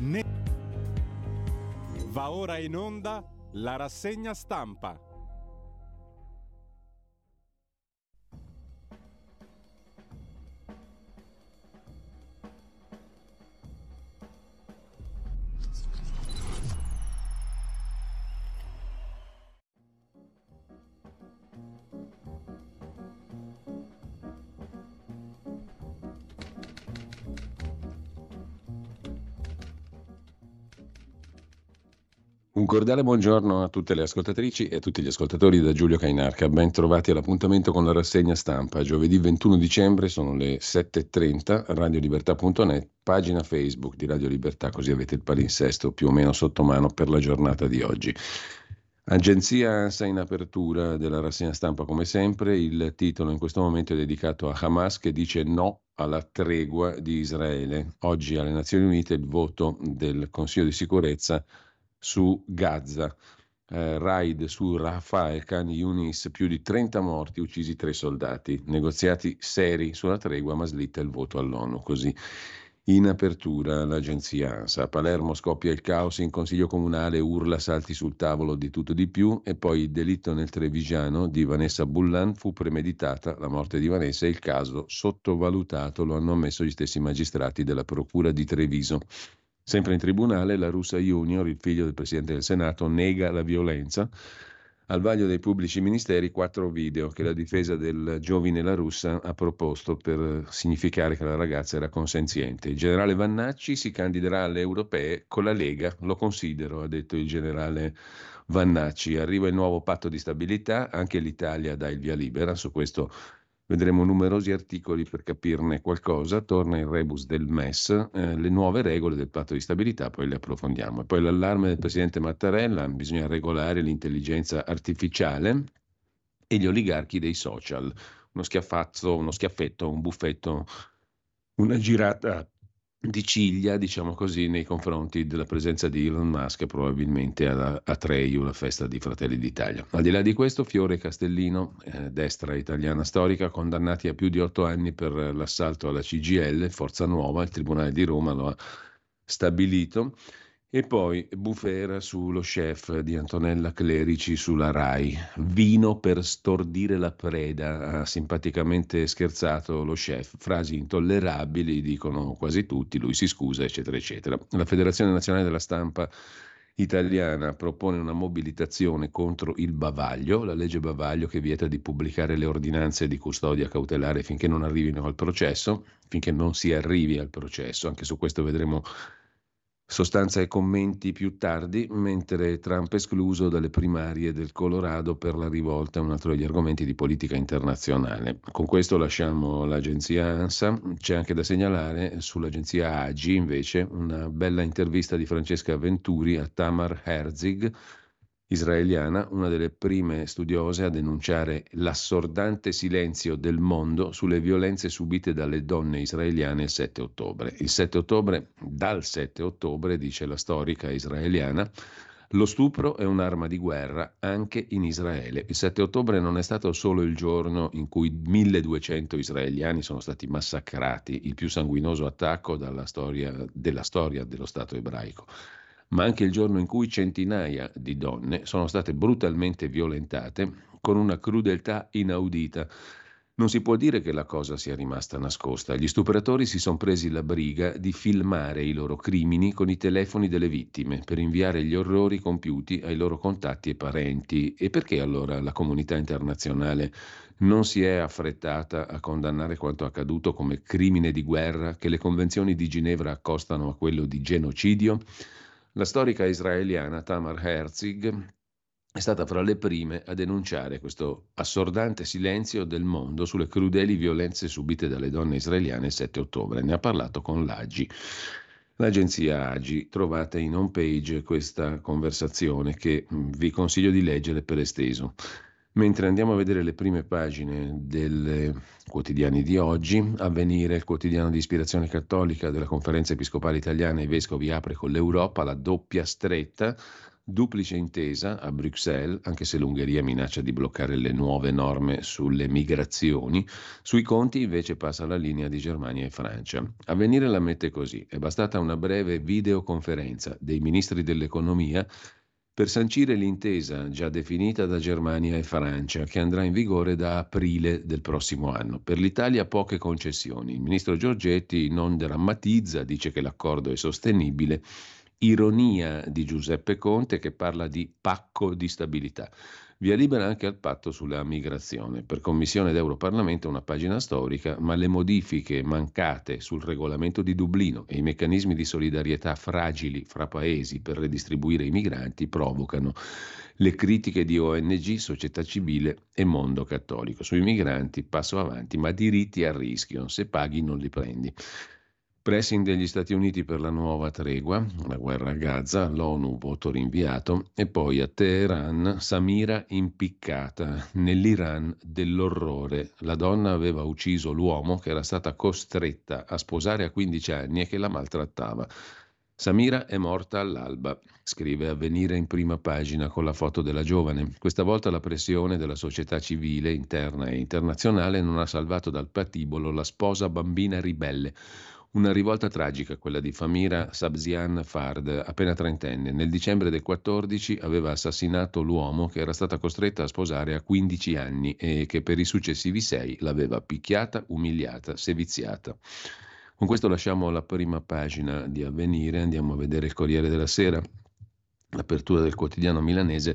Va ora in onda la rassegna stampa. Un cordiale buongiorno a tutte le ascoltatrici e a tutti gli ascoltatori da Giulio Cainarca. Ben trovati all'appuntamento con la rassegna stampa. Giovedì 21 dicembre sono le 7.30, radiolibertà.net, pagina Facebook di Radio Libertà, così avete il palinsesto più o meno sotto mano per la giornata di oggi. Agenzia ANSA in apertura della rassegna stampa come sempre. Il titolo in questo momento è dedicato a Hamas che dice no alla tregua di Israele. Oggi alle Nazioni Unite il voto del Consiglio di sicurezza su Gaza, raid su Rafah e Khan Yunis, più di 30 morti, uccisi 3 soldati, negoziati seri sulla tregua ma slitta il voto all'ONU, così in apertura l'agenzia ANSA. A Palermo scoppia il caos in consiglio comunale, urla, salti sul tavolo, di tutto di più, e poi il delitto nel Trevigiano di Vanessa Bullan, fu premeditata la morte di Vanessa e il caso sottovalutato, lo hanno ammesso gli stessi magistrati della procura di Treviso. Sempre in tribunale, la Russa Junior, il figlio del Presidente del Senato, nega la violenza. Al vaglio dei pubblici ministeri 4 video che la difesa del giovine La Russa ha proposto per significare che la ragazza era consenziente. Il generale Vannacci si candiderà alle europee con la Lega, lo considero, ha detto il generale Vannacci. Arriva il nuovo patto di stabilità, anche l'Italia dà il via libera, su questo vedremo numerosi articoli per capirne qualcosa. Torna il rebus del MES, le nuove regole del patto di stabilità, poi le approfondiamo. E poi l'allarme del presidente Mattarella, bisogna regolare l'intelligenza artificiale e gli oligarchi dei social. Uno schiaffazzo, uno schiaffetto, un buffetto, una girata di ciglia, diciamo così, nei confronti della presenza di Elon Musk probabilmente a Atreju, la festa di Fratelli d'Italia. Al di là di questo, Fiore Castellino, destra italiana storica, condannati a più di 8 anni per l'assalto alla CGIL, Forza Nuova, il Tribunale di Roma lo ha stabilito. E poi bufera sullo chef di Antonella Clerici sulla Rai. Vino per stordire la preda, ha simpaticamente scherzato lo chef. Frasi intollerabili, dicono quasi tutti, lui si scusa, eccetera, eccetera. La Federazione Nazionale della Stampa Italiana propone una mobilitazione contro il bavaglio, la legge bavaglio che vieta di pubblicare le ordinanze di custodia cautelare finché non arrivino al processo, finché non si arrivi al processo. Anche su questo vedremo sostanza e commenti più tardi, mentre Trump è escluso dalle primarie del Colorado per la rivolta, un altro degli argomenti di politica internazionale. Con questo lasciamo l'agenzia ANSA. C'è anche da segnalare sull'agenzia AGI invece una bella intervista di Francesca Venturi a Tamar Herzig, israeliana, una delle prime studiose a denunciare l'assordante silenzio del mondo sulle violenze subite dalle donne israeliane il 7 ottobre. Il 7 ottobre, dal 7 ottobre, dice la storica israeliana, lo stupro è un'arma di guerra anche in Israele. Il 7 ottobre non è stato solo il giorno in cui 1200 israeliani sono stati massacrati, il più sanguinoso attacco della storia dello Stato ebraico, ma anche il giorno in cui centinaia di donne sono state brutalmente violentate con una crudeltà inaudita. Non si può dire che la cosa sia rimasta nascosta. Gli stupratori si sono presi la briga di filmare i loro crimini con i telefoni delle vittime per inviare gli orrori compiuti ai loro contatti e parenti. E perché allora la comunità internazionale non si è affrettata a condannare quanto accaduto come crimine di guerra che le convenzioni di Ginevra accostano a quello di genocidio? La storica israeliana Tamar Herzig è stata fra le prime a denunciare questo assordante silenzio del mondo sulle crudeli violenze subite dalle donne israeliane il 7 ottobre. Ne ha parlato con l'AGI. L'agenzia AGI, trovate in home page questa conversazione che vi consiglio di leggere per esteso. Mentre andiamo a vedere le prime pagine dei quotidiani di oggi, Avvenire, il quotidiano di ispirazione cattolica della Conferenza Episcopale Italiana, i Vescovi apre con l'Europa la doppia stretta. Duplice intesa a Bruxelles, anche se l'Ungheria minaccia di bloccare le nuove norme sulle migrazioni. Sui conti invece passa la linea di Germania e Francia. Avvenire la mette così: è bastata una breve videoconferenza dei ministri dell'economia per sancire l'intesa già definita da Germania e Francia, che andrà in vigore da aprile del prossimo anno. Per l'Italia poche concessioni. Il ministro Giorgetti non drammatizza, dice che l'accordo è sostenibile. Ironia di Giuseppe Conte, che parla di pacco di stabilità. Via libera anche al patto sulla migrazione. Per Commissione d'Europarlamento una pagina storica, ma le modifiche mancate sul regolamento di Dublino e i meccanismi di solidarietà fragili fra paesi per redistribuire i migranti provocano le critiche di ONG, società civile e mondo cattolico. Sui migranti passo avanti, ma diritti a rischio, se paghi non li prendi. Pressing degli Stati Uniti per la nuova tregua, la guerra a Gaza, l'ONU voto rinviato e poi a Teheran Samira impiccata nell'Iran dell'orrore. La donna aveva ucciso l'uomo che era stata costretta a sposare a 15 anni e che la maltrattava. Samira è morta all'alba, scrive Avvenire in prima pagina con la foto della giovane. Questa volta la pressione della società civile interna e internazionale non ha salvato dal patibolo la sposa bambina ribelle. Una rivolta tragica, quella di Famira Sabzian Fard, appena trentenne. Nel dicembre del 14 aveva assassinato l'uomo che era stata costretta a sposare a 15 anni e che per i successivi 6 l'aveva picchiata, umiliata, seviziata. Con questo lasciamo la prima pagina di Avvenire, andiamo a vedere il Corriere della Sera. L'apertura del quotidiano milanese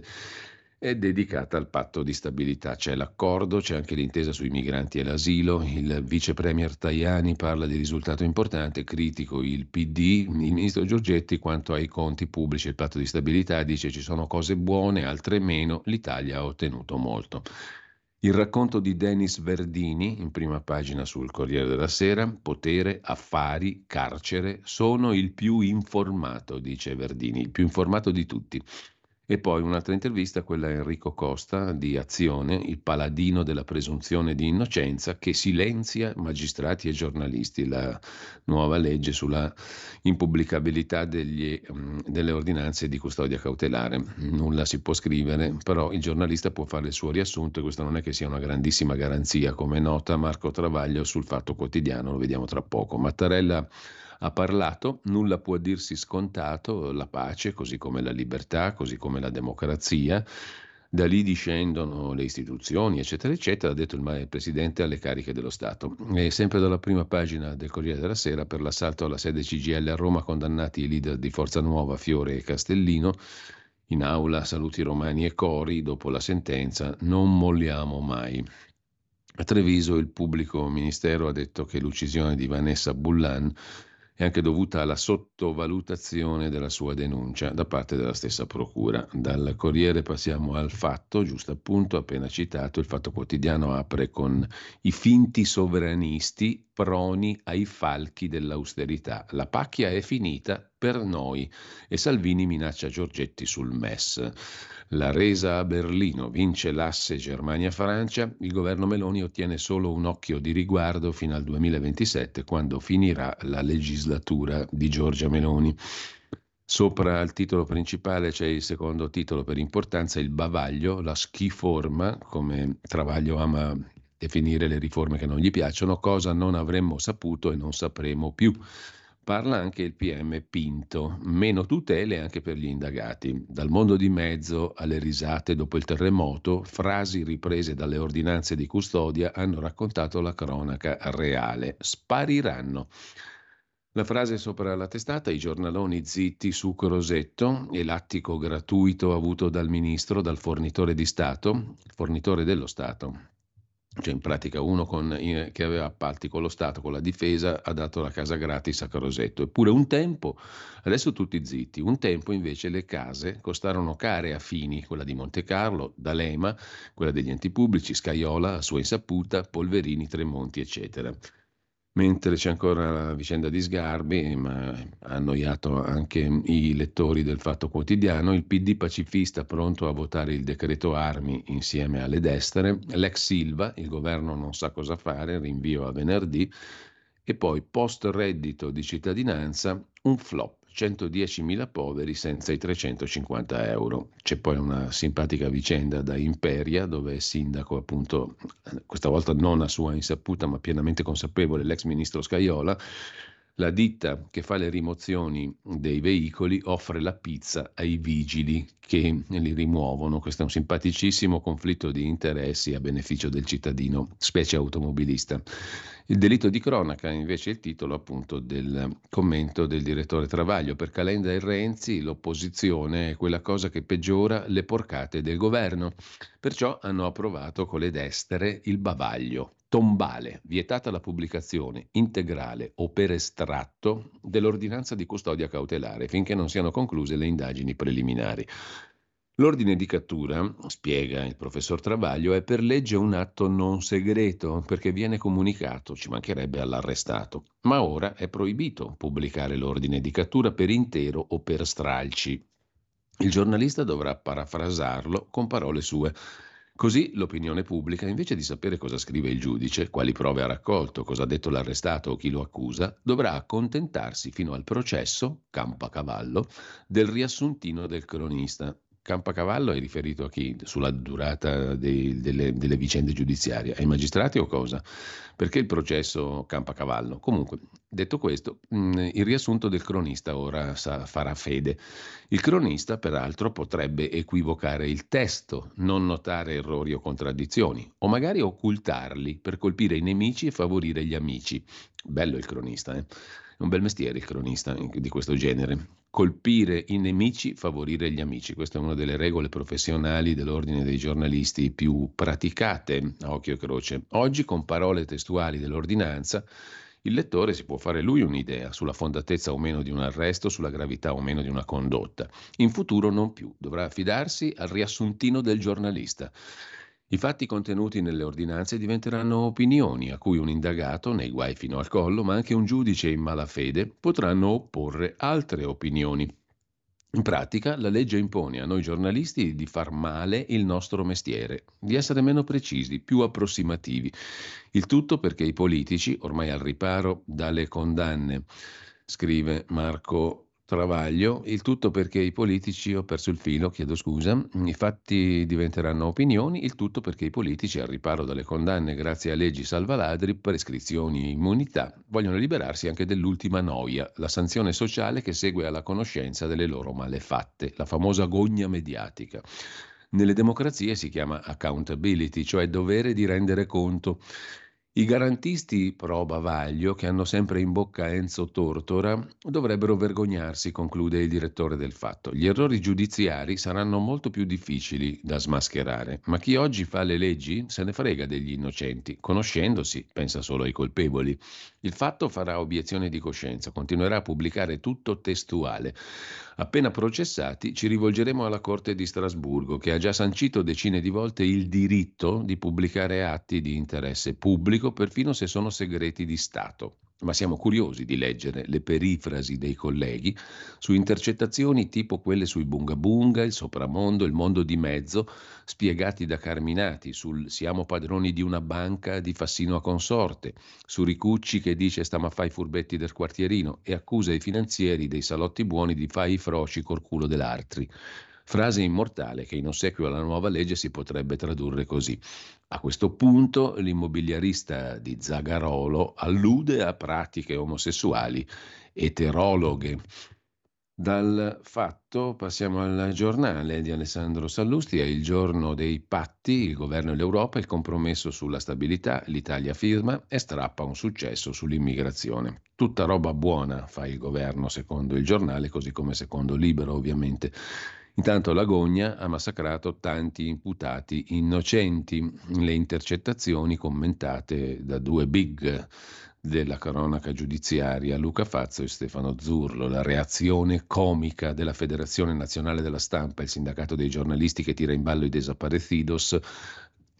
è dedicata al patto di stabilità. C'è l'accordo, c'è anche l'intesa sui migranti e l'asilo. Il vice premier Tajani parla di risultato importante, critico il PD. Il ministro Giorgetti, quanto ai conti pubblici e il patto di stabilità, dice ci sono cose buone, altre meno. L'Italia ha ottenuto molto. Il racconto di Denis Verdini, in prima pagina sul Corriere della Sera: potere, affari, carcere, sono il più informato, dice Verdini, il più informato di tutti. E poi un'altra intervista, quella a Enrico Costa di Azione, il paladino della presunzione di innocenza che silenzia magistrati e giornalisti, la nuova legge sulla impubblicabilità delle ordinanze di custodia cautelare. Nulla si può scrivere, però il giornalista può fare il suo riassunto e questo non è che sia una grandissima garanzia, come nota Marco Travaglio sul Fatto Quotidiano, lo vediamo tra poco. Mattarella ha parlato, nulla può dirsi scontato, la pace, così come la libertà, così come la democrazia, da lì discendono le istituzioni, eccetera, eccetera, ha detto il Presidente alle cariche dello Stato. E sempre dalla prima pagina del Corriere della Sera: per l'assalto alla sede CGIL a Roma condannati i leader di Forza Nuova, Fiore e Castellino. In aula saluti romani e cori, dopo la sentenza non molliamo mai. A Treviso il pubblico ministero ha detto che l'uccisione di Vanessa Bullan è anche dovuta alla sottovalutazione della sua denuncia da parte della stessa procura. Dal Corriere passiamo al Fatto, giusto appunto, appena citato. Il Fatto Quotidiano apre con i finti sovranisti proni ai falchi dell'austerità. La pacchia è finita per noi e Salvini minaccia Giorgetti sul MES. La resa a Berlino, vince l'asse Germania-Francia, il governo Meloni ottiene solo un occhio di riguardo fino al 2027, quando finirà la legislatura di Giorgia Meloni. Sopra il titolo principale c'è il secondo titolo per importanza, il bavaglio, la schiforma, come Travaglio ama definire le riforme che non gli piacciono, cosa non avremmo saputo e non sapremo più. Parla anche il PM Pinto, meno tutele anche per gli indagati. Dal mondo di mezzo alle risate dopo il terremoto, frasi riprese dalle ordinanze di custodia hanno raccontato la cronaca reale. Spariranno. La frase sopra la testata: i giornaloni zitti su Crosetto e l'attico gratuito avuto dal ministro, dal fornitore di Stato, il fornitore dello Stato. Cioè in pratica uno che aveva appalti con lo Stato, con la difesa, ha dato la casa gratis a Crosetto. Eppure un tempo, adesso tutti zitti, un tempo invece le case costarono care a Fini, quella di Monte Carlo, D'Alema, quella degli enti pubblici, Scaiola a sua insaputa, Polverini, Tremonti, eccetera. Mentre c'è ancora la vicenda di Sgarbi, ma ha annoiato anche i lettori del Fatto Quotidiano, il PD pacifista pronto a votare il decreto armi insieme alle destre, l'ex Silva, il governo non sa cosa fare, rinvio a venerdì, e poi post reddito di cittadinanza un flop. 110.000 poveri senza i 350 euro. C'è poi una simpatica vicenda da Imperia, dove è sindaco, appunto, questa volta non a sua insaputa, ma pienamente consapevole, l'ex ministro Scajola. La ditta che fa le rimozioni dei veicoli offre la pizza ai vigili che li rimuovono. Questo è un simpaticissimo conflitto di interessi a beneficio del cittadino, specie automobilista. Il delitto di cronaca invece è il titolo appunto del commento del direttore Travaglio. Per Calenda e Renzi l'opposizione è quella cosa che peggiora le porcate del governo. Perciò hanno approvato con le destere il bavaglio tombale, vietata la pubblicazione integrale o per estratto dell'ordinanza di custodia cautelare finché non siano concluse le indagini preliminari. L'ordine di cattura, spiega il professor Travaglio, è per legge un atto non segreto perché viene comunicato, ci mancherebbe, all'arrestato. Ma ora è proibito pubblicare l'ordine di cattura per intero o per stralci. Il giornalista dovrà parafrasarlo con parole sue. Così l'opinione pubblica, invece di sapere cosa scrive il giudice, quali prove ha raccolto, cosa ha detto l'arrestato o chi lo accusa, dovrà accontentarsi fino al processo, campacavallo, del riassuntino del cronista. Campacavallo è riferito a chi? Sulla durata delle vicende giudiziarie? Ai magistrati o cosa? Perché il processo campacavallo? Comunque, detto questo, il riassunto del cronista ora farà fede. Il cronista, peraltro, potrebbe equivocare il testo, non notare errori o contraddizioni, o magari occultarli per colpire i nemici e favorire gli amici. Bello il cronista, eh? È un bel mestiere il cronista di questo genere. Colpire i nemici, favorire gli amici. Questa è una delle regole professionali dell'ordine dei giornalisti più praticate a occhio e croce. Oggi, con parole testuali dell'ordinanza, il lettore si può fare lui un'idea sulla fondatezza o meno di un arresto, sulla gravità o meno di una condotta. In futuro non più, dovrà affidarsi al riassuntino del giornalista. I fatti contenuti nelle ordinanze diventeranno opinioni a cui un indagato, nei guai fino al collo, ma anche un giudice in malafede, potranno opporre altre opinioni. In pratica, la legge impone a noi giornalisti di far male il nostro mestiere, di essere meno precisi, più approssimativi. Il tutto perché i politici, ormai al riparo dalle condanne, scrive Marco Travaglio, il tutto perché i politici, ho perso il filo, chiedo scusa, i fatti diventeranno opinioni, il tutto perché i politici, al riparo dalle condanne grazie a leggi salvaladri, prescrizioni e immunità, vogliono liberarsi anche dell'ultima noia, la sanzione sociale che segue alla conoscenza delle loro malefatte, la famosa gogna mediatica. Nelle democrazie si chiama accountability, cioè dovere di rendere conto. I garantisti pro bavaglio, che hanno sempre in bocca Enzo Tortora, dovrebbero vergognarsi, conclude il direttore del Fatto. Gli errori giudiziari saranno molto più difficili da smascherare, ma chi oggi fa le leggi se ne frega degli innocenti. Conoscendosi, pensa solo ai colpevoli. Il Fatto farà obiezione di coscienza, continuerà a pubblicare tutto testuale. Appena processati, ci rivolgeremo alla Corte di Strasburgo, che ha già sancito decine di volte il diritto di pubblicare atti di interesse pubblico, perfino se sono segreti di Stato. Ma siamo curiosi di leggere le perifrasi dei colleghi su intercettazioni tipo quelle sui Bunga Bunga, il Sopramondo, il Mondo di Mezzo, spiegati da Carminati sul siamo padroni di una banca di Fassino a consorte, su Ricucci che dice stiamo a fare i furbetti del quartierino e accusa i finanzieri dei salotti buoni di fare i froci col culo dell'altri. Frase immortale che in ossequio alla nuova legge si potrebbe tradurre così. A questo punto l'immobiliarista di Zagarolo allude a pratiche omosessuali eterologhe. Dal Fatto passiamo al Giornale di Alessandro Sallusti, è il giorno dei patti, il governo e l'Europa, il compromesso sulla stabilità, l'Italia firma e strappa un successo sull'immigrazione. Tutta roba buona fa il governo secondo il giornale, così come secondo Libero ovviamente. Intanto l'agonia ha massacrato tanti imputati innocenti, le intercettazioni commentate da due big della cronaca giudiziaria, Luca Fazzo e Stefano Zurlo, la reazione comica della Federazione Nazionale della Stampa, il sindacato dei giornalisti che tira in ballo i desaparecidos,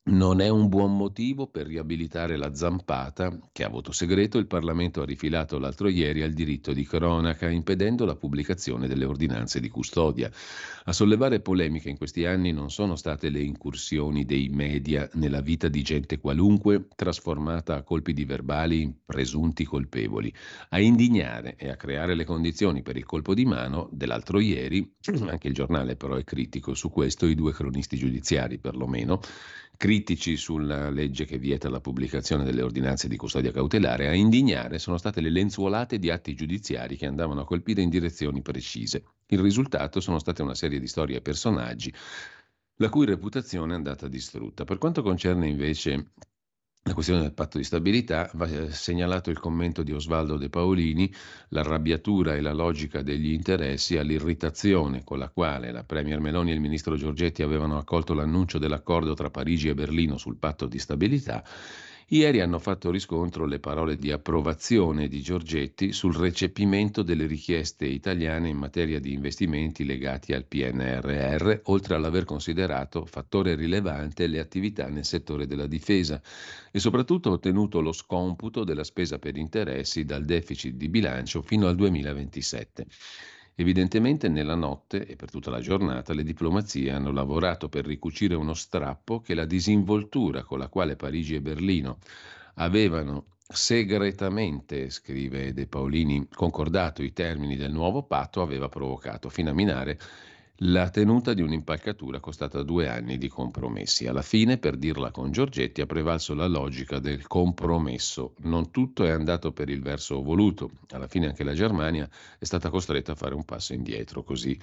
Non è un buon motivo per riabilitare la zampata che a voto segreto il Parlamento ha rifilato l'altro ieri al diritto di cronaca, impedendo la pubblicazione delle ordinanze di custodia. A sollevare polemiche in questi anni non sono state le incursioni dei media nella vita di gente qualunque, trasformata a colpi di verbali in presunti colpevoli. A indignare e a creare le condizioni per il colpo di mano dell'altro ieri, anche il giornale però è critico su questo, i due cronisti giudiziari perlomeno, critici sulla legge che vieta la pubblicazione delle ordinanze di custodia cautelare, a indignare sono state le lenzuolate di atti giudiziari che andavano a colpire in direzioni precise. Il risultato sono state una serie di storie e personaggi la cui reputazione è andata distrutta. Per quanto concerne invece la questione del patto di stabilità, va segnalato il commento di Osvaldo De Paolini: l'arrabbiatura e la logica degli interessi all'irritazione con la quale la Premier Meloni e il ministro Giorgetti avevano accolto l'annuncio dell'accordo tra Parigi e Berlino sul patto di stabilità. Ieri hanno fatto riscontro le parole di approvazione di Giorgetti sul recepimento delle richieste italiane in materia di investimenti legati al PNRR, oltre all'aver considerato fattore rilevante le attività nel settore della difesa e soprattutto ottenuto lo scomputo della spesa per interessi dal deficit di bilancio fino al 2027. Evidentemente nella notte e per tutta la giornata le diplomazie hanno lavorato per ricucire uno strappo che la disinvoltura con la quale Parigi e Berlino avevano segretamente, scrive De Paolini, concordato i termini del nuovo patto aveva provocato, fino a minare la tenuta di un'impalcatura costata 2 anni di compromessi. Alla fine, per dirla con Giorgetti, ha prevalso la logica del compromesso. Non tutto è andato per il verso voluto. Alla fine anche la Germania è stata costretta a fare un passo indietro, così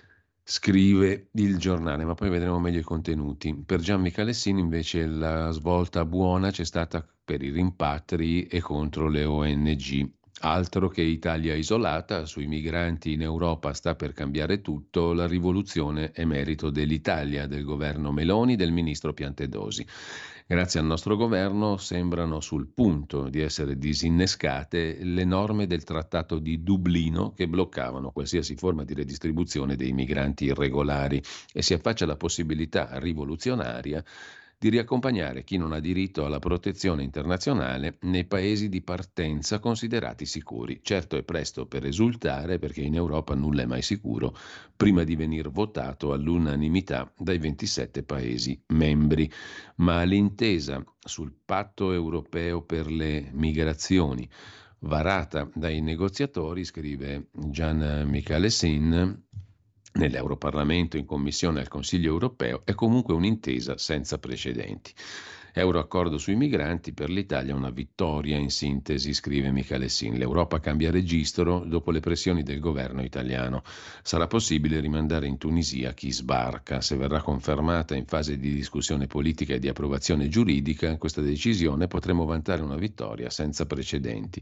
scrive il giornale, ma poi vedremo meglio i contenuti. Per Gian Michalessin invece la svolta buona c'è stata per i rimpatri e contro le ONG. Altro che Italia isolata, sui migranti in Europa sta per cambiare tutto, la rivoluzione è merito dell'Italia, del governo Meloni, del ministro Piantedosi. Grazie al nostro governo sembrano sul punto di essere disinnescate le norme del Trattato di Dublino che bloccavano qualsiasi forma di redistribuzione dei migranti irregolari e si affaccia la possibilità rivoluzionaria di riaccompagnare chi non ha diritto alla protezione internazionale nei paesi di partenza considerati sicuri. Certo è presto per esultare perché in Europa nulla è mai sicuro prima di venir votato all'unanimità dai 27 paesi membri, ma l'intesa sul patto europeo per le migrazioni varata dai negoziatori, scrive Gian Michalessin, nell'Europarlamento, in Commissione al Consiglio europeo, è comunque un'intesa senza precedenti. Euroaccordo sui migranti per l'Italia una vittoria in sintesi, scrive Michalessin. L'Europa cambia registro dopo le pressioni del governo italiano. Sarà possibile rimandare in Tunisia chi sbarca. Se verrà confermata in fase di discussione politica e di approvazione giuridica, questa decisione potremo vantare una vittoria senza precedenti.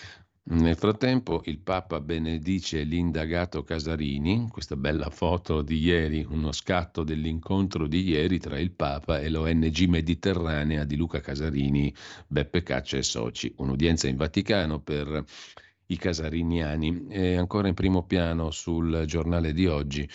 Nel frattempo il Papa benedice l'indagato Casarini, questa bella foto di ieri, uno scatto dell'incontro di ieri tra il Papa e l'ONG Mediterranea di Luca Casarini, Beppe Caccia e soci, un'udienza in Vaticano per i casariniani. E ancora in primo piano sul giornale di oggi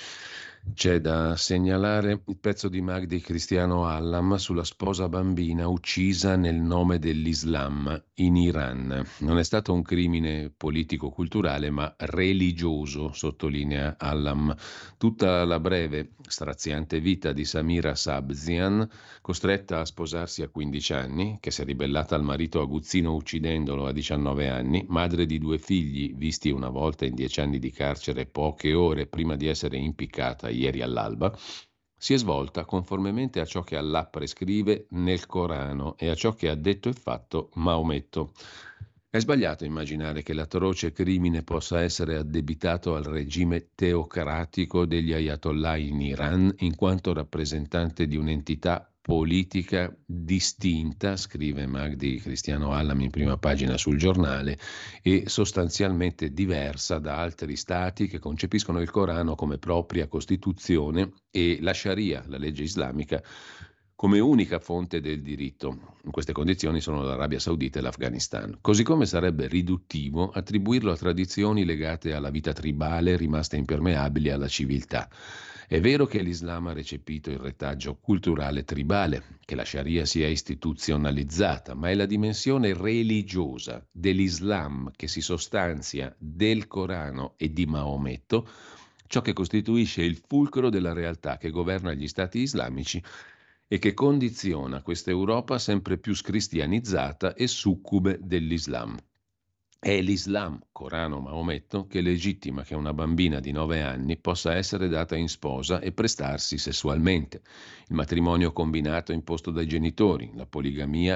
c'è da segnalare il pezzo di Magdi Cristiano Hallam sulla sposa bambina uccisa nel nome dell'Islam in Iran. Non è stato un crimine politico-culturale, ma religioso, sottolinea Hallam. Tutta la breve, straziante vita di Samira Sabzian, costretta a sposarsi a 15 anni, che si è ribellata al marito aguzzino uccidendolo a 19 anni, madre di 2 figli visti una volta in 10 anni di carcere poche ore prima di essere impiccata ieri all'alba, si è svolta conformemente a ciò che Allah prescrive nel Corano e a ciò che ha detto e fatto Maometto. È sbagliato immaginare che l'atroce crimine possa essere addebitato al regime teocratico degli ayatollah in Iran, in quanto rappresentante di un'entità politica distinta, scrive Magdi Cristiano Hallam in prima pagina sul giornale, e sostanzialmente diversa da altri stati che concepiscono il Corano come propria Costituzione e la Sharia, la legge islamica, come unica fonte del diritto. In queste condizioni sono l'Arabia Saudita e l'Afghanistan. Così come sarebbe riduttivo attribuirlo a tradizioni legate alla vita tribale rimaste impermeabili alla civiltà. È vero che l'Islam ha recepito il retaggio culturale tribale, che la Sharia sia istituzionalizzata, ma è la dimensione religiosa dell'Islam che si sostanzia del Corano e di Maometto, ciò che costituisce il fulcro della realtà che governa gli stati islamici e che condiziona questa Europa sempre più scristianizzata e succube dell'Islam. È l'Islam, Corano, Maometto, che legittima che una bambina di 9 anni possa essere data in sposa e prestarsi sessualmente. Il matrimonio combinato imposto dai genitori, la poligamia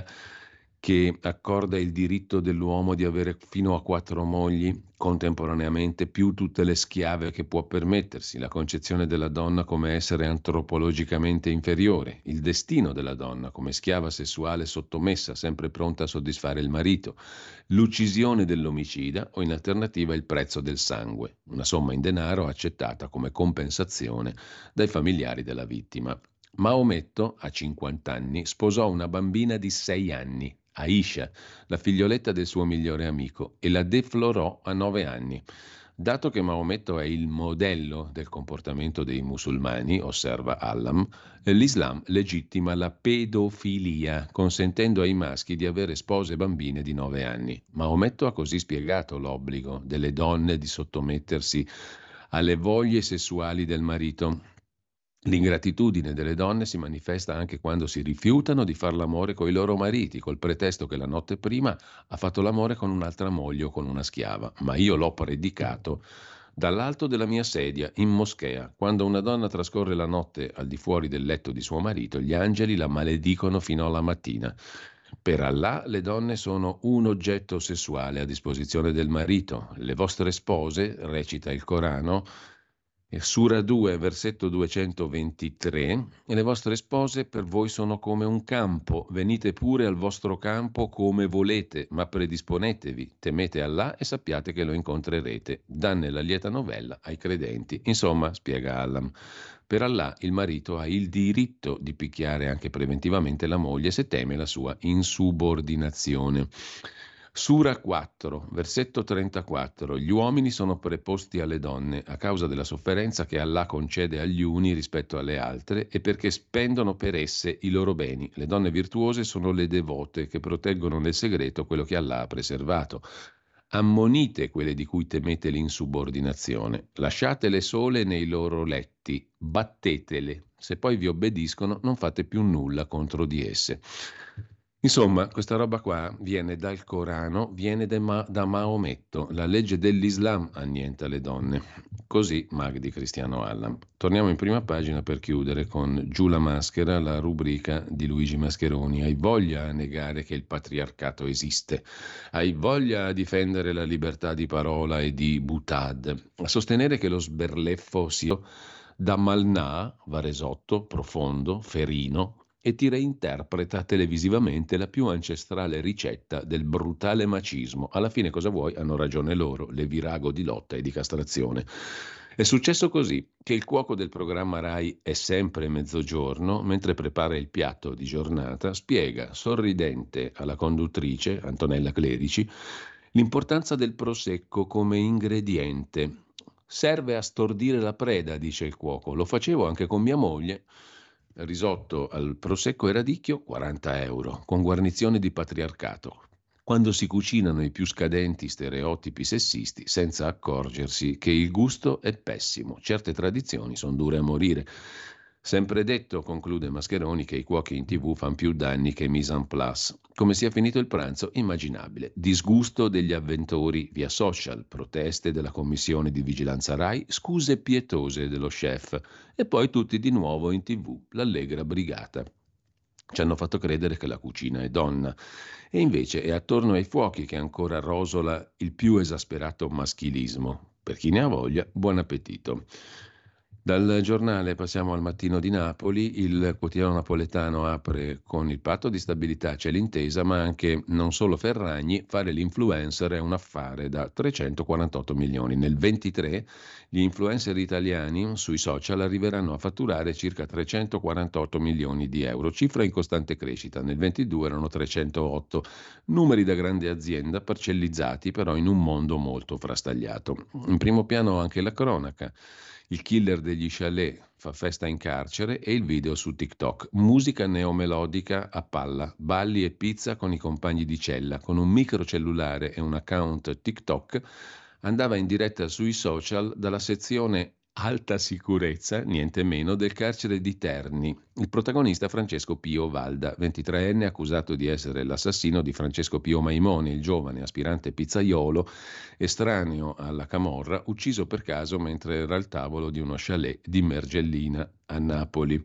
che accorda il diritto dell'uomo di avere fino a 4 mogli contemporaneamente, più tutte le schiave che può permettersi, la concezione della donna come essere antropologicamente inferiore, il destino della donna come schiava sessuale sottomessa, sempre pronta a soddisfare il marito, l'uccisione dell'omicida o in alternativa il prezzo del sangue, una somma in denaro accettata come compensazione dai familiari della vittima. Maometto, a 50 anni, sposò una bambina di 6 anni, Aisha, la figlioletta del suo migliore amico, e la deflorò a 9 anni. Dato che Maometto è il modello del comportamento dei musulmani, osserva Hallam, l'Islam legittima la pedofilia, consentendo ai maschi di avere spose bambine di 9 anni. Maometto ha così spiegato l'obbligo delle donne di sottomettersi alle voglie sessuali del marito. L'ingratitudine delle donne si manifesta anche quando si rifiutano di far l'amore coi loro mariti, col pretesto che la notte prima ha fatto l'amore con un'altra moglie o con una schiava. Ma io l'ho predicato dall'alto della mia sedia, in moschea. Quando una donna trascorre la notte al di fuori del letto di suo marito, gli angeli la maledicono fino alla mattina. Per Allah le donne sono un oggetto sessuale a disposizione del marito. Le vostre spose, recita il Corano, Sura 2, versetto 223, e le vostre spose per voi sono come un campo, venite pure al vostro campo come volete, ma predisponetevi, temete Allah e sappiate che lo incontrerete. Danne la lieta novella ai credenti. Insomma, spiega Hallam, per Allah il marito ha il diritto di picchiare anche preventivamente la moglie se teme la sua insubordinazione. Sura 4, versetto 34. Gli uomini sono preposti alle donne a causa della sofferenza che Allah concede agli uni rispetto alle altre e perché spendono per esse i loro beni. Le donne virtuose sono le devote che proteggono nel segreto quello che Allah ha preservato. Ammonite quelle di cui temete l'insubordinazione. Lasciatele sole nei loro letti, battetele. Se poi vi obbediscono, non fate più nulla contro di esse. Insomma, questa roba qua viene dal Corano, viene da Maometto. La legge dell'Islam annienta le donne. Così Magdi Cristiano Hallam. Torniamo in prima pagina per chiudere con Giù la maschera, la rubrica di Luigi Mascheroni. Hai voglia a negare che il patriarcato esiste? Hai voglia a difendere la libertà di parola e di butad? A sostenere che lo sberleffo sia da Malnà, Varesotto, Profondo, Ferino, e ti reinterpreta televisivamente la più ancestrale ricetta del brutale macismo. Alla fine cosa vuoi? Hanno ragione loro, le virago di lotta e di castrazione. È successo così, che il cuoco del programma Rai È sempre mezzogiorno, mentre prepara il piatto di giornata, spiega sorridente alla conduttrice, Antonella Clerici, l'importanza del prosecco come ingrediente. Serve a stordire la preda, dice il cuoco. Lo facevo anche con mia moglie. Risotto al prosecco e radicchio, 40 euro, con guarnizione di patriarcato. Quando si cucinano i più scadenti stereotipi sessisti senza accorgersi che il gusto è pessimo. Certe tradizioni sono dure a morire. Sempre detto, conclude Mascheroni, che i cuochi in TV fanno più danni che mise en place. Come sia finito il pranzo? Immaginabile. Disgusto degli avventori via social, proteste della commissione di vigilanza Rai, scuse pietose dello chef e poi tutti di nuovo in TV, l'allegra brigata. Ci hanno fatto credere che la cucina è donna e invece è attorno ai fuochi che ancora rosola il più esasperato maschilismo. Per chi ne ha voglia, buon appetito. Dal giornale passiamo al Mattino di Napoli, il quotidiano napoletano apre con il patto di stabilità, c'è l'intesa, ma anche non solo Ferragni, fare l'influencer è un affare da 348 milioni. Nel 23 gli influencer italiani sui social arriveranno a fatturare circa 348 milioni di euro, cifra in costante crescita. Nel 22 erano 308, numeri da grande azienda parcellizzati però in un mondo molto frastagliato. In primo piano anche la cronaca. Il killer degli chalet fa festa in carcere e il video su TikTok. Musica neomelodica a palla, balli e pizza con i compagni di cella. Con un microcellulare e un account TikTok andava in diretta sui social dalla sezione alta sicurezza, niente meno, del carcere di Terni. Il protagonista Francesco Pio Valda, 23enne, accusato di essere l'assassino di Francesco Pio Maimone, il giovane aspirante pizzaiolo estraneo alla camorra, ucciso per caso mentre era al tavolo di uno chalet di Mergellina a Napoli.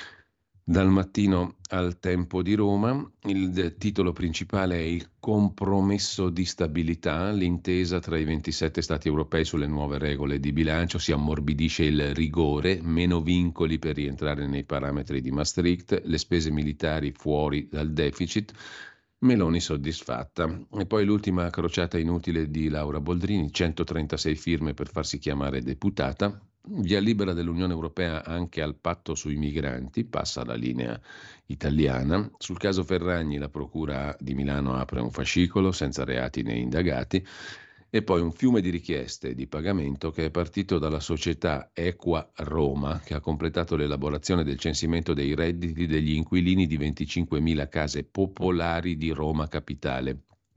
Dal Mattino al Tempo di Roma, il titolo principale è il compromesso di stabilità, l'intesa tra i 27 Stati europei sulle nuove regole di bilancio, si ammorbidisce il rigore, meno vincoli per rientrare nei parametri di Maastricht, le spese militari fuori dal deficit. Meloni soddisfatta. E poi l'ultima crociata inutile di Laura Boldrini, 136 firme per farsi chiamare deputata. Via libera dell'Unione Europea anche al patto sui migranti, passa la linea italiana. Sul caso Ferragni la Procura di Milano apre un fascicolo senza reati né indagati. E poi un fiume di richieste di pagamento che è partito dalla società Equa Roma, che ha completato l'elaborazione del censimento dei redditi degli inquilini di 25.000 case popolari di Roma Capitale.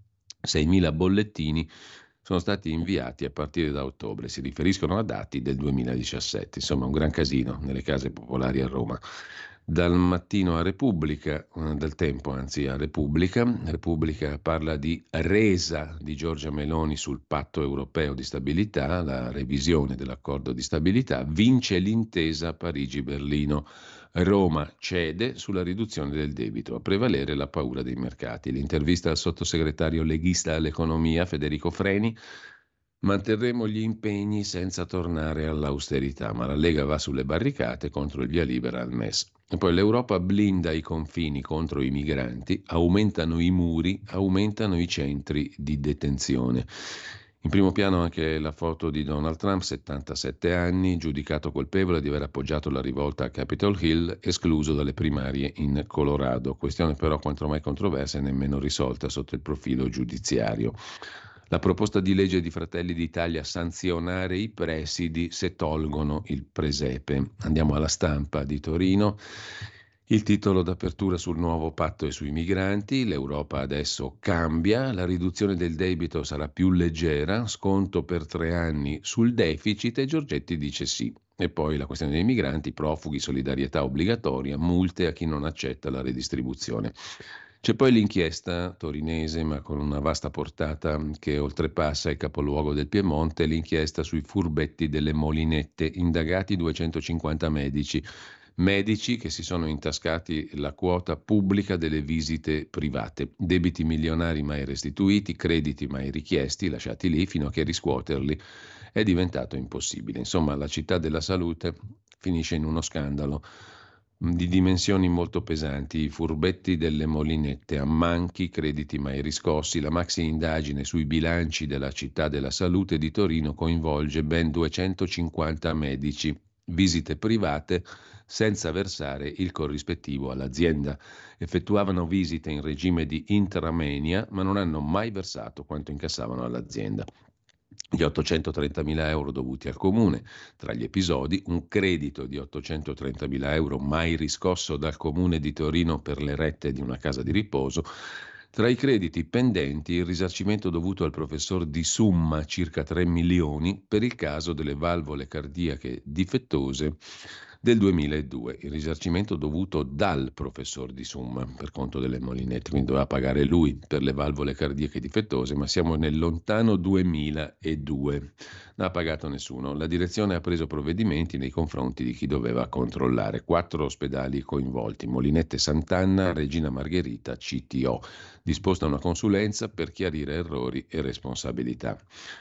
6.000 bollettini sono stati inviati a partire da ottobre, si riferiscono a dati del 2017, insomma un gran casino nelle case popolari a Roma. Dal Mattino a Repubblica, dal Tempo anzi a Repubblica parla di resa di Giorgia Meloni sul patto europeo di stabilità, la revisione dell'accordo di stabilità, vince l'intesa Parigi-Berlino. Roma cede sulla riduzione del debito, a prevalere la paura dei mercati. L'intervista al sottosegretario leghista all'economia Federico Freni: manterremo gli impegni senza tornare all'austerità, ma la Lega va sulle barricate contro il via libera al MES. E poi l'Europa blinda i confini contro i migranti, aumentano i muri, aumentano i centri di detenzione. In primo piano anche la foto di Donald Trump, 77 anni, giudicato colpevole di aver appoggiato la rivolta a Capitol Hill, escluso dalle primarie in Colorado. Questione però quanto mai controversa e nemmeno risolta sotto il profilo giudiziario. La proposta di legge di Fratelli d'Italia: sanzionare i presidi se tolgono il presepe. Andiamo alla Stampa di Torino. Il titolo d'apertura sul nuovo patto e sui migranti: l'Europa adesso cambia, la riduzione del debito sarà più leggera, sconto per 3 anni sul deficit, e Giorgetti dice sì. E poi la questione dei migranti, profughi, solidarietà obbligatoria, multe a chi non accetta la redistribuzione. C'è poi l'inchiesta torinese, ma con una vasta portata che oltrepassa il capoluogo del Piemonte, l'inchiesta sui furbetti delle molinette, indagati 250 medici che si sono intascati la quota pubblica delle visite private, debiti milionari mai restituiti, crediti mai richiesti, lasciati lì fino a che riscuoterli è diventato impossibile. Insomma, la città della salute finisce in uno scandalo di dimensioni molto pesanti, i furbetti delle molinette, ammanchi, crediti mai riscossi. La maxi indagine sui bilanci della città della salute di Torino coinvolge ben 250 medici, visite private senza versare il corrispettivo all'azienda. Effettuavano visite in regime di intramenia, ma non hanno mai versato quanto incassavano all'azienda. Gli 830.000 euro dovuti al comune, tra gli episodi un credito di 830.000 euro mai riscosso dal comune di Torino per le rette di una casa di riposo. Tra i crediti pendenti il risarcimento dovuto al professor Di Summa, circa 3 milioni, per il caso delle valvole cardiache difettose del 2002, il risarcimento dovuto dal professor Di Summa per conto delle molinette, quindi doveva pagare lui per le valvole cardiache difettose, ma siamo nel lontano 2002, non ha pagato nessuno. La direzione ha preso provvedimenti nei confronti di chi doveva controllare. 4 ospedali coinvolti: Molinette Sant'Anna, Regina Margherita, CTO, disposta una consulenza per chiarire errori e responsabilità.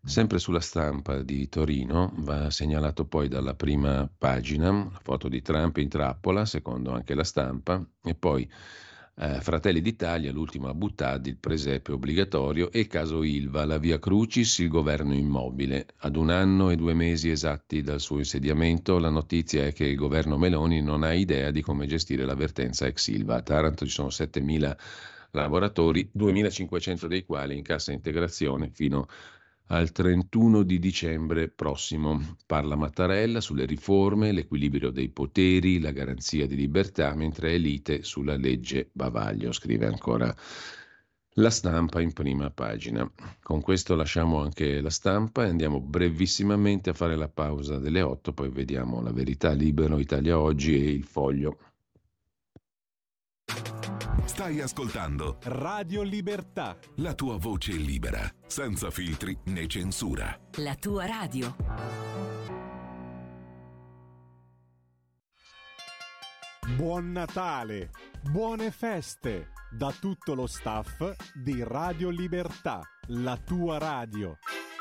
Sempre sulla Stampa di Torino va segnalato poi dalla prima pagina la foto di Trump in trappola, secondo anche la Stampa, e poi Fratelli d'Italia, l'ultimo a Buttadi, il presepe obbligatorio, e caso Ilva, la via Crucis, il governo immobile. Ad 1 anno e 2 mesi esatti dal suo insediamento, la notizia è che il governo Meloni non ha idea di come gestire la vertenza ex Ilva. A Taranto ci sono 7.000 lavoratori, 2.500 dei quali in cassa integrazione fino al 31 di dicembre prossimo. Parla Mattarella sulle riforme, l'equilibrio dei poteri, la garanzia di libertà, mentre elite sulla legge bavaglio, scrive ancora la Stampa in prima pagina. Con questo lasciamo anche la Stampa e andiamo brevissimamente a fare la pausa delle 8, poi vediamo La Verità, Libero, Italia Oggi e Il Foglio. Stai ascoltando Radio Libertà. la tua voce libera, senza filtri né censura. La tua radio. Buon Natale, buone feste da tutto lo staff di Radio Libertà, la tua radio.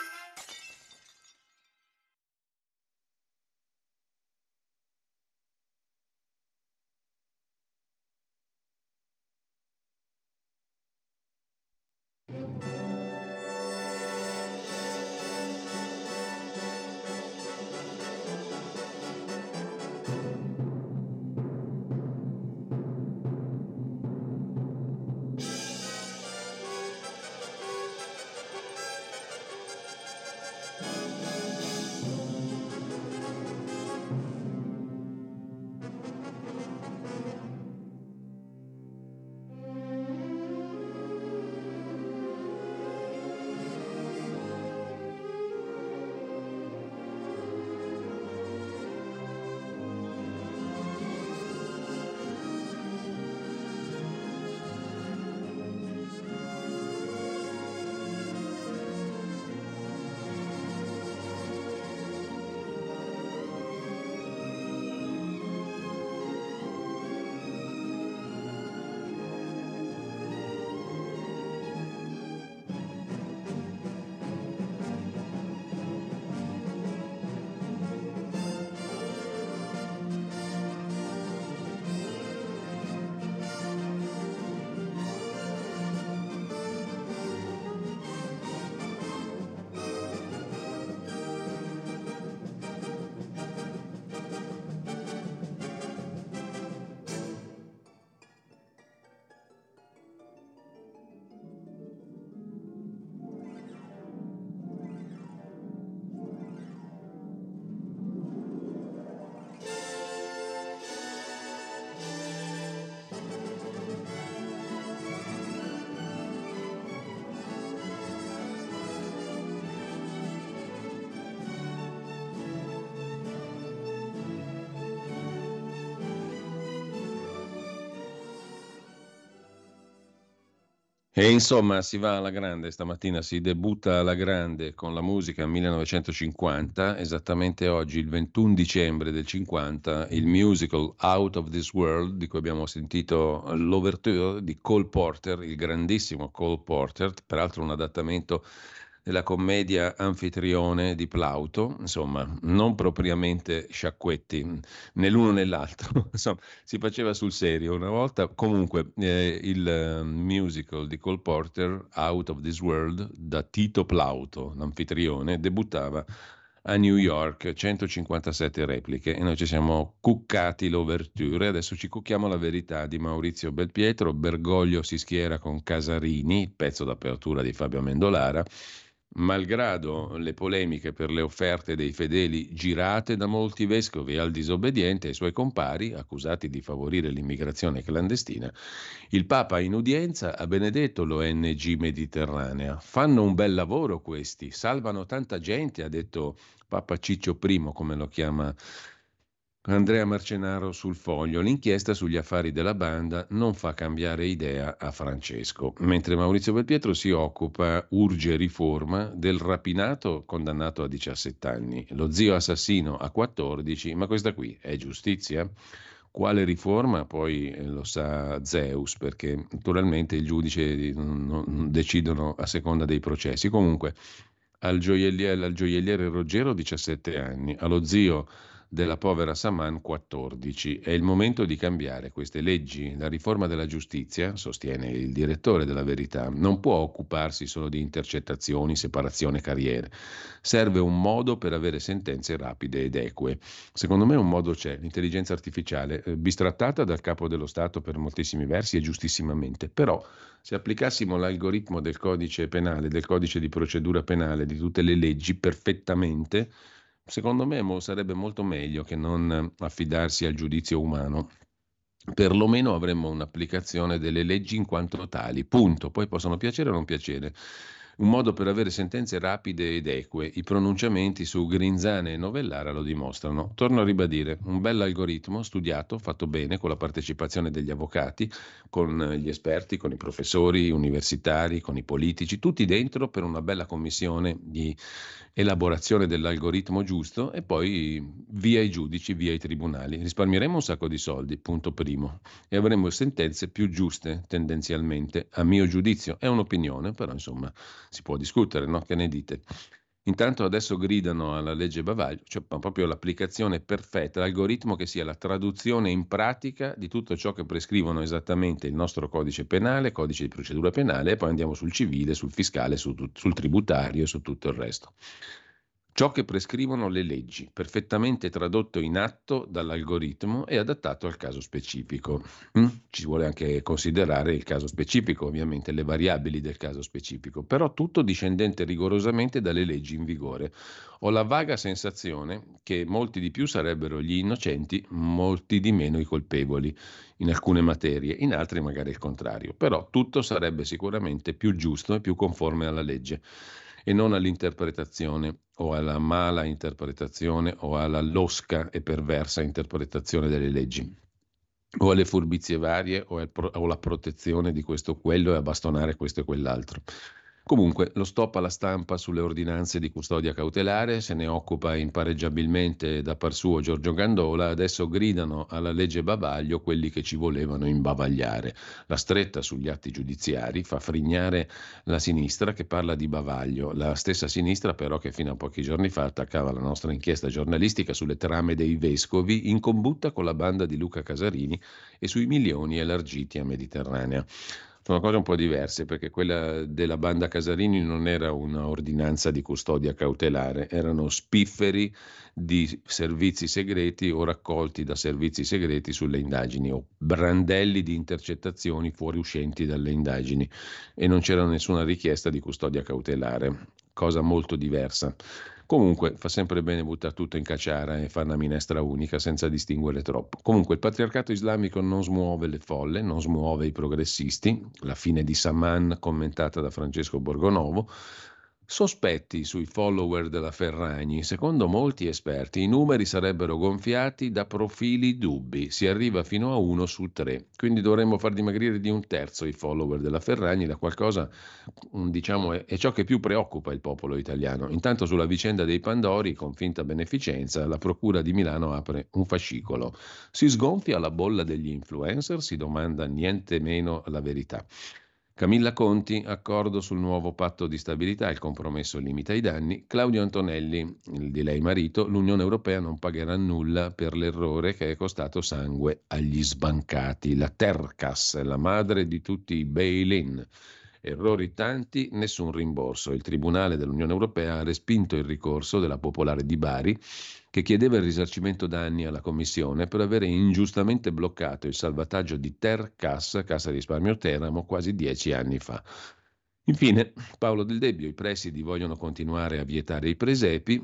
E insomma si va alla grande, stamattina si debutta alla grande con la musica 1950, esattamente oggi, il 21 dicembre del 50, il musical Out of This World, di cui abbiamo sentito l'ouverture di Cole Porter, il grandissimo Cole Porter, peraltro un adattamento della commedia Anfitrione di Plauto, insomma, non propriamente sciacquetti né l'uno né l'altro, insomma, si faceva sul serio una volta. Comunque, il musical di Cole Porter, Out of This World, da Tito Plauto, l'anfitrione, debuttava a New York, 157 repliche, e noi ci siamo cuccati l'ouverture. Adesso ci cucchiamo La Verità di Maurizio Belpietro. Bergoglio si schiera con Casarini, pezzo d'apertura di Fabio Amendolara. Malgrado le polemiche per le offerte dei fedeli girate da molti vescovi al disobbediente e ai suoi compari, accusati di favorire l'immigrazione clandestina, il Papa in udienza ha benedetto l'ONG Mediterranea. Fanno un bel lavoro questi, salvano tanta gente, ha detto Papa Ciccio I, come lo chiama Andrea Marcenaro sul Foglio. L'inchiesta sugli affari della banda non fa cambiare idea a Francesco, mentre Maurizio Belpietro si occupa, urge riforma, del rapinato condannato a 17 anni, lo zio assassino a 14, ma questa qui è giustizia? Quale riforma? Poi lo sa Zeus, perché naturalmente il giudice non decidono a seconda dei processi. Comunque, al gioielliere Ruggero 17 anni, allo zio della povera Saman 14. È il momento di cambiare queste leggi. La riforma della giustizia, sostiene il direttore della Verità, non può occuparsi solo di intercettazioni, separazione carriere. Serve un modo per avere sentenze rapide ed eque. Secondo me un modo c'è, l'intelligenza artificiale, bistrattata dal capo dello Stato per moltissimi versi e giustissimamente, però se applicassimo l'algoritmo del codice penale, del codice di procedura penale, di tutte le leggi perfettamente, secondo me sarebbe molto meglio che non affidarsi al giudizio umano. Perlomeno avremmo un'applicazione delle leggi in quanto tali, punto. Poi possono piacere o non piacere. Un modo per avere sentenze rapide ed eque. I pronunciamenti su Grinzane e Novellara lo dimostrano. Torno a ribadire, un bel algoritmo studiato, fatto bene, con la partecipazione degli avvocati, con gli esperti, con i professori universitari, con i politici, tutti dentro per una bella commissione di elaborazione dell'algoritmo giusto e poi via i giudici, via i tribunali. Risparmieremo un sacco di soldi, punto primo, e avremo sentenze più giuste tendenzialmente, a mio giudizio. È un'opinione, però insomma si può discutere, no? Che ne dite? Intanto adesso gridano alla legge bavaglio, cioè proprio l'applicazione perfetta, l'algoritmo che sia la traduzione in pratica di tutto ciò che prescrivono esattamente il nostro codice penale, codice di procedura penale, e poi andiamo sul civile, sul fiscale, sul tributario e su tutto il resto. Ciò che prescrivono le leggi, perfettamente tradotto in atto dall'algoritmo e adattato al caso specifico. Ci vuole anche considerare il caso specifico, ovviamente, le variabili del caso specifico, però tutto discendente rigorosamente dalle leggi in vigore. Ho la vaga sensazione che molti di più sarebbero gli innocenti, molti di meno i colpevoli in alcune materie, in altre magari il contrario, però tutto sarebbe sicuramente più giusto e più conforme alla legge e non all'interpretazione o alla mala interpretazione o alla losca e perversa interpretazione delle leggi o alle furbizie varie o alla protezione di questo o quello e a bastonare questo e quell'altro. Comunque, lo stop alla stampa sulle ordinanze di custodia cautelare, se ne occupa impareggiabilmente da par suo Giorgio Gandola, adesso gridano alla legge bavaglio quelli che ci volevano imbavagliare. La stretta sugli atti giudiziari fa frignare la sinistra che parla di bavaglio, la stessa sinistra però che fino a pochi giorni fa attaccava la nostra inchiesta giornalistica sulle trame dei vescovi in combutta con la banda di Luca Casarini e sui milioni elargiti a Mediterranea. Sono cose un po' diverse perché quella della banda Casarini non era una ordinanza di custodia cautelare, erano spifferi di servizi segreti o raccolti da servizi segreti sulle indagini o brandelli di intercettazioni fuoriuscenti dalle indagini e non c'era nessuna richiesta di custodia cautelare, cosa molto diversa. Comunque fa sempre bene buttare tutto in caciara e fare una minestra unica senza distinguere troppo. Comunque il patriarcato islamico non smuove le folle, non smuove i progressisti, la fine di Saman commentata da Francesco Borgonovo. Sospetti sui follower della Ferragni. Secondo molti esperti i numeri sarebbero gonfiati da profili dubbi, si arriva fino a 1 su 3, quindi dovremmo far dimagrire di 1/3 i follower della Ferragni, la qualcosa diciamo è ciò che più preoccupa il popolo italiano. Intanto sulla vicenda dei Pandori, con finta beneficenza, la Procura di Milano apre un fascicolo. Si sgonfia la bolla degli influencer, si domanda niente meno la verità. Camilla Conti, accordo sul nuovo patto di stabilità, il compromesso limita i danni. Claudio Antonelli, il di lei marito, l'Unione Europea non pagherà nulla per l'errore che è costato sangue agli sbancati. La Tercas, la madre di tutti i bail-in. Errori tanti, nessun rimborso. Il Tribunale dell'Unione Europea ha respinto il ricorso della Popolare di Bari che chiedeva il risarcimento danni alla Commissione per avere ingiustamente bloccato il salvataggio di Tercas, Cassa di Risparmio Teramo, quasi 10 anni fa. Infine, Paolo Del Debbio, i presidi vogliono continuare a vietare i presepi.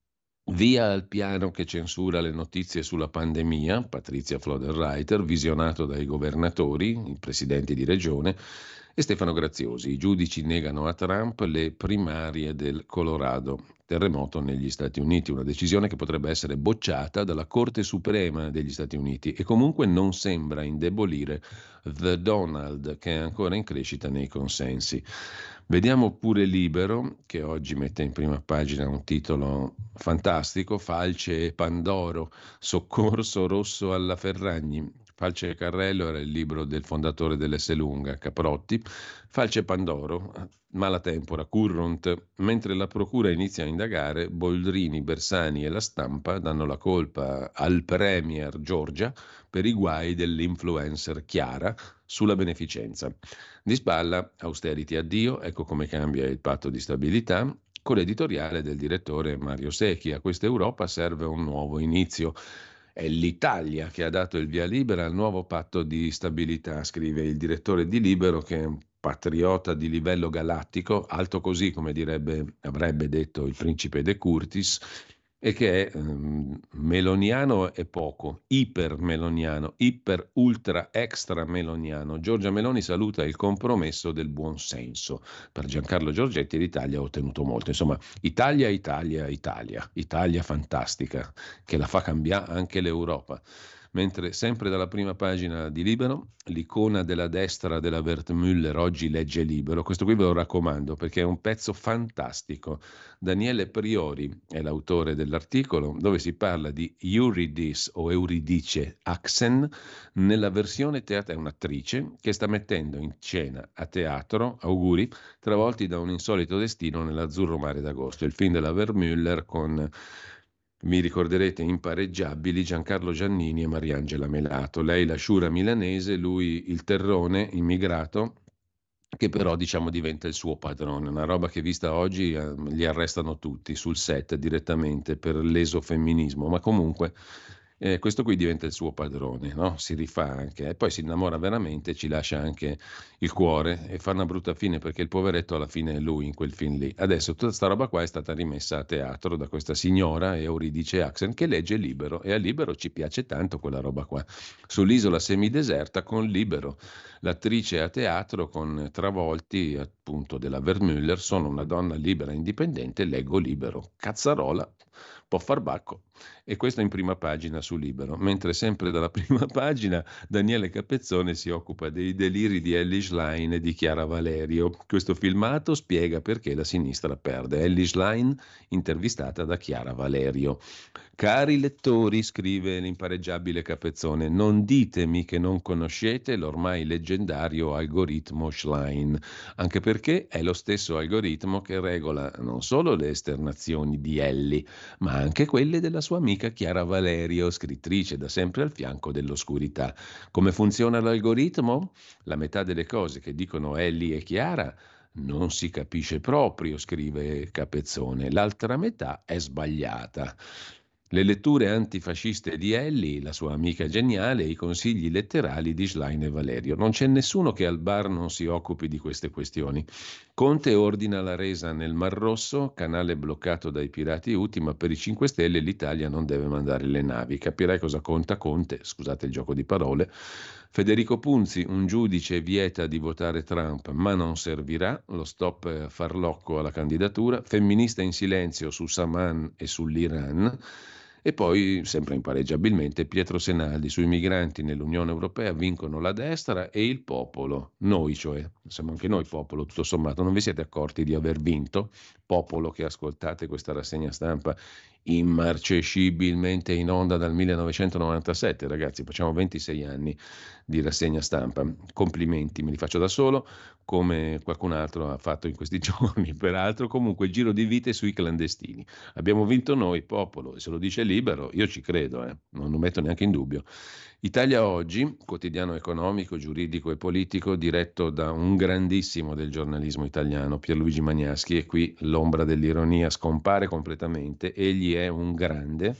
Via al piano che censura le notizie sulla pandemia, Patrizia Floderreiter, visionato dai governatori, i presidenti di regione, e Stefano Graziosi. I giudici negano a Trump le primarie del Colorado. Terremoto negli Stati Uniti, una decisione che potrebbe essere bocciata dalla Corte Suprema degli Stati Uniti e comunque non sembra indebolire The Donald, che è ancora in crescita nei consensi. Vediamo pure Libero, che oggi mette in prima pagina un titolo fantastico, Falce e Pandoro, soccorso rosso alla Ferragni. Falce e Carrello era il libro del fondatore dell'Esselunga, Caprotti. Falce e Pandoro, Malatempora, Currunt. Mentre la procura inizia a indagare, Boldrini, Bersani e la stampa danno la colpa al premier Giorgia per i guai dell'influencer Chiara sulla beneficenza. Di spalla, austerity addio, ecco come cambia il patto di stabilità, con l'editoriale del direttore Mario Secchi. A questa Europa serve un nuovo inizio. È l'Italia che ha dato il via libera al nuovo patto di stabilità, scrive il direttore di Libero, che è un patriota di livello galattico, alto così come avrebbe detto il principe De Curtis, e che è meloniano e poco, iper meloniano, iper ultra extra meloniano. Giorgia Meloni saluta il compromesso del buon senso. Per Giancarlo Giorgetti l'Italia ha ottenuto molto. Insomma, Italia, Italia, Italia, Italia fantastica, che la fa cambiare anche l'Europa. Mentre sempre dalla prima pagina di Libero, l'icona della destra della Wertmüller oggi legge Libero. Questo qui ve lo raccomando perché è un pezzo fantastico. Daniele Priori è l'autore dell'articolo, dove si parla di Eurydice o Euridice Axen nella versione teatrale. È un'attrice che sta mettendo in scena a teatro, auguri, travolti da un insolito destino nell'azzurro mare d'agosto. Il film della Wertmüller con, mi ricorderete, impareggiabili Giancarlo Giannini e Mariangela Melato. Lei la sciura milanese, lui il terrone immigrato, che però diciamo diventa il suo padrone. Una roba che vista oggi li arrestano tutti sul set direttamente per l'esofemminismo, ma comunque questo qui diventa il suo padrone, no? Si rifà anche e poi si innamora veramente, ci lascia anche il cuore e fa una brutta fine perché il poveretto alla fine è lui in quel film lì. Adesso tutta sta roba qua è stata rimessa a teatro da questa signora Euridice Axen che legge Libero, e a Libero ci piace tanto quella roba qua. Sull'isola semideserta con Libero, l'attrice a teatro con Travolti, appunto della Wertmüller, sono una donna libera e indipendente, leggo Libero. Cazzarola, può far bacco. E questo in prima pagina su Libero. Mentre sempre dalla prima pagina Daniele Capezzone si occupa dei deliri di Elly Schlein e di Chiara Valerio. Questo filmato spiega perché la sinistra perde. Elly Schlein intervistata da Chiara Valerio. Cari lettori, scrive l'impareggiabile Capezzone, non ditemi che non conoscete l'ormai leggendario algoritmo Schlein, anche perché è lo stesso algoritmo che regola non solo le esternazioni di Elly, ma anche quelle della sua amica Chiara Valerio, scrittrice da sempre al fianco dell'oscurità. Come funziona l'algoritmo? La metà delle cose che dicono Elly e Chiara non si capisce proprio, scrive Capezzone, l'altra metà è sbagliata. Le letture antifasciste di Elly, la sua amica geniale, e i consigli letterali di Schlein e Valerio. Non c'è nessuno che al bar non si occupi di queste questioni. Conte ordina la resa nel Mar Rosso, canale bloccato dai pirati Houthi, ma per i 5 Stelle l'Italia non deve mandare le navi. Capirai cosa conta Conte, scusate il gioco di parole. Federico Punzi, un giudice vieta di votare Trump, ma non servirà, lo stop farlocco alla candidatura, femminista in silenzio su Saman e sull'Iran. E poi, sempre impareggiabilmente, Pietro Senaldi, sui migranti nell'Unione Europea vincono la destra e il popolo, noi cioè, siamo anche noi popolo, tutto sommato, non vi siete accorti di aver vinto? Popolo che ascoltate questa rassegna stampa immarcescibilmente in onda dal 1997, ragazzi, facciamo 26 anni di rassegna stampa, complimenti, me li faccio da solo, come qualcun altro ha fatto in questi giorni, peraltro. Comunque giro di vite sui clandestini. Abbiamo vinto noi, popolo, e se lo dice Libero, io ci credo, non lo metto neanche in dubbio. Italia Oggi, quotidiano economico, giuridico e politico, diretto da un grandissimo del giornalismo italiano, Pierluigi Magnaschi, e qui l'ombra dell'ironia scompare completamente, egli è un grande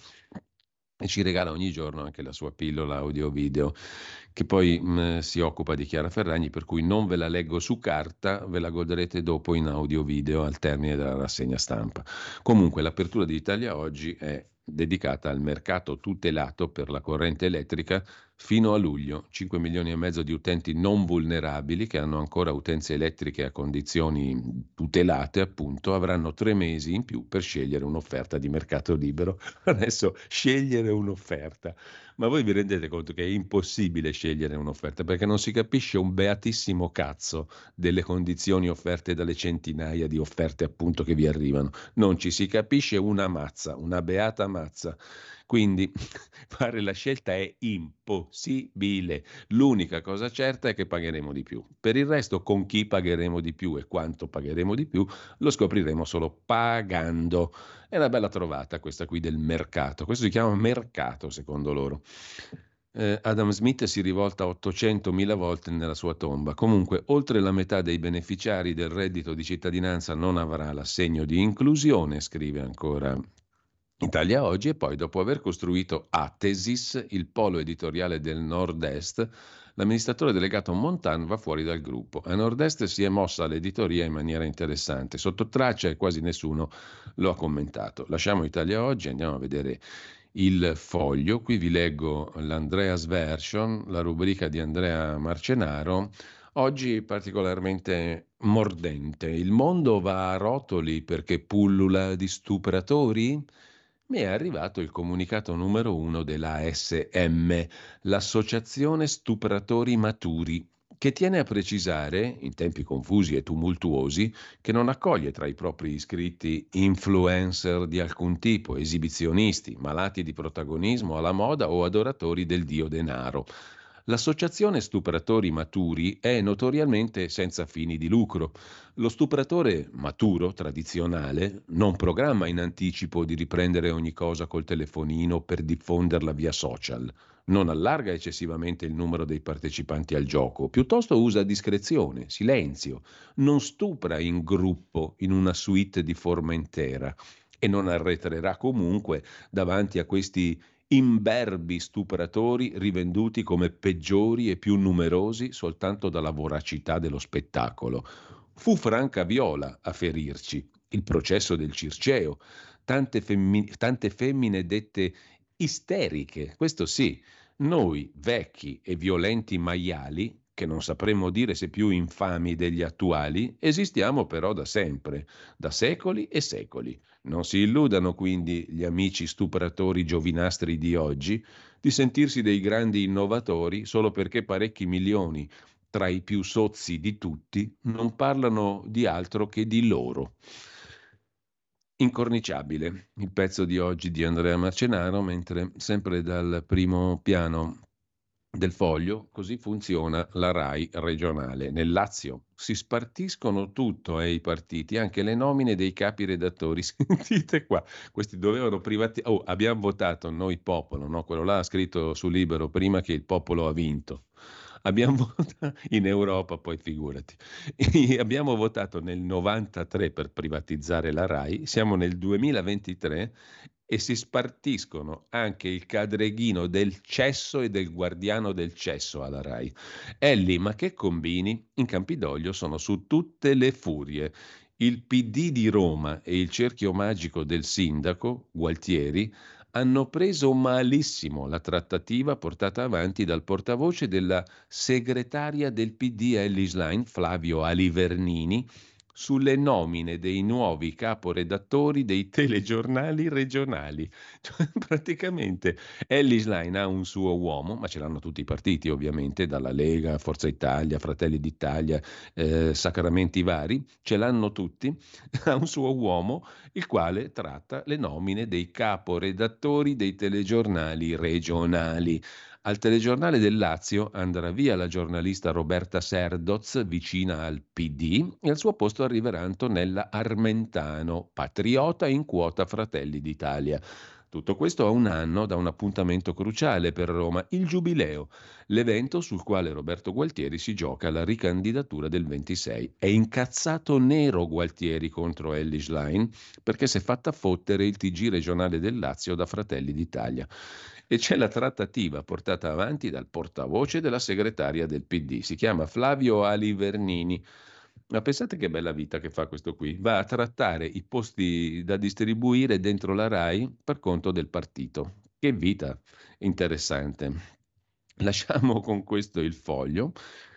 e ci regala ogni giorno anche la sua pillola audio-video, che poi si occupa di Chiara Ferragni, per cui non ve la leggo su carta, ve la godrete dopo in audio-video al termine della rassegna stampa. Comunque l'apertura di Italia Oggi è dedicata al mercato tutelato per la corrente elettrica fino a luglio. 5 milioni e mezzo di utenti non vulnerabili che hanno ancora utenze elettriche a condizioni tutelate, appunto, avranno 3 mesi in più per scegliere un'offerta di mercato libero. Adesso scegliere un'offerta. Ma voi vi rendete conto che è impossibile scegliere un'offerta perché non si capisce un beatissimo cazzo delle condizioni offerte dalle centinaia di offerte appunto che vi arrivano. Non ci si capisce una mazza, una beata mazza. Quindi fare la scelta è impossibile. L'unica cosa certa è che pagheremo di più. Per il resto, con chi pagheremo di più e quanto pagheremo di più, lo scopriremo solo pagando. È una bella trovata questa qui del mercato. Questo si chiama mercato, secondo loro. Adam Smith si rivolta 800.000 volte nella sua tomba. Comunque, oltre la metà dei beneficiari del reddito di cittadinanza non avrà l'assegno di inclusione, scrive ancora Italia Oggi, e poi dopo aver costruito Atesis, il polo editoriale del Nord-Est, l'amministratore delegato Montan va fuori dal gruppo. A Nord-Est si è mossa l'editoria in maniera interessante, sotto traccia e quasi nessuno lo ha commentato. Lasciamo Italia Oggi, andiamo a vedere il Foglio. Qui vi leggo l'Andreas Version, la rubrica di Andrea Marcenaro. Oggi particolarmente mordente. Il mondo va a rotoli perché pullula di stupratori? Mi è arrivato il comunicato numero 1 della ASM, l'Associazione Stupratori Maturi, che tiene a precisare, in tempi confusi e tumultuosi, che non accoglie tra i propri iscritti influencer di alcun tipo, esibizionisti, malati di protagonismo alla moda o adoratori del dio denaro. L'associazione Stupratori Maturi è notoriamente senza fini di lucro. Lo stupratore maturo, tradizionale, non programma in anticipo di riprendere ogni cosa col telefonino per diffonderla via social. Non allarga eccessivamente il numero dei partecipanti al gioco, piuttosto usa discrezione, silenzio, non stupra in gruppo in una suite di forma intera e non arretrerà comunque davanti a questi imberbi stupratori rivenduti come peggiori e più numerosi soltanto dalla voracità dello spettacolo. Fu Franca Viola a ferirci, il processo del Circeo, tante femmine dette isteriche, questo sì, noi vecchi e violenti maiali, che non sapremmo dire se più infami degli attuali, esistiamo però da sempre, da secoli e secoli. Non si illudano quindi gli amici stupratori giovinastri di oggi di sentirsi dei grandi innovatori solo perché parecchi milioni tra i più sozzi di tutti non parlano di altro che di loro. Incorniciabile il pezzo di oggi di Andrea Marcenaro, mentre sempre dal primo piano del Foglio, così funziona la RAI regionale. Nel Lazio si spartiscono tutto ai partiti, anche le nomine dei capi redattori. Sentite qua, questi dovevano privatizzare. Oh, abbiamo votato noi popolo, no? Quello là ha scritto su Libero prima che il popolo ha vinto. Abbiamo votato in Europa, poi figurati. Abbiamo votato nel 93 per privatizzare la RAI, siamo nel 2023 e si spartiscono anche il cadreghino del cesso e del guardiano del cesso alla RAI. Elli, ma che combini? In Campidoglio sono su tutte le furie. Il PD di Roma e il cerchio magico del sindaco, Gualtieri, hanno preso malissimo la trattativa portata avanti dal portavoce della segretaria del PD Elly Schlein, Flavio Alivernini, sulle nomine dei nuovi caporedattori dei telegiornali regionali. Cioè, praticamente Elly Schlein ha un suo uomo, ma ce l'hanno tutti i partiti ovviamente, dalla Lega, Forza Italia, Fratelli d'Italia, sacramenti vari, ce l'hanno tutti, ha un suo uomo il quale tratta le nomine dei caporedattori dei telegiornali regionali. Al telegiornale del Lazio andrà via la giornalista Roberta Serdoz, vicina al PD, e al suo posto arriverà Antonella Armentano, patriota in quota Fratelli d'Italia. Tutto questo a un anno da un appuntamento cruciale per Roma, il Giubileo, l'evento sul quale Roberto Gualtieri si gioca la ricandidatura del 26. È incazzato nero Gualtieri contro Elly Schlein perché si è fatta fottere il TG regionale del Lazio da Fratelli d'Italia. E c'è la trattativa portata avanti dal portavoce della segretaria del PD, si chiama Flavio Alivernini. Ma pensate che bella vita che fa questo qui, va a trattare i posti da distribuire dentro la RAI per conto del partito. Che vita interessante. Lasciamo con questo il Foglio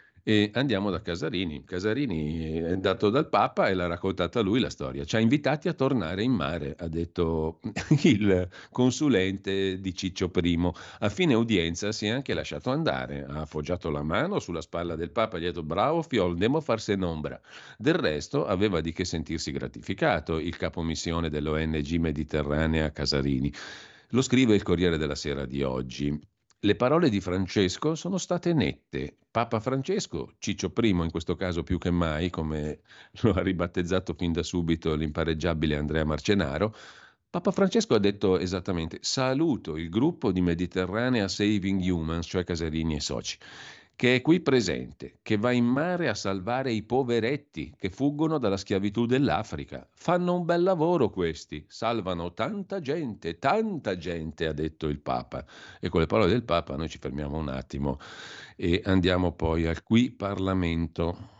e andiamo da Casarini. Casarini è andato dal Papa e l'ha raccontata lui la storia. Ci ha invitati a tornare in mare, ha detto il consulente di Ciccio I. A fine udienza si è anche lasciato andare, ha appoggiato la mano sulla spalla del Papa e gli ha detto bravo fiol, andiamo a farse nombra. Del resto aveva di che sentirsi gratificato il capomissione dell'ONG Mediterranea Casarini. Lo scrive il Corriere della Sera di oggi. Le parole di Francesco sono state nette. Papa Francesco, Ciccio I in questo caso più che mai, come lo ha ribattezzato fin da subito l'impareggiabile Andrea Marcenaro, Papa Francesco ha detto esattamente: saluto il gruppo di Mediterranea Saving Humans, cioè Casarini e soci, che è qui presente, che va in mare a salvare i poveretti che fuggono dalla schiavitù dell'Africa. Fanno un bel lavoro questi, salvano tanta gente, ha detto il Papa. E con le parole del Papa noi ci fermiamo un attimo e andiamo poi al Qui Parlamento.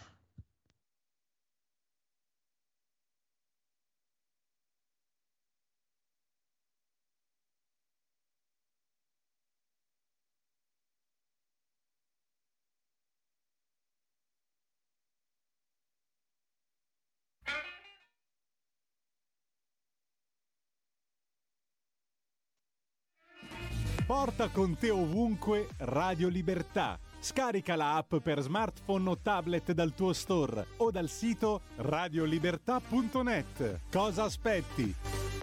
Porta con te ovunque Radio Libertà. Scarica la app per smartphone o tablet dal tuo store o dal sito radiolibertà.net. Cosa aspetti?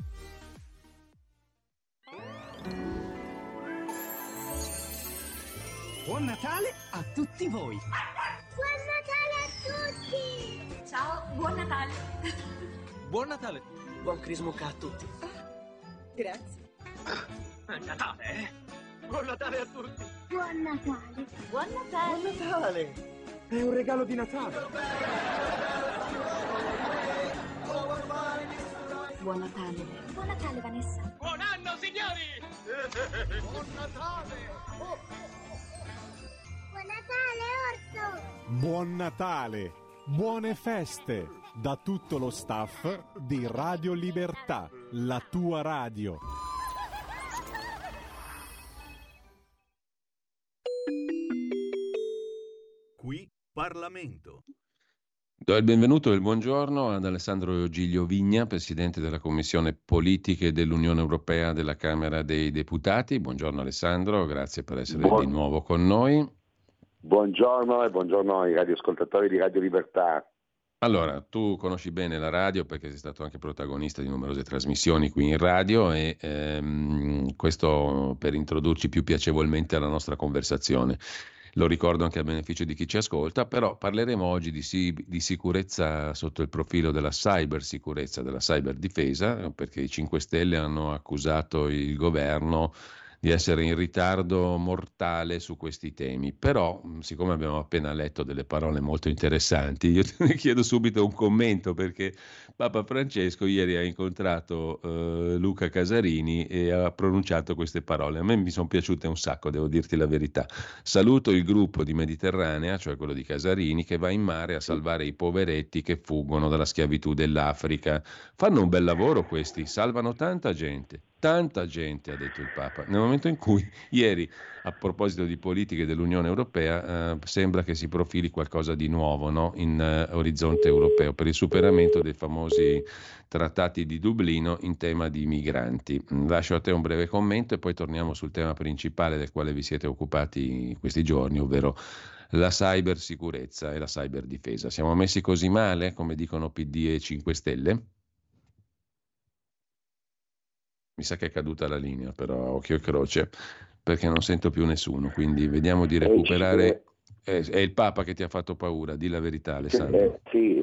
Buon Natale a tutti voi! Buon Natale a tutti! Ciao, buon Natale! Buon Natale! Buon Crismuca a tutti! Grazie. È Natale, eh? Buon Natale a tutti! Buon Natale! Buon Natale! Buon Natale! È un regalo di Natale! Buon Natale! Buon Natale, Vanessa! Buon anno, signori! Buon Natale! Buon Natale, Orso! Buon Natale! Buone feste! Da tutto lo staff di Radio Libertà, la tua radio. Qui Parlamento. Do il benvenuto e il buongiorno ad Alessandro Giglio Vigna, Presidente della Commissione Politiche dell'Unione Europea della Camera dei Deputati. Buongiorno Alessandro, grazie per essere di nuovo con noi. Buongiorno e buongiorno ai radioascoltatori di Radio Libertà. Allora, tu conosci bene la radio perché sei stato anche protagonista di numerose trasmissioni qui in radio e questo per introdurci più piacevolmente alla nostra conversazione. Lo ricordo anche a beneficio di chi ci ascolta, però parleremo oggi di sicurezza sotto il profilo della cybersicurezza, della cyberdifesa, perché i 5 Stelle hanno accusato il governo di essere in ritardo mortale su questi temi. Però, siccome abbiamo appena letto delle parole molto interessanti, io te ne chiedo subito un commento, perché Papa Francesco ieri ha incontrato Luca Casarini e ha pronunciato queste parole. A me mi sono piaciute un sacco, devo dirti la verità. Saluto il gruppo di Mediterranea, cioè quello di Casarini, che va in mare a salvare i poveretti che fuggono dalla schiavitù dell'Africa. Fanno un bel lavoro questi, salvano tanta gente, ha detto il Papa. Nel momento in cui ieri, a proposito di politiche dell'Unione Europea, sembra che si profili qualcosa di nuovo, no? In orizzonte europeo per il superamento dei famosi trattati di Dublino in tema di migranti. Lascio a te un breve commento e poi torniamo sul tema principale del quale vi siete occupati questi giorni, ovvero la cybersicurezza e la cyberdifesa. Siamo messi così male, come dicono PD e 5 Stelle? Mi sa che è caduta la linea, però occhio e croce, perché non sento più nessuno, quindi vediamo di recuperare. È il Papa che ti ha fatto paura, di la verità, Alessandro. Sì.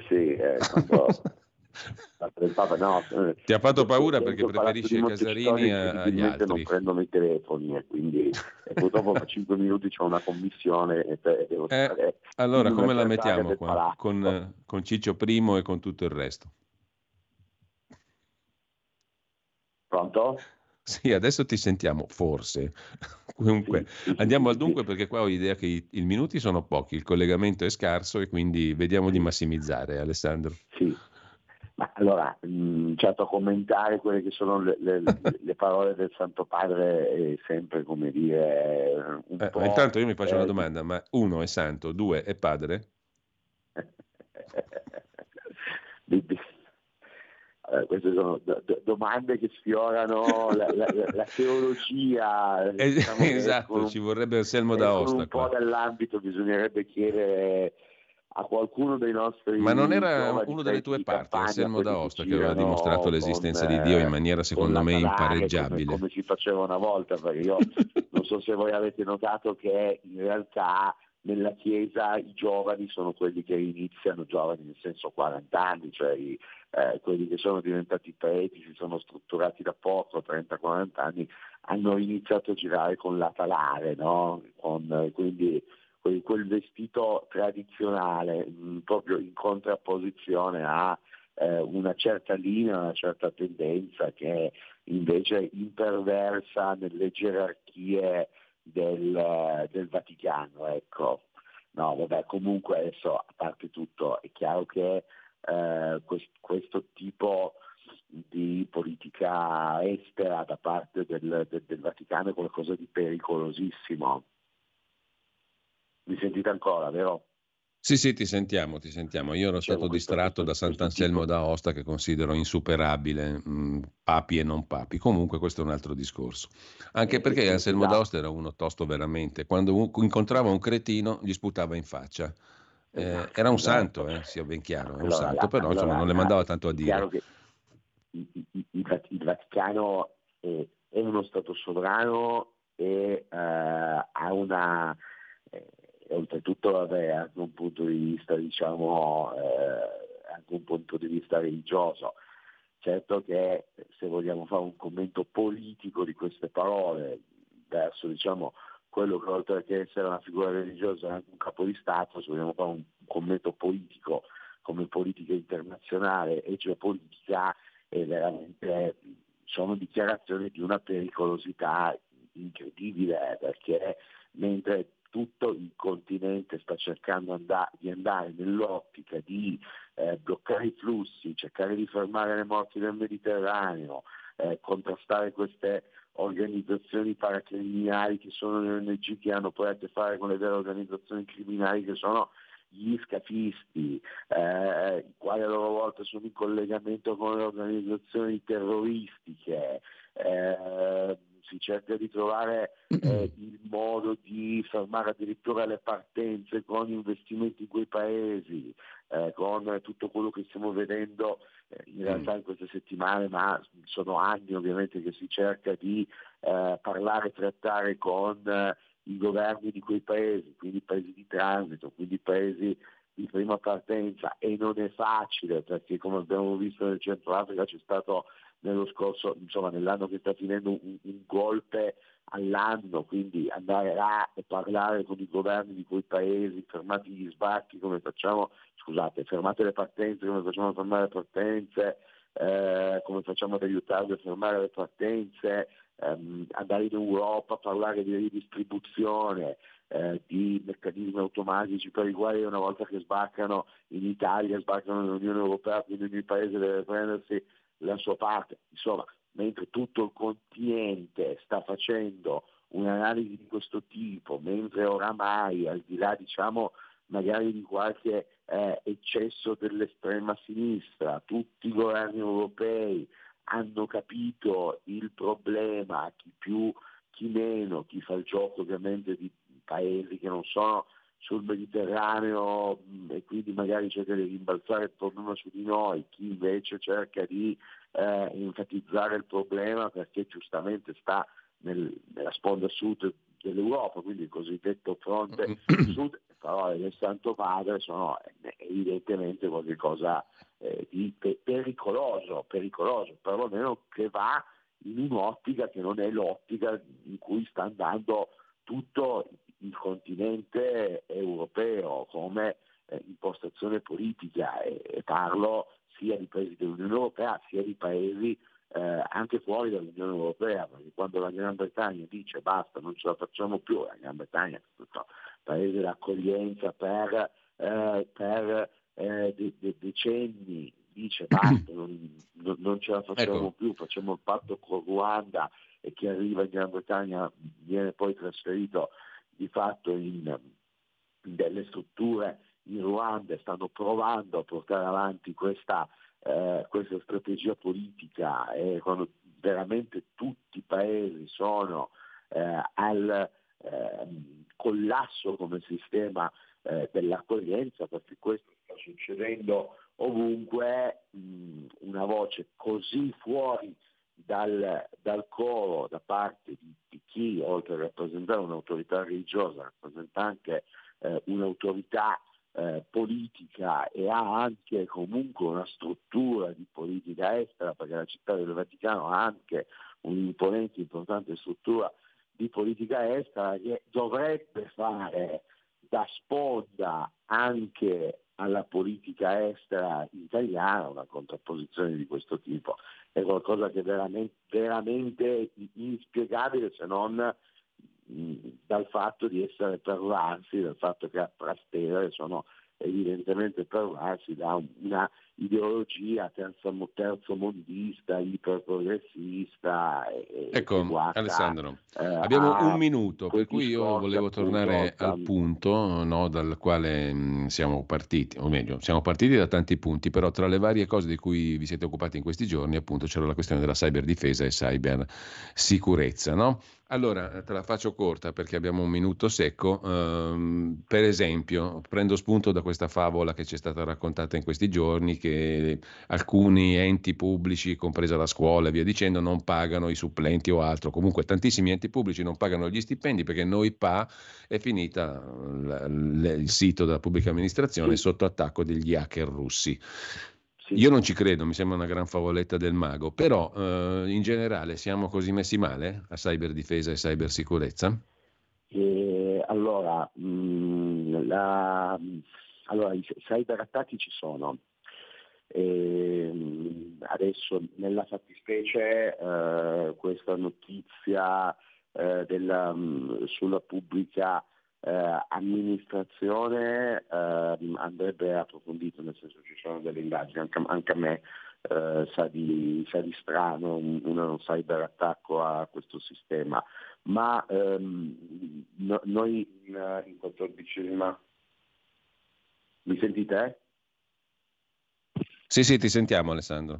Il Papa, no, ti ha fatto paura perché ho parlato preferisce di Casarini agli altri. Non prendono i telefoni e quindi purtroppo per 5 minuti c'è una commissione e devo stare. Allora come la mettiamo qua? Con Ciccio I e con tutto il resto? Pronto? Sì, adesso ti sentiamo, forse. Comunque, andiamo al dunque perché qua ho idea che i minuti sono pochi, il collegamento è scarso e quindi vediamo di massimizzare, Alessandro. Sì, ma allora, certo, commentare quelle che sono le parole del Santo Padre è sempre, come dire, un po'... Ma intanto io mi faccio una domanda, ma 1 è santo, 2 è padre? Queste sono domande che sfiorano la teologia. Esatto, ci vorrebbe Anselmo d'Aosta. Un po' dell'ambito bisognerebbe chiedere a qualcuno dei nostri Ma non era giovani uno delle pezzi tue di parti, campagna, Anselmo quelli che d'Aosta, che aveva dimostrato girano l'esistenza di Dio in maniera con secondo la me talare impareggiabile. come si faceva una volta, perché io non so se voi avete notato che in realtà nella Chiesa i giovani sono quelli che iniziano, giovani nel senso 40 anni, cioè quelli che sono diventati preti, si sono strutturati da poco, 30-40 anni, hanno iniziato a girare con la talare, no? Quindi quel vestito tradizionale, proprio in contrapposizione a una certa linea, una certa tendenza che invece imperversa nelle gerarchie del Vaticano, ecco. No, vabbè, comunque adesso, a parte tutto, è chiaro che questo tipo di politica estera da parte del Vaticano è qualcosa di pericolosissimo. Mi sentite ancora, vero? Sì, ti sentiamo. Io ero stato distratto da Sant'Anselmo d'Aosta, che considero insuperabile, papi e non papi. Comunque questo è un altro discorso. Anche perché Anselmo d'Aosta era uno tosto veramente. Quando incontrava un cretino gli sputava in faccia. Era un santo, sia ben chiaro, è un santo, però insomma non le mandava tanto a è dire. chiaro che il Vaticano è uno Stato sovrano e ha una... oltretutto vabbè, anche un punto di vista, diciamo, anche un punto di vista religioso. Certo che se vogliamo fare un commento politico di queste parole verso, diciamo, quello che oltre che essere una figura religiosa è anche un capo di Stato, se vogliamo fare un commento politico come politica internazionale e geopolitica, è veramente, sono dichiarazioni di una pericolosità incredibile, perché mentre tutto il continente sta cercando di andare nell'ottica di bloccare i flussi, cercare di fermare le morti del Mediterraneo, contrastare queste organizzazioni paracriminali che sono le ONG che hanno poi a che fare con le vere organizzazioni criminali che sono gli scafisti, i quali a loro volta sono in collegamento con le organizzazioni terroristiche. Si cerca di trovare il modo di fermare addirittura le partenze con investimenti in quei paesi, con tutto quello che stiamo vedendo in realtà in queste settimane, ma sono anni ovviamente che si cerca di parlare e trattare con i governi di quei paesi, quindi paesi di transito, quindi paesi di prima partenza, e non è facile perché, come abbiamo visto nel Centro Africa, c'è stato nello scorso, insomma nell'anno che sta finendo, un golpe all'anno, quindi andare là e parlare con i governi di quei paesi, fermati gli sbarchi come facciamo, fermate le partenze come facciamo a fermare le partenze, come facciamo ad aiutarvi a fermare le partenze, andare in Europa a parlare di ridistribuzione, di meccanismi automatici per i quali una volta che sbarcano in Italia, sbarcano nell'Unione Europea, quindi ogni paese deve prendersi la sua parte. Insomma, mentre tutto il continente sta facendo un'analisi di questo tipo, mentre oramai, al di là, diciamo, magari di qualche eccesso dell'estrema sinistra, tutti i governi europei hanno capito il problema, chi più, chi meno, chi fa il gioco ovviamente di paesi che non sono sul Mediterraneo e quindi magari cerca di rimbalzare il problema su di noi, chi invece cerca di enfatizzare il problema perché giustamente sta nella sponda sud dell'Europa, quindi il cosiddetto fronte sud. Le parole del Santo Padre sono evidentemente qualcosa di pericoloso, perlomeno che va in un'ottica che non è l'ottica in cui sta andando tutto il continente europeo come impostazione politica, e parlo sia di paesi dell'Unione Europea sia di paesi anche fuori dall'Unione Europea, perché quando la Gran Bretagna dice basta, non ce la facciamo più, la Gran Bretagna è tutto paese d'accoglienza per decenni, dice basta, non ce la facciamo più, facciamo il patto con Ruanda, e chi arriva in Gran Bretagna viene poi trasferito di fatto in delle strutture in Ruanda, e stanno provando a portare avanti questa strategia politica, e quando veramente tutti i paesi sono collasso come sistema dell'accoglienza, perché questo sta succedendo ovunque. Una voce così fuori dal coro da parte di chi, oltre a rappresentare un'autorità religiosa, rappresenta anche un'autorità politica e ha anche comunque una struttura di politica estera, perché la città del Vaticano ha anche un'imponente, importante struttura di politica estera che dovrebbe fare da sponda anche alla politica estera italiana. Una contrapposizione di questo tipo è qualcosa che è veramente inspiegabile, se non dal fatto di essere pervarsi, dal fatto che a Trastevere sono evidentemente pervarsi da una ideologia terzomondista, iperprogressista Ecco, guarda, Alessandro, abbiamo un minuto, per cui io volevo tornare al punto, no, dal quale siamo partiti, o meglio, siamo partiti da tanti punti, però tra le varie cose di cui vi siete occupati in questi giorni, appunto, c'era la questione della cyberdifesa e cybersicurezza, no? Allora, te la faccio corta perché abbiamo un minuto secco. Per esempio, prendo spunto da questa favola che ci è stata raccontata in questi giorni, che alcuni enti pubblici, compresa la scuola e via dicendo, non pagano i supplenti o altro. Comunque tantissimi enti pubblici non pagano gli stipendi perché NoiPA è finita il sito della pubblica amministrazione sotto attacco degli hacker russi. Io non ci credo, mi sembra una gran favoletta del mago, però in generale siamo così messi male a cyberdifesa e cybersicurezza? Allora, i cyberattacchi ci sono. Adesso nella fattispecie questa notizia sulla pubblica amministrazione andrebbe approfondito, nel senso ci sono delle indagini, anche a me sa di strano un cyberattacco a questo sistema, ma noi in 14esima, mi sentite? Sì, ti sentiamo, Alessandro.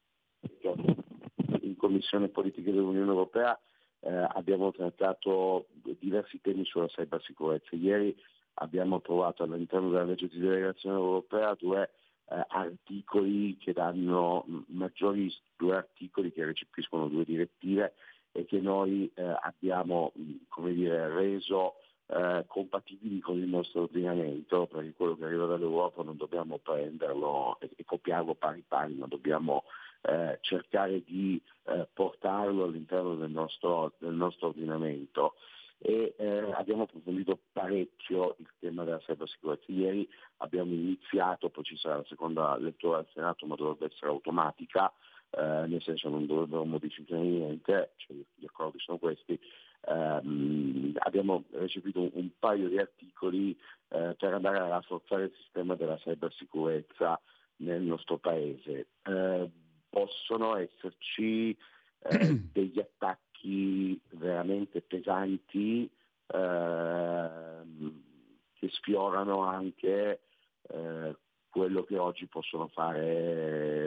In Commissione Politiche dell'Unione Europea abbiamo trattato diversi temi sulla cybersicurezza. Ieri abbiamo approvato all'interno della legge di delegazione europea due articoli che danno due articoli che recepiscono due direttive e che noi abbiamo reso compatibili con il nostro ordinamento, perché quello che arriva dall'Europa non dobbiamo prenderlo e copiarlo pari pari, ma dobbiamo cercare di portarlo all'interno del nostro ordinamento. E abbiamo approfondito parecchio il tema della cybersicurezza. Ieri abbiamo iniziato, poi ci sarà la seconda lettura al Senato, ma dovrebbe essere automatica, nel senso non dovrebbero modificare niente, cioè gli accordi sono questi. Abbiamo recepito un paio di articoli per andare a rafforzare il sistema della cybersicurezza nel nostro paese. Possono esserci degli attacchi veramente pesanti che sfiorano anche quello che oggi può fare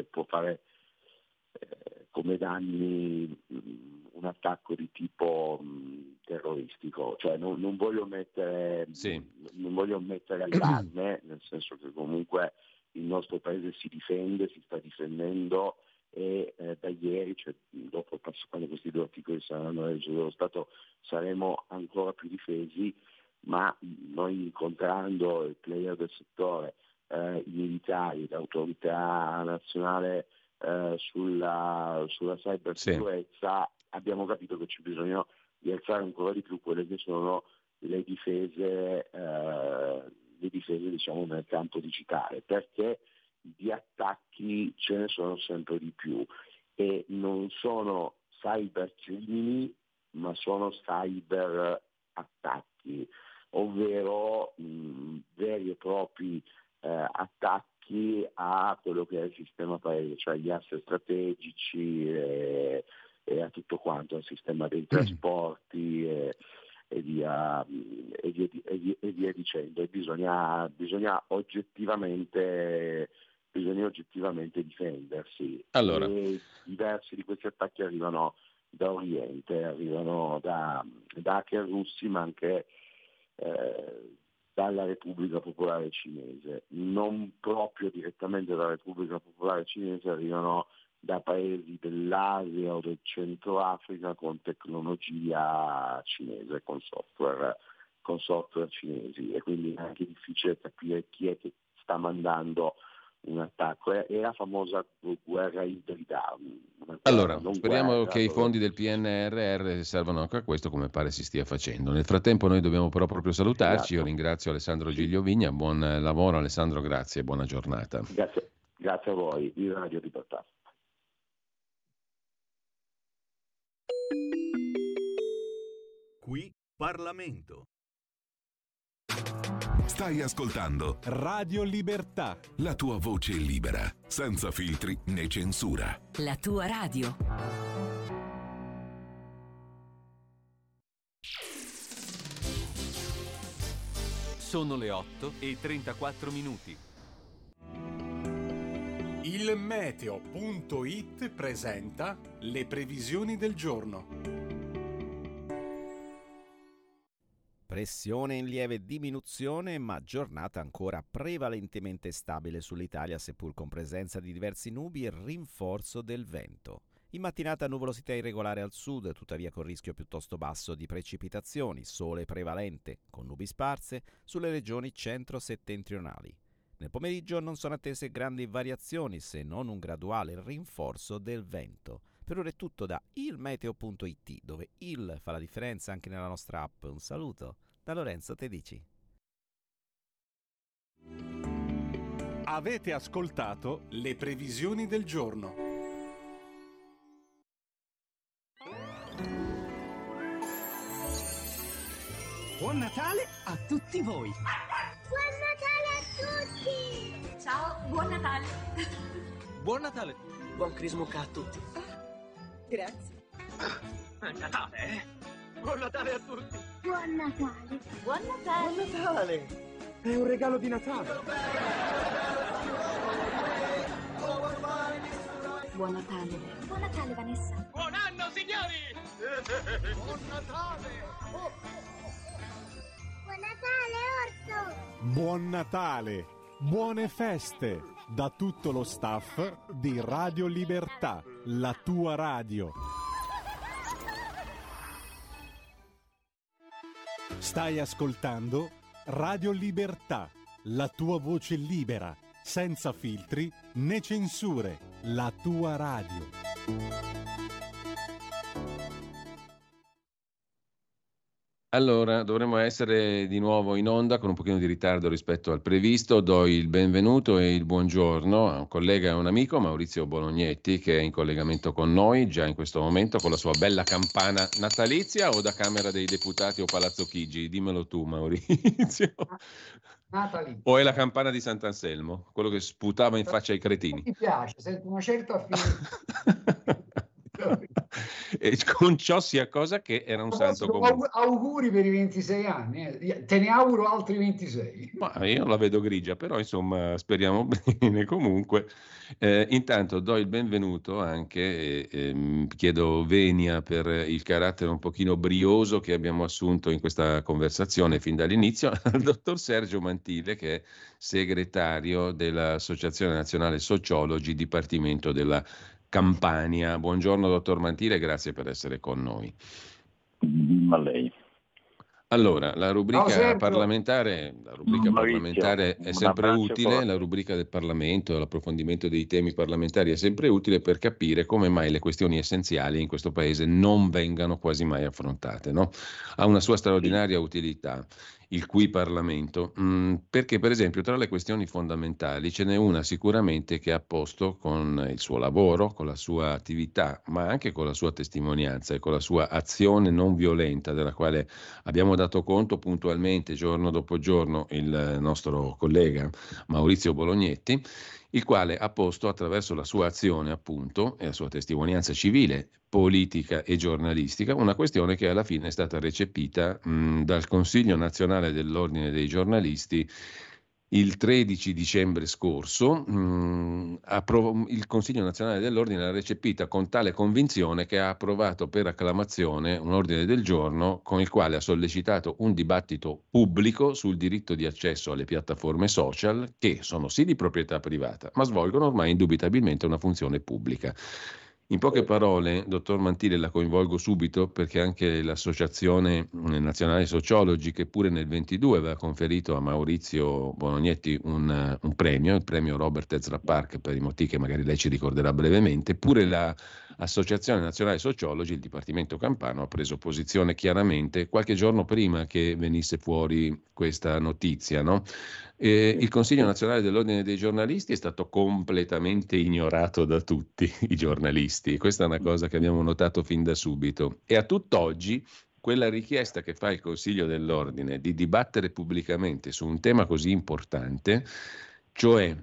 come danni un attacco di tipo terroristico. Cioè non voglio mettere allarme, nel senso che comunque il nostro paese si sta difendendo e da ieri, cioè dopo quando questi due articoli saranno nella legge dello Stato, saremo ancora più difesi, ma noi incontrando il player del settore, i militari, l'autorità nazionale sulla cybersicurezza, abbiamo capito che c'è bisogno di alzare ancora di più quelle che sono le difese diciamo nel campo digitale, perché di attacchi ce ne sono sempre di più e non sono cybercrimini ma sono cyber attacchi, ovvero veri e propri attacchi a quello che è il sistema paese, cioè gli asset strategici e a tutto quanto, al sistema dei trasporti e via dicendo. E bisogna oggettivamente difendersi. Allora. E diversi di questi attacchi arrivano da Oriente, arrivano da hacker russi, ma anche dalla Repubblica Popolare Cinese, non proprio direttamente dalla Repubblica Popolare Cinese, arrivano da paesi dell'Asia o del Centro Africa con tecnologia cinese, con software cinesi, e quindi è anche difficile capire chi è che sta mandando un attacco. È la famosa guerra ibrida. Allora, speriamo che i fondi del PNRR servano anche a questo, come pare si stia facendo. Nel frattempo noi dobbiamo però proprio salutarci. Io ringrazio Alessandro Giglio Vigna, buon lavoro Alessandro, grazie e buona giornata. Grazie a voi, di Radio Libertà. Qui Parlamento. Stai ascoltando Radio Libertà. la tua voce libera, senza filtri né censura. La tua radio. Sono le 8:34. Il meteo.it presenta le previsioni del giorno. Pressione in lieve diminuzione, ma giornata ancora prevalentemente stabile sull'Italia, seppur con presenza di diverse nubi e rinforzo del vento. In mattinata nuvolosità irregolare al sud, tuttavia con rischio piuttosto basso di precipitazioni, sole prevalente, con nubi sparse sulle regioni centro-settentrionali. Nel pomeriggio non sono attese grandi variazioni, se non un graduale rinforzo del vento. Per ora è tutto da ilmeteo.it, dove il fa la differenza anche nella nostra app. Un saluto da Lorenzo Tedici. Avete ascoltato le previsioni del giorno. Buon Natale a tutti voi! Buon Natale a tutti! Ciao, buon Natale! Buon Natale! Buon Crismucca a tutti! Grazie. È Natale, eh? Buon Natale a tutti! Buon Natale! Buon Natale! Buon Natale! È un regalo di Natale! Buon Natale! Buon Natale, Vanessa! Buon anno, signori! Buon Natale! Buon Natale, Orso! Buon Natale, buone feste da tutto lo staff di Radio Libertà, la tua radio. Stai ascoltando Radio Libertà, la tua voce libera, senza filtri né censure, la tua radio. Allora, dovremmo essere di nuovo in onda con un pochino di ritardo rispetto al previsto. Do il benvenuto e il buongiorno a un collega e un amico, Maurizio Bolognetti, che è in collegamento con noi già in questo momento con la sua bella campana natalizia, o da Camera dei Deputati o Palazzo Chigi? Dimmelo tu, Maurizio. Natalizia. O è la campana di Sant'Anselmo, quello che sputava in faccia ai cretini? Mi piace, sento una certa affinità. E con ciò si accosa che era un santo comune. Auguri per i 26 anni, te ne auguro altri 26. Ma io la vedo grigia, però insomma speriamo bene. Comunque, intanto do il benvenuto anche, chiedo venia per il carattere un pochino brioso che abbiamo assunto in questa conversazione fin dall'inizio, al dottor Sergio Mantile, che è segretario dell'Associazione Nazionale Sociologi, Dipartimento della Campania. Buongiorno dottor Mantile, grazie per essere con noi. A lei. Allora, la rubrica parlamentare è sempre utile, la rubrica del Parlamento, l'approfondimento dei temi parlamentari è sempre utile per capire come mai le questioni essenziali in questo Paese non vengano quasi mai affrontate, no? Ha una sua straordinaria utilità il cui Parlamento, perché per esempio tra le questioni fondamentali ce n'è una sicuramente che ha posto con il suo lavoro, con la sua attività, ma anche con la sua testimonianza e con la sua azione non violenta, della quale abbiamo dato conto puntualmente giorno dopo giorno il nostro collega Maurizio Bolognetti, il quale ha posto attraverso la sua azione appunto e la sua testimonianza civile, politica e giornalistica una questione che alla fine è stata recepita dal Consiglio Nazionale dell'Ordine dei Giornalisti Il 13 dicembre scorso il Consiglio nazionale dell'ordine l'ha recepita con tale convinzione che ha approvato per acclamazione un ordine del giorno con il quale ha sollecitato un dibattito pubblico sul diritto di accesso alle piattaforme social che sono sì di proprietà privata, ma svolgono ormai indubitabilmente una funzione pubblica. In poche parole, dottor Mantile, la coinvolgo subito perché anche l'Associazione Nazionale Sociologi, che pure nel 22 aveva conferito a Maurizio Bolognetti un premio, il premio Robert Ezra Park, per i motivi che magari lei ci ricorderà brevemente, pure l'Associazione Nazionale Sociologi, il Dipartimento Campano, ha preso posizione chiaramente qualche giorno prima che venisse fuori questa notizia, no? Il Consiglio nazionale dell'ordine dei giornalisti è stato completamente ignorato da tutti i giornalisti. Questa è una cosa che abbiamo notato fin da subito. E a tutt'oggi quella richiesta che fa il Consiglio dell'ordine di dibattere pubblicamente su un tema così importante, cioè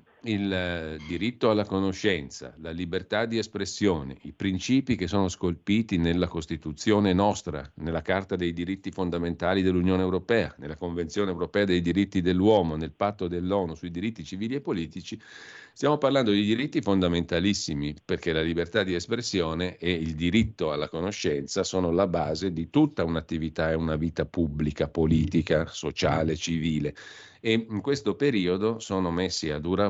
il diritto alla conoscenza, la libertà di espressione, i principi che sono scolpiti nella Costituzione nostra, nella Carta dei diritti fondamentali dell'Unione Europea, nella Convenzione Europea dei diritti dell'uomo, nel Patto dell'ONU sui diritti civili e politici. Stiamo parlando di diritti fondamentalissimi, perché la libertà di espressione e il diritto alla conoscenza sono la base di tutta un'attività e una vita pubblica, politica, sociale, civile. E in questo periodo sono messi a dura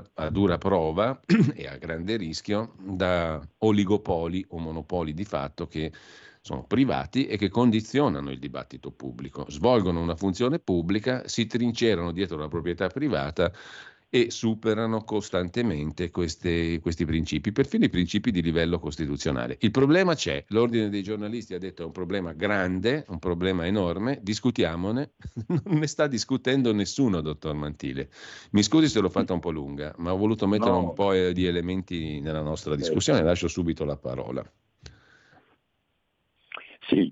prova e a grande rischio da oligopoli o monopoli di fatto che sono privati e che condizionano il dibattito pubblico, svolgono una funzione pubblica, si trincerano dietro la proprietà privata e superano costantemente questi principi, perfino i principi di livello costituzionale. Il problema c'è, l'Ordine dei giornalisti ha detto è un problema grande, un problema enorme, discutiamone, non ne sta discutendo nessuno, dottor Mantile. Mi scusi se l'ho fatta un po' lunga, ma ho voluto mettere un po' di elementi nella nostra discussione, lascio subito la parola. Sì,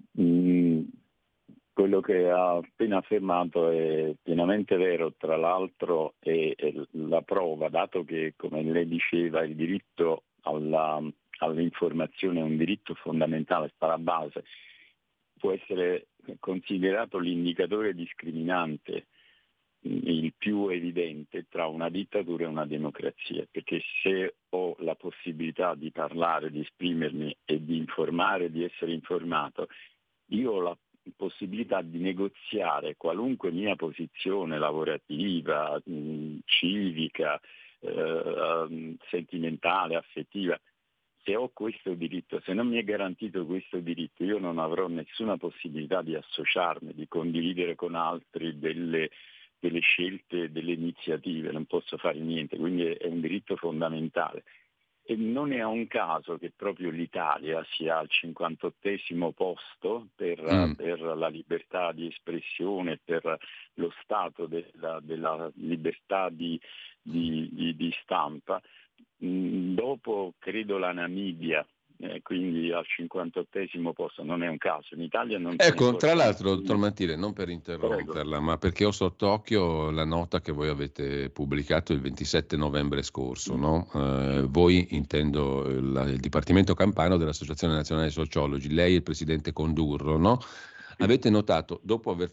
quello che ha appena affermato è pienamente vero, tra l'altro è la prova, dato che, come lei diceva, il diritto all'informazione è un diritto fondamentale, sta alla base, può essere considerato l'indicatore discriminante, il più evidente tra una dittatura e una democrazia, perché se ho la possibilità di parlare, di esprimermi e di informare, di essere informato, io ho la possibilità di negoziare qualunque mia posizione lavorativa, civica, sentimentale, affettiva. Se ho questo diritto, se non mi è garantito questo diritto, io non avrò nessuna possibilità di associarmi, di condividere con altri delle scelte, delle iniziative, non posso fare niente, quindi è un diritto fondamentale. E non è un caso che proprio l'Italia sia al 58° posto per la libertà di espressione, per lo stato della libertà di stampa. Dopo, credo, la Namibia, quindi al 58° posto, non è un caso. In Italia non Ecco, tra l'altro, dottor Mantile, non per interromperla, Prego. ma perché ho sott'occhio la nota che voi avete pubblicato il 27 novembre scorso, no? Voi, intendo il Dipartimento Campano dell'Associazione Nazionale Sociologi, lei e il presidente Condurro, no? Avete notato, dopo aver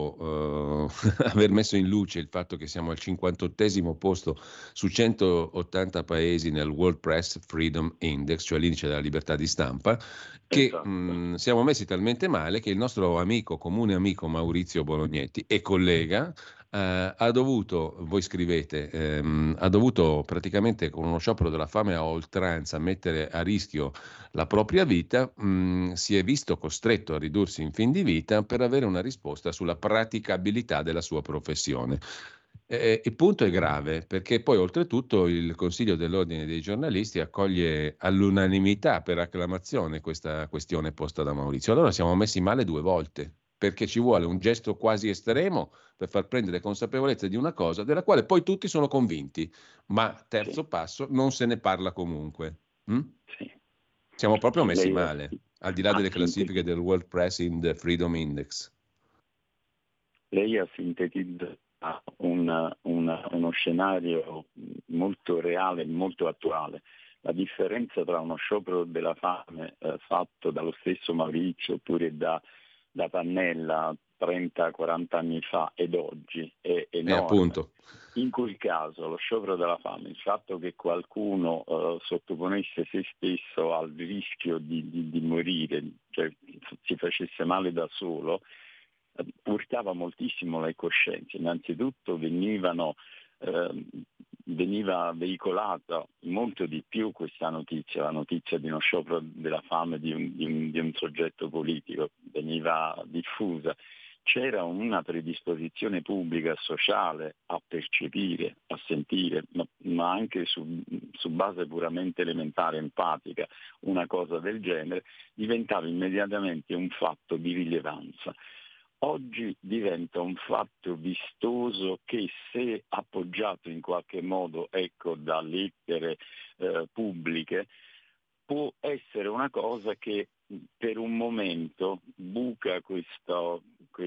aver messo in luce il fatto che siamo al 58° posto su 180 paesi nel World Press Freedom Index, cioè l'indice della libertà di stampa, che siamo messi talmente male che il nostro comune amico Maurizio Bolognetti e collega, ha dovuto, voi scrivete, ha dovuto praticamente con uno sciopero della fame a oltranza mettere a rischio la propria vita, si è visto costretto a ridursi in fin di vita per avere una risposta sulla praticabilità della sua professione. Il punto è grave perché poi oltretutto il Consiglio dell'Ordine dei giornalisti accoglie all'unanimità per acclamazione questa questione posta da Maurizio. Allora siamo messi male 2 volte, perché ci vuole un gesto quasi estremo per far prendere consapevolezza di una cosa della quale poi tutti sono convinti, ma terzo passo, non se ne parla comunque. Sì. Siamo proprio messi Lei male, al di là delle classifiche del World Press in the Freedom Index. Lei ha sintetizzato uno scenario molto reale, molto attuale. La differenza tra uno sciopero della fame fatto dallo stesso Maurizio oppure da Pannella 30-40 anni fa ed oggi è enorme. Appunto. in quel caso lo sciopero della fame, il fatto che qualcuno sottoponesse se stesso al rischio di morire, cioè si facesse male da solo, urtava moltissimo le coscienze. Innanzitutto veniva veicolata molto di più questa notizia, la notizia di uno sciopero della fame di un soggetto politico, veniva diffusa. C'era una predisposizione pubblica, sociale, a percepire, a sentire, ma anche su base puramente elementare, empatica, una cosa del genere, diventava immediatamente un fatto di rilevanza. Oggi diventa un fatto vistoso che, se appoggiato in qualche modo, da lettere pubbliche, può essere una cosa che per un momento buca questa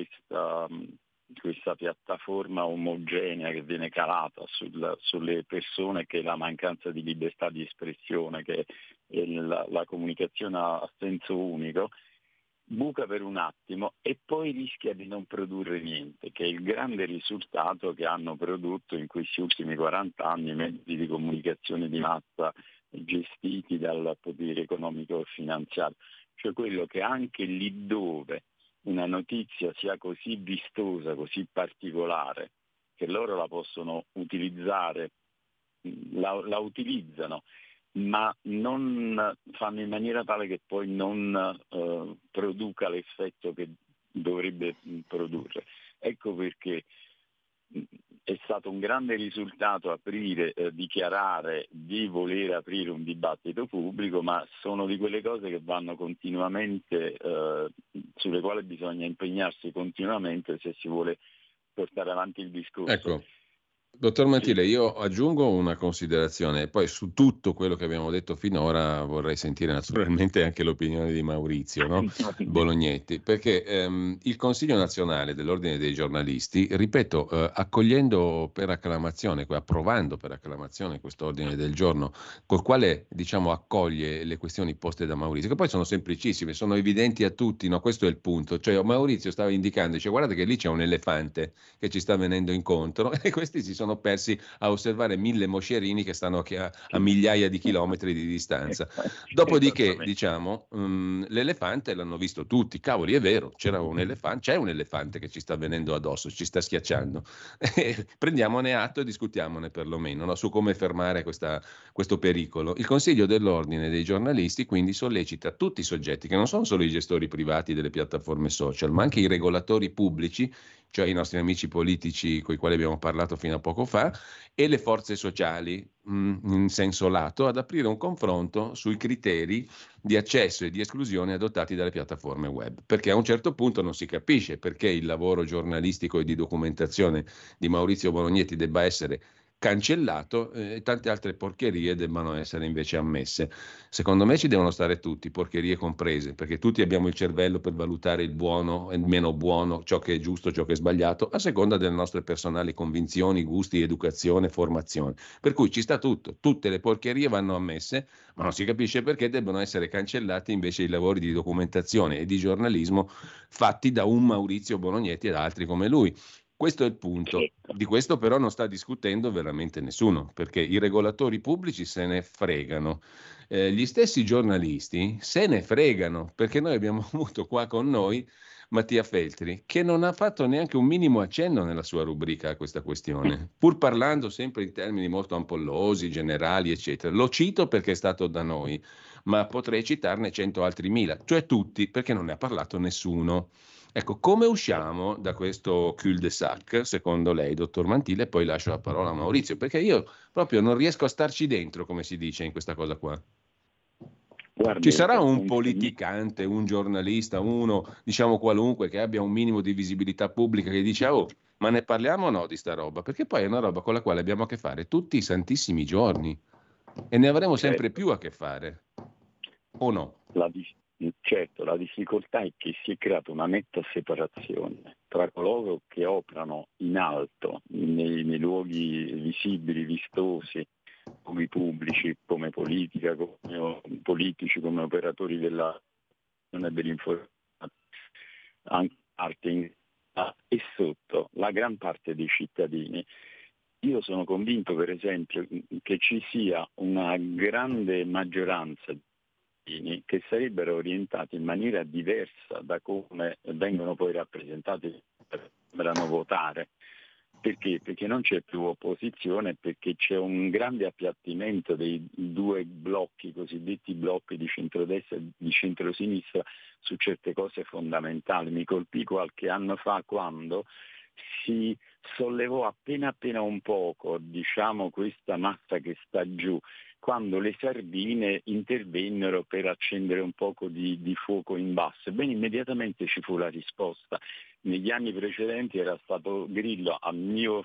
piattaforma omogenea che viene calata sulle persone, che è la mancanza di libertà di espressione, che è la comunicazione a senso unico, buca per un attimo e poi rischia di non produrre niente, che è il grande risultato che hanno prodotto in questi ultimi 40 anni i mezzi di comunicazione di massa gestiti dal potere economico e finanziario, cioè quello che anche lì dove una notizia sia così vistosa, così particolare, che loro la possono utilizzare, la utilizzano, ma non fanno in maniera tale che poi non produca l'effetto che dovrebbe produrre. Ecco perché è stato un grande risultato dichiarare di voler aprire un dibattito pubblico, ma sono di quelle cose che vanno continuamente, sulle quali bisogna impegnarsi continuamente se si vuole portare avanti il discorso. Ecco. Dottor Mantile, io aggiungo una considerazione, e poi su tutto quello che abbiamo detto finora vorrei sentire naturalmente anche l'opinione di Maurizio, no? Bolognetti, perché il Consiglio nazionale dell'Ordine dei giornalisti, ripeto, accogliendo per acclamazione, approvando per acclamazione questo ordine del giorno, col quale accoglie le questioni poste da Maurizio, che poi sono semplicissime, sono evidenti a tutti, no? Questo è il punto, cioè Maurizio stava indicando, dice guardate che lì c'è un elefante che ci sta venendo incontro e questi si sono persi a osservare 1000 moscerini che stanno a migliaia di chilometri di distanza. Dopodiché, l'elefante l'hanno visto tutti. Cavoli, è vero, c'è un elefante che ci sta venendo addosso, ci sta schiacciando. Prendiamone atto e discutiamone perlomeno, no? Su come fermare questo pericolo. Il Consiglio dell'Ordine dei giornalisti quindi sollecita tutti i soggetti, che non sono solo i gestori privati delle piattaforme social, ma anche i regolatori pubblici, cioè i nostri amici politici con i quali abbiamo parlato fino a poco fa, e le forze sociali, in senso lato, ad aprire un confronto sui criteri di accesso e di esclusione adottati dalle piattaforme web, perché a un certo punto non si capisce perché il lavoro giornalistico e di documentazione di Maurizio Bolognetti debba essere cancellato e tante altre porcherie debbano essere invece ammesse. Secondo me ci devono stare tutti, porcherie comprese, perché tutti abbiamo il cervello per valutare il buono e il meno buono, ciò che è giusto, ciò che è sbagliato, a seconda delle nostre personali convinzioni, gusti, educazione, formazione. Per cui ci sta tutto, tutte le porcherie vanno ammesse, ma non si capisce perché debbano essere cancellati invece i lavori di documentazione e di giornalismo fatti da un Maurizio Bolognetti e da altri come lui. Questo è il punto. Di questo però non sta discutendo veramente nessuno, perché i regolatori pubblici se ne fregano. Gli stessi giornalisti se ne fregano, perché noi abbiamo avuto qua con noi Mattia Feltri, che non ha fatto neanche un minimo accenno nella sua rubrica a questa questione, pur parlando sempre in termini molto ampollosi, generali, eccetera. Lo cito perché è stato da noi, ma potrei citarne 100 altri mila, cioè tutti, perché non ne ha parlato nessuno. Ecco, come usciamo da questo cul-de-sac, secondo lei, dottor Mantile, e poi lascio la parola a Maurizio, perché io proprio non riesco a starci dentro, come si dice in questa cosa qua. Guardi, ci sarà un politicante, un giornalista, uno, qualunque, che abbia un minimo di visibilità pubblica, che dice, oh, ma ne parliamo o no di sta roba? Perché poi è una roba con la quale abbiamo a che fare tutti i santissimi giorni e ne avremo sempre più a che fare, o no? Certo, la difficoltà è che si è creata una netta separazione tra coloro che operano in alto, nei luoghi visibili, vistosi, come i pubblici, come politica, come politici, come operatori dell'informazione, anche marketing, e sotto la gran parte dei cittadini io sono convinto, per esempio, che ci sia una grande maggioranza di cittadini che sarebbero orientati in maniera diversa da come vengono poi rappresentati, sembrano votare. Perché? Perché non c'è più opposizione, perché c'è un grande appiattimento dei due blocchi, cosiddetti blocchi di centrodestra e di centrosinistra, su certe cose fondamentali. Mi colpì qualche anno fa quando si sollevò appena un poco, diciamo, questa massa che sta giù, quando le sardine intervennero per accendere un poco di fuoco in basso. Ebbene, immediatamente ci fu la risposta. Negli anni precedenti era stato Grillo, a mio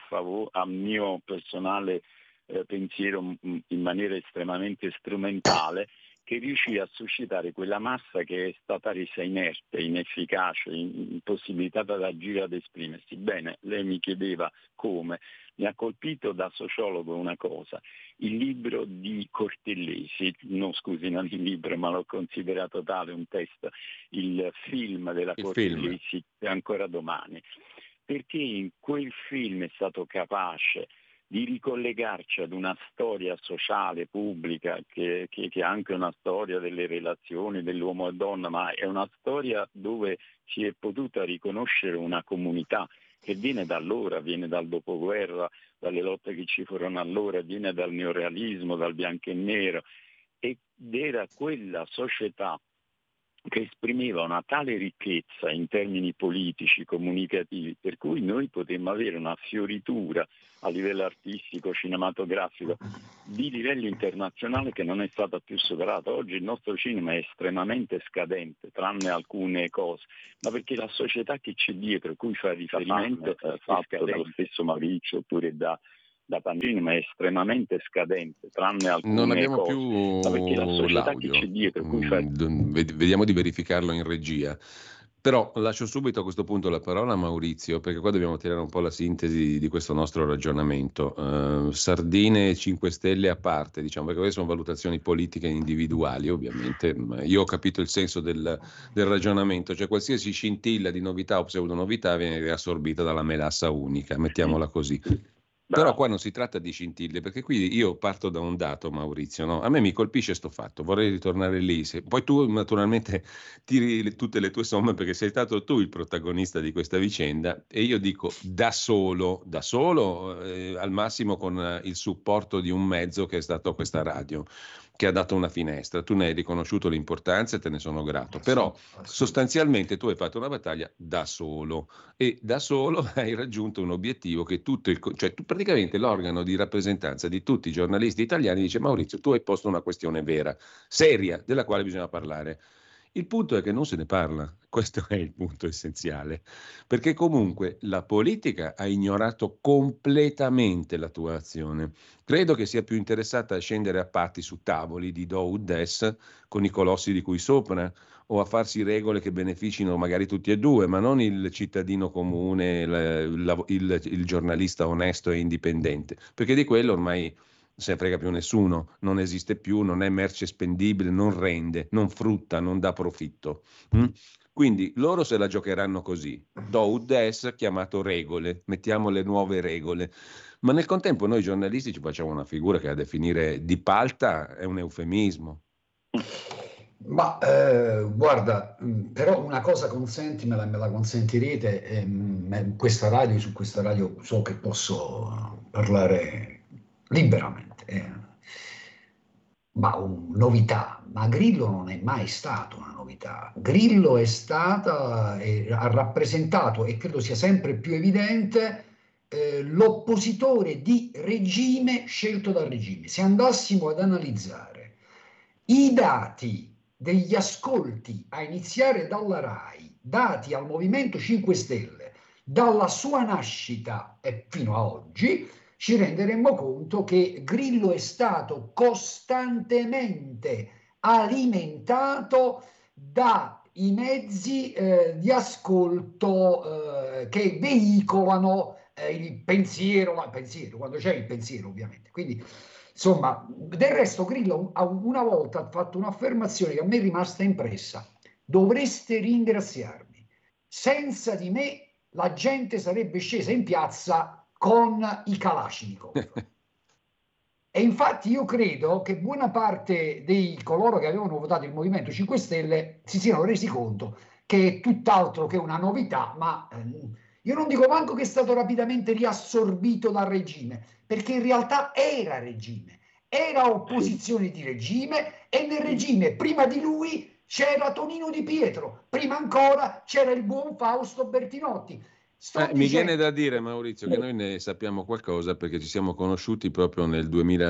personale pensiero, in maniera estremamente strumentale, che riuscì a suscitare quella massa che è stata resa inerte, inefficace, impossibilitata ad agire, ad esprimersi. Bene, lei mi chiedeva come. Mi ha colpito da sociologo una cosa, il libro di Cortellesi, non il libro, ma l'ho considerato tale, un testo, il film della Cortellesi, Ancora domani, perché in quel film è stato capace di ricollegarci ad una storia sociale, pubblica, che è anche una storia delle relazioni dell'uomo e donna, ma è una storia dove si è potuta riconoscere una comunità che viene da allora, viene dal dopoguerra, dalle lotte che ci furono allora, viene dal neorealismo, dal bianco e nero, ed era quella società che esprimeva una tale ricchezza in termini politici, comunicativi, per cui noi potemmo avere una fioritura a livello artistico, cinematografico, di livello internazionale che non è stata più superata. Oggi il nostro cinema è estremamente scadente, tranne alcune cose, ma perché la società che c'è dietro, cui fa riferimento, fatto dallo stesso Maurizio, oppure da Pandini, ma è estremamente scadente, tranne alcune non abbiamo cose, più ma perché la società l'audio. che c'è dietro, cui fa... Vediamo di verificarlo in regia. Però lascio subito a questo punto la parola a Maurizio, perché qua dobbiamo tirare un po' la sintesi di questo nostro ragionamento. Sardine e 5 Stelle a parte, diciamo, perché queste sono valutazioni politiche individuali, ovviamente. Ma io ho capito il senso del ragionamento, cioè qualsiasi scintilla di novità o pseudonovità viene riassorbita dalla melassa unica, mettiamola così. Però qua non si tratta di scintille, perché qui io parto da un dato, Maurizio, no? A me mi colpisce sto fatto, vorrei ritornare lì. Poi tu naturalmente tiri tutte le tue somme, perché sei stato tu il protagonista di questa vicenda, e io dico da solo, al massimo con il supporto di un mezzo che è stato questa radio, che ha dato una finestra. Tu ne hai riconosciuto l'importanza e te ne sono grato, però sostanzialmente tu hai fatto una battaglia da solo, e da solo hai raggiunto un obiettivo che praticamente l'organo di rappresentanza di tutti i giornalisti italiani dice: Maurizio, tu hai posto una questione vera, seria, della quale bisogna parlare. Il punto è che non se ne parla, questo è il punto essenziale, perché comunque la politica ha ignorato completamente la tua azione. Credo che sia più interessata a scendere a patti su tavoli di do ut des con i colossi di cui sopra, o a farsi regole che beneficino magari tutti e due, ma non il cittadino comune, il giornalista onesto e indipendente, perché di quello ormai se ne frega più nessuno, non esiste più, non è merce spendibile, non rende, non frutta, non dà profitto. Quindi loro se la giocheranno così, do ut des chiamato regole, mettiamo le nuove regole, ma nel contempo noi giornalisti ci facciamo una figura che a definire di palta è un eufemismo. Ma guarda, però una cosa consenti, me la consentirete, su questa radio so che posso parlare liberamente, ma novità, ma Grillo non è mai stato una novità. Grillo è stata, ha rappresentato, e credo sia sempre più evidente, l'oppositore di regime scelto dal regime. Se andassimo ad analizzare i dati degli ascolti, a iniziare dalla RAI, dati al Movimento 5 Stelle, dalla sua nascita e fino a oggi, ci renderemmo conto che Grillo è stato costantemente alimentato dai mezzi di ascolto che veicolano il pensiero, quando c'è il pensiero ovviamente. Quindi, insomma, del resto Grillo una volta ha fatto un'affermazione che a me è rimasta impressa: dovreste ringraziarmi, senza di me la gente sarebbe scesa in piazza con i Kalashnikov. E infatti io credo che buona parte di coloro che avevano votato il Movimento 5 Stelle si siano resi conto che è tutt'altro che una novità, ma io non dico manco che è stato rapidamente riassorbito dal regime, perché in realtà era regime, era opposizione di regime, e nel regime prima di lui c'era Tonino Di Pietro, prima ancora c'era il buon Fausto Bertinotti. Mi viene da dire, Maurizio, che noi ne sappiamo qualcosa perché ci siamo conosciuti proprio nel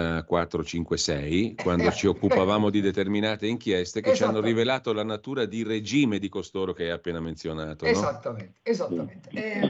2004-5-6, quando ci occupavamo di determinate inchieste che ci hanno rivelato la natura di regime di costoro che hai appena menzionato. Esattamente, no? Esattamente.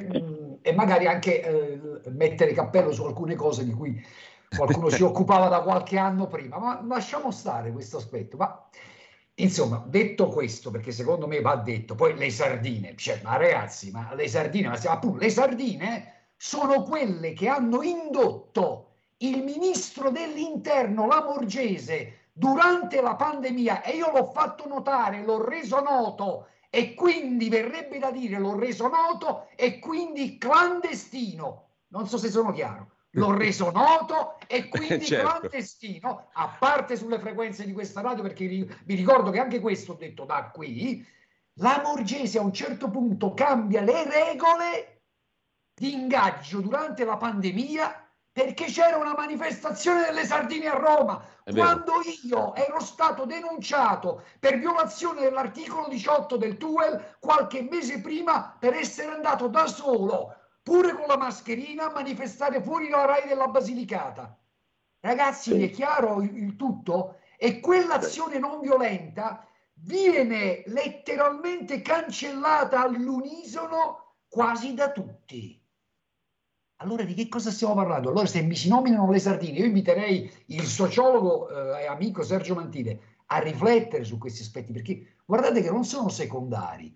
E magari anche mettere cappello su alcune cose di cui qualcuno si occupava da qualche anno prima, ma lasciamo stare questo aspetto. Ma insomma, detto questo, perché secondo me va detto, poi le sardine, cioè, ma ragazzi, ma le sardine, appunto, le sardine sono quelle che hanno indotto il ministro dell'interno Lamorgese durante la pandemia, e io l'ho fatto notare, l'ho reso noto, e quindi verrebbe da dire l'ho reso noto e quindi clandestino, non so se sono chiaro. L'ho reso noto e quindi clandestino, a parte sulle frequenze di questa radio, perché vi ricordo che anche questo ho detto da qui, Lamorgese a un certo punto cambia le regole di ingaggio durante la pandemia perché c'era una manifestazione delle sardine a Roma. Quando io ero stato denunciato per violazione dell'articolo 18 del TUEL qualche mese prima per essere andato da solo, pure con la mascherina, a manifestare fuori dalla Rai della Basilicata. Ragazzi, vi è chiaro il tutto? E quell'azione non violenta viene letteralmente cancellata all'unisono quasi da tutti. Allora di che cosa stiamo parlando? Allora se mi si nominano le sardine, io inviterei il sociologo e amico Sergio Mantile a riflettere su questi aspetti, perché guardate che non sono secondari.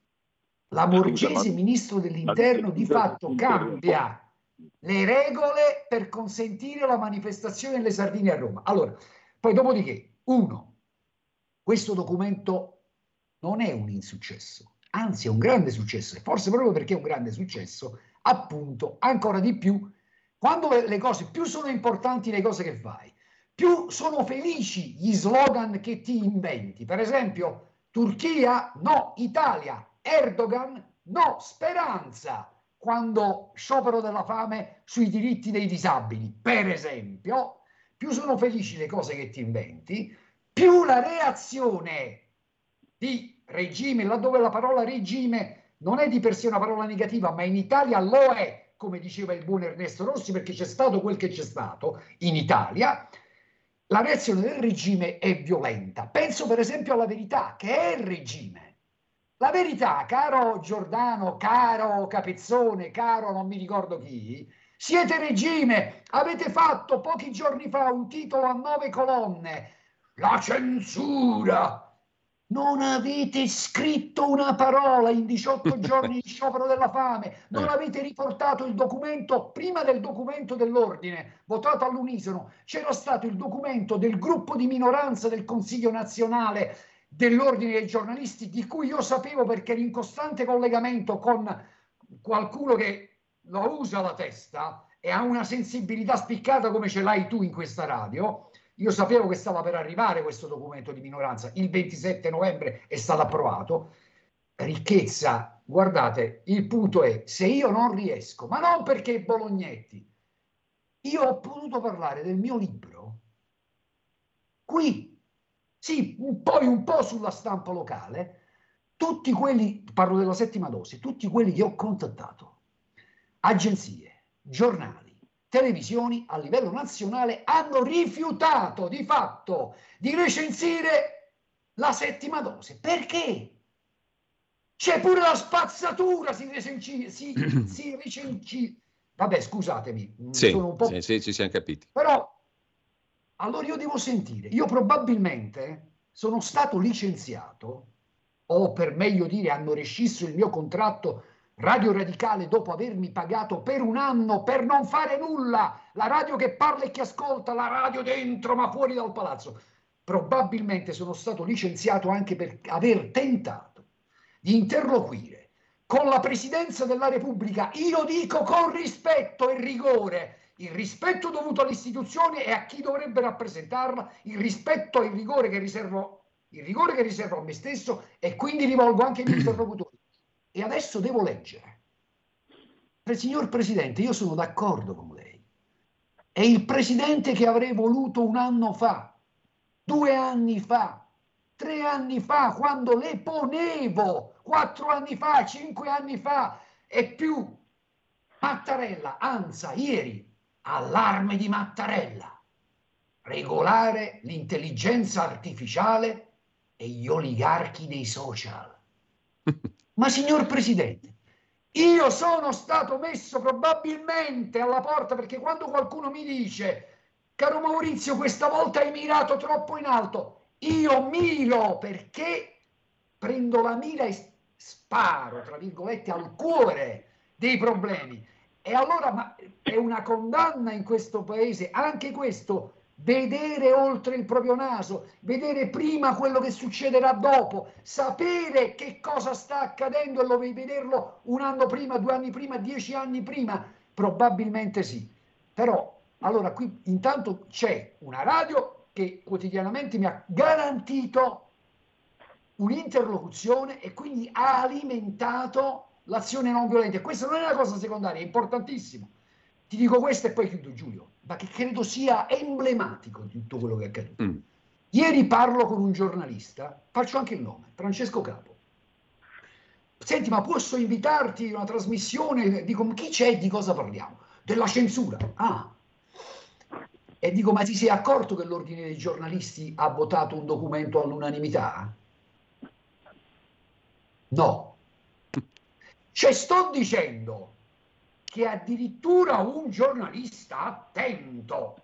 Lamorgese, ministro dell'interno, di fatto cambia le regole per consentire la manifestazione delle sardine a Roma. Allora, poi dopodiché, questo documento non è un insuccesso, anzi è un grande successo, e forse proprio perché è un grande successo, appunto, ancora di più, quando le cose, più sono importanti le cose che fai, più sono felici gli slogan che ti inventi. Per esempio, Turchia, no, Italia, Erdogan, no, speranza, quando sciopero della fame sui diritti dei disabili, per esempio. Più sono felici le cose che ti inventi, più la reazione di regime, laddove la parola regime non è di per sé una parola negativa, ma in Italia lo è, come diceva il buon Ernesto Rossi, perché c'è stato quel che c'è stato in Italia. La reazione del regime è violenta. Penso per esempio alla Verità, che è il regime. La Verità, caro Giordano, caro Capezzone, caro non mi ricordo chi, siete regime, avete fatto pochi giorni fa un titolo a 9 colonne, la censura. Non avete scritto una parola in 18 giorni di sciopero della fame, non avete riportato il documento, prima del documento dell'ordine, votato all'unisono, c'era stato il documento del gruppo di minoranza del Consiglio nazionale dell'ordine dei giornalisti, di cui io sapevo perché ero in costante collegamento con qualcuno che lo usa la testa e ha una sensibilità spiccata come ce l'hai tu in questa radio. Io sapevo che stava per arrivare questo documento di minoranza, il 27 novembre è stato approvato. Ricchezza, guardate, il punto è, se io non riesco, ma non perché Bolognetti, io ho potuto parlare del mio libro qui, sì, poi un po' sulla stampa locale, tutti quelli, parlo della settima dose, tutti quelli che ho contattato, agenzie, giornali, televisioni a livello nazionale hanno rifiutato di fatto di recensire la settima dose. Perché? C'è pure la spazzatura, si recenci. Vabbè, scusatemi, sono un po'... sì, ci siamo capiti. Però, allora io devo sentire, io probabilmente sono stato licenziato, o per meglio dire hanno rescisso il mio contratto Radio Radicale dopo avermi pagato per un anno per non fare nulla, la radio che parla e che ascolta, la radio dentro ma fuori dal palazzo. Probabilmente sono stato licenziato anche per aver tentato di interloquire con la Presidenza della Repubblica, io dico con rispetto e rigore, il rispetto dovuto all'istituzione e a chi dovrebbe rappresentarla, il rispetto e il rigore che riservo a me stesso, e quindi rivolgo anche ai miei interlocutori. E adesso devo leggere. Signor Presidente, io sono d'accordo con lei. È il Presidente che avrei voluto 1 anno fa, 2 anni fa, 3 anni fa, quando le ponevo, 4 anni fa, 5 anni fa e più. Mattarella, ANSA, ieri, allarme di Mattarella. Regolare l'intelligenza artificiale e gli oligarchi dei social. Ma signor Presidente, io sono stato messo probabilmente alla porta, perché quando qualcuno mi dice: caro Maurizio, questa volta hai mirato troppo in alto, io miro perché prendo la mira e sparo, tra virgolette, al cuore dei problemi. E allora è una condanna in questo paese anche questo, vedere oltre il proprio naso, vedere prima quello che succederà dopo, sapere che cosa sta accadendo e lo devi vederlo 1 anno prima, 2 anni prima, 10 anni prima, probabilmente sì. Però allora qui intanto c'è una radio che quotidianamente mi ha garantito un'interlocuzione e quindi ha alimentato l'azione non violenta. E questa non è una cosa secondaria, è importantissimo. Ti dico questo e poi chiudo, Giulio, ma che credo sia emblematico di tutto quello che è accaduto. Ieri parlo con un giornalista, faccio anche il nome, Francesco Capo. Senti, ma posso invitarti a una trasmissione? Dico, chi c'è? Di cosa parliamo? Della censura. Ah. E dico, ma ti sei accorto che l'Ordine dei giornalisti ha votato un documento all'unanimità? No. Cioè, sto dicendo che addirittura un giornalista attento,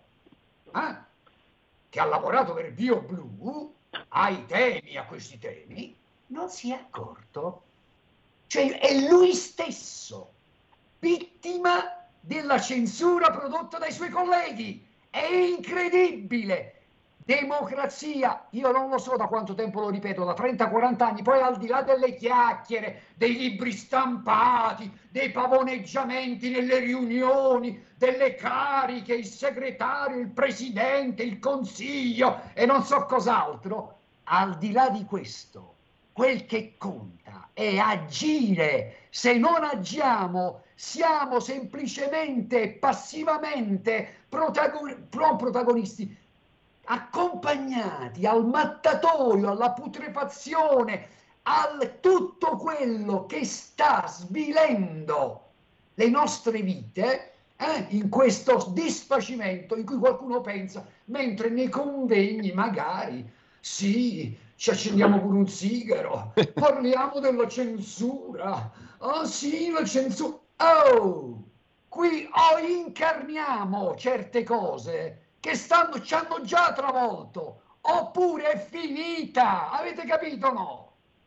che ha lavorato per BioBlu, ai temi, a questi temi, non si è accorto. Cioè, è lui stesso vittima della censura prodotta dai suoi colleghi. È incredibile. Democrazia, io non lo so da quanto tempo lo ripeto, da 30-40 anni, poi al di là delle chiacchiere, dei libri stampati, dei pavoneggiamenti nelle riunioni, delle cariche, il segretario, il presidente, il consiglio e non so cos'altro, al di là di questo, quel che conta è agire. Se non agiamo, siamo semplicemente e passivamente protagonisti, accompagnati al mattatoio, alla putrefazione, a tutto quello che sta svilendo le nostre vite, in questo disfacimento in cui qualcuno pensa, mentre nei convegni magari, sì, ci accendiamo pure un sigaro, parliamo della censura, ah sì, la censura, oh, qui incarniamo certe cose che ci hanno già travolto, oppure è finita, avete capito o no?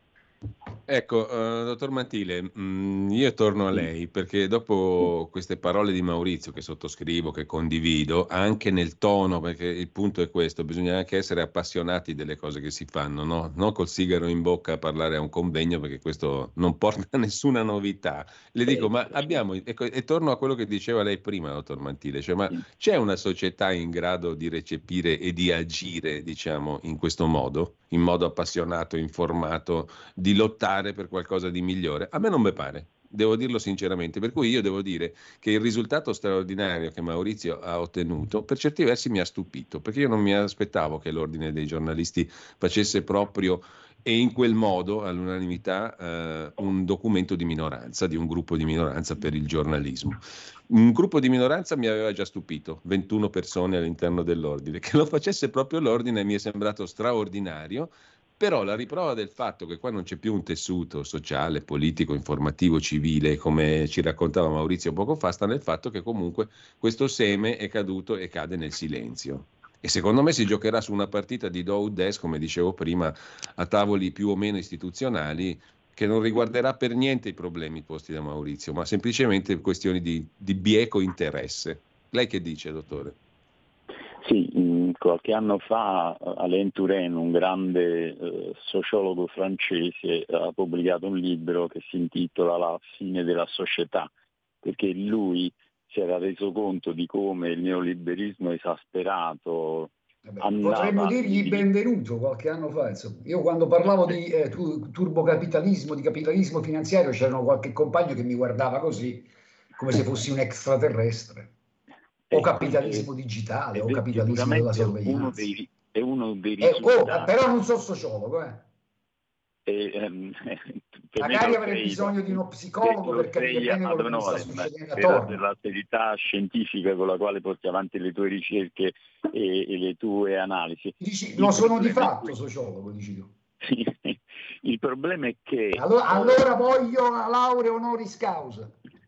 Ecco, dottor Mantile, io torno a lei perché dopo queste parole di Maurizio che sottoscrivo, che condivido, anche nel tono, perché il punto è questo, bisogna anche essere appassionati delle cose che si fanno, no? Non col sigaro in bocca a parlare a un convegno, perché questo non porta a nessuna novità. Le dico, ma abbiamo, e torno a quello che diceva lei prima, dottor Mantile, cioè, ma c'è una società in grado di recepire e di agire, diciamo, in questo modo, in modo appassionato, informato, di lottare per qualcosa di migliore? A me non mi pare, devo dirlo sinceramente, per cui io devo dire che il risultato straordinario che Maurizio ha ottenuto per certi versi mi ha stupito, perché io non mi aspettavo che l'Ordine dei giornalisti facesse proprio e in quel modo all'unanimità un documento di minoranza, di un gruppo di minoranza per il giornalismo. Un gruppo di minoranza mi aveva già stupito, 21 persone all'interno dell'Ordine, che lo facesse proprio l'Ordine mi è sembrato straordinario. Però la riprova del fatto che qua non c'è più un tessuto sociale, politico, informativo, civile, come ci raccontava Maurizio poco fa, sta nel fatto che comunque questo seme è caduto e cade nel silenzio. E secondo me si giocherà su una partita di do ut des, come dicevo prima, a tavoli più o meno istituzionali, che non riguarderà per niente i problemi posti da Maurizio, ma semplicemente questioni di bieco interesse. Lei che dice, dottore? Sì, qualche anno fa Alain Touraine, un grande sociologo francese, ha pubblicato un libro che si intitola La fine della società, perché lui si era reso conto di come il neoliberismo esasperato potremmo dirgli benvenuto qualche anno fa, insomma. Io quando parlavo di turbocapitalismo, di capitalismo finanziario, c'erano qualche compagno che mi guardava così, come se fossi un extraterrestre. O capitalismo digitale, o capitalismo della sorveglianza. È uno dei risultati. Però non sono sociologo, Magari avrei bisogno di uno psicologo per capire bene quello che mi sta succedendo attorno. Per la serietà scientifica con la quale porti avanti le tue ricerche e le tue analisi. Dici, lo sono di fatto sociologo, dici tu. Sì. Il problema è che... Allora voglio la laurea honoris causa.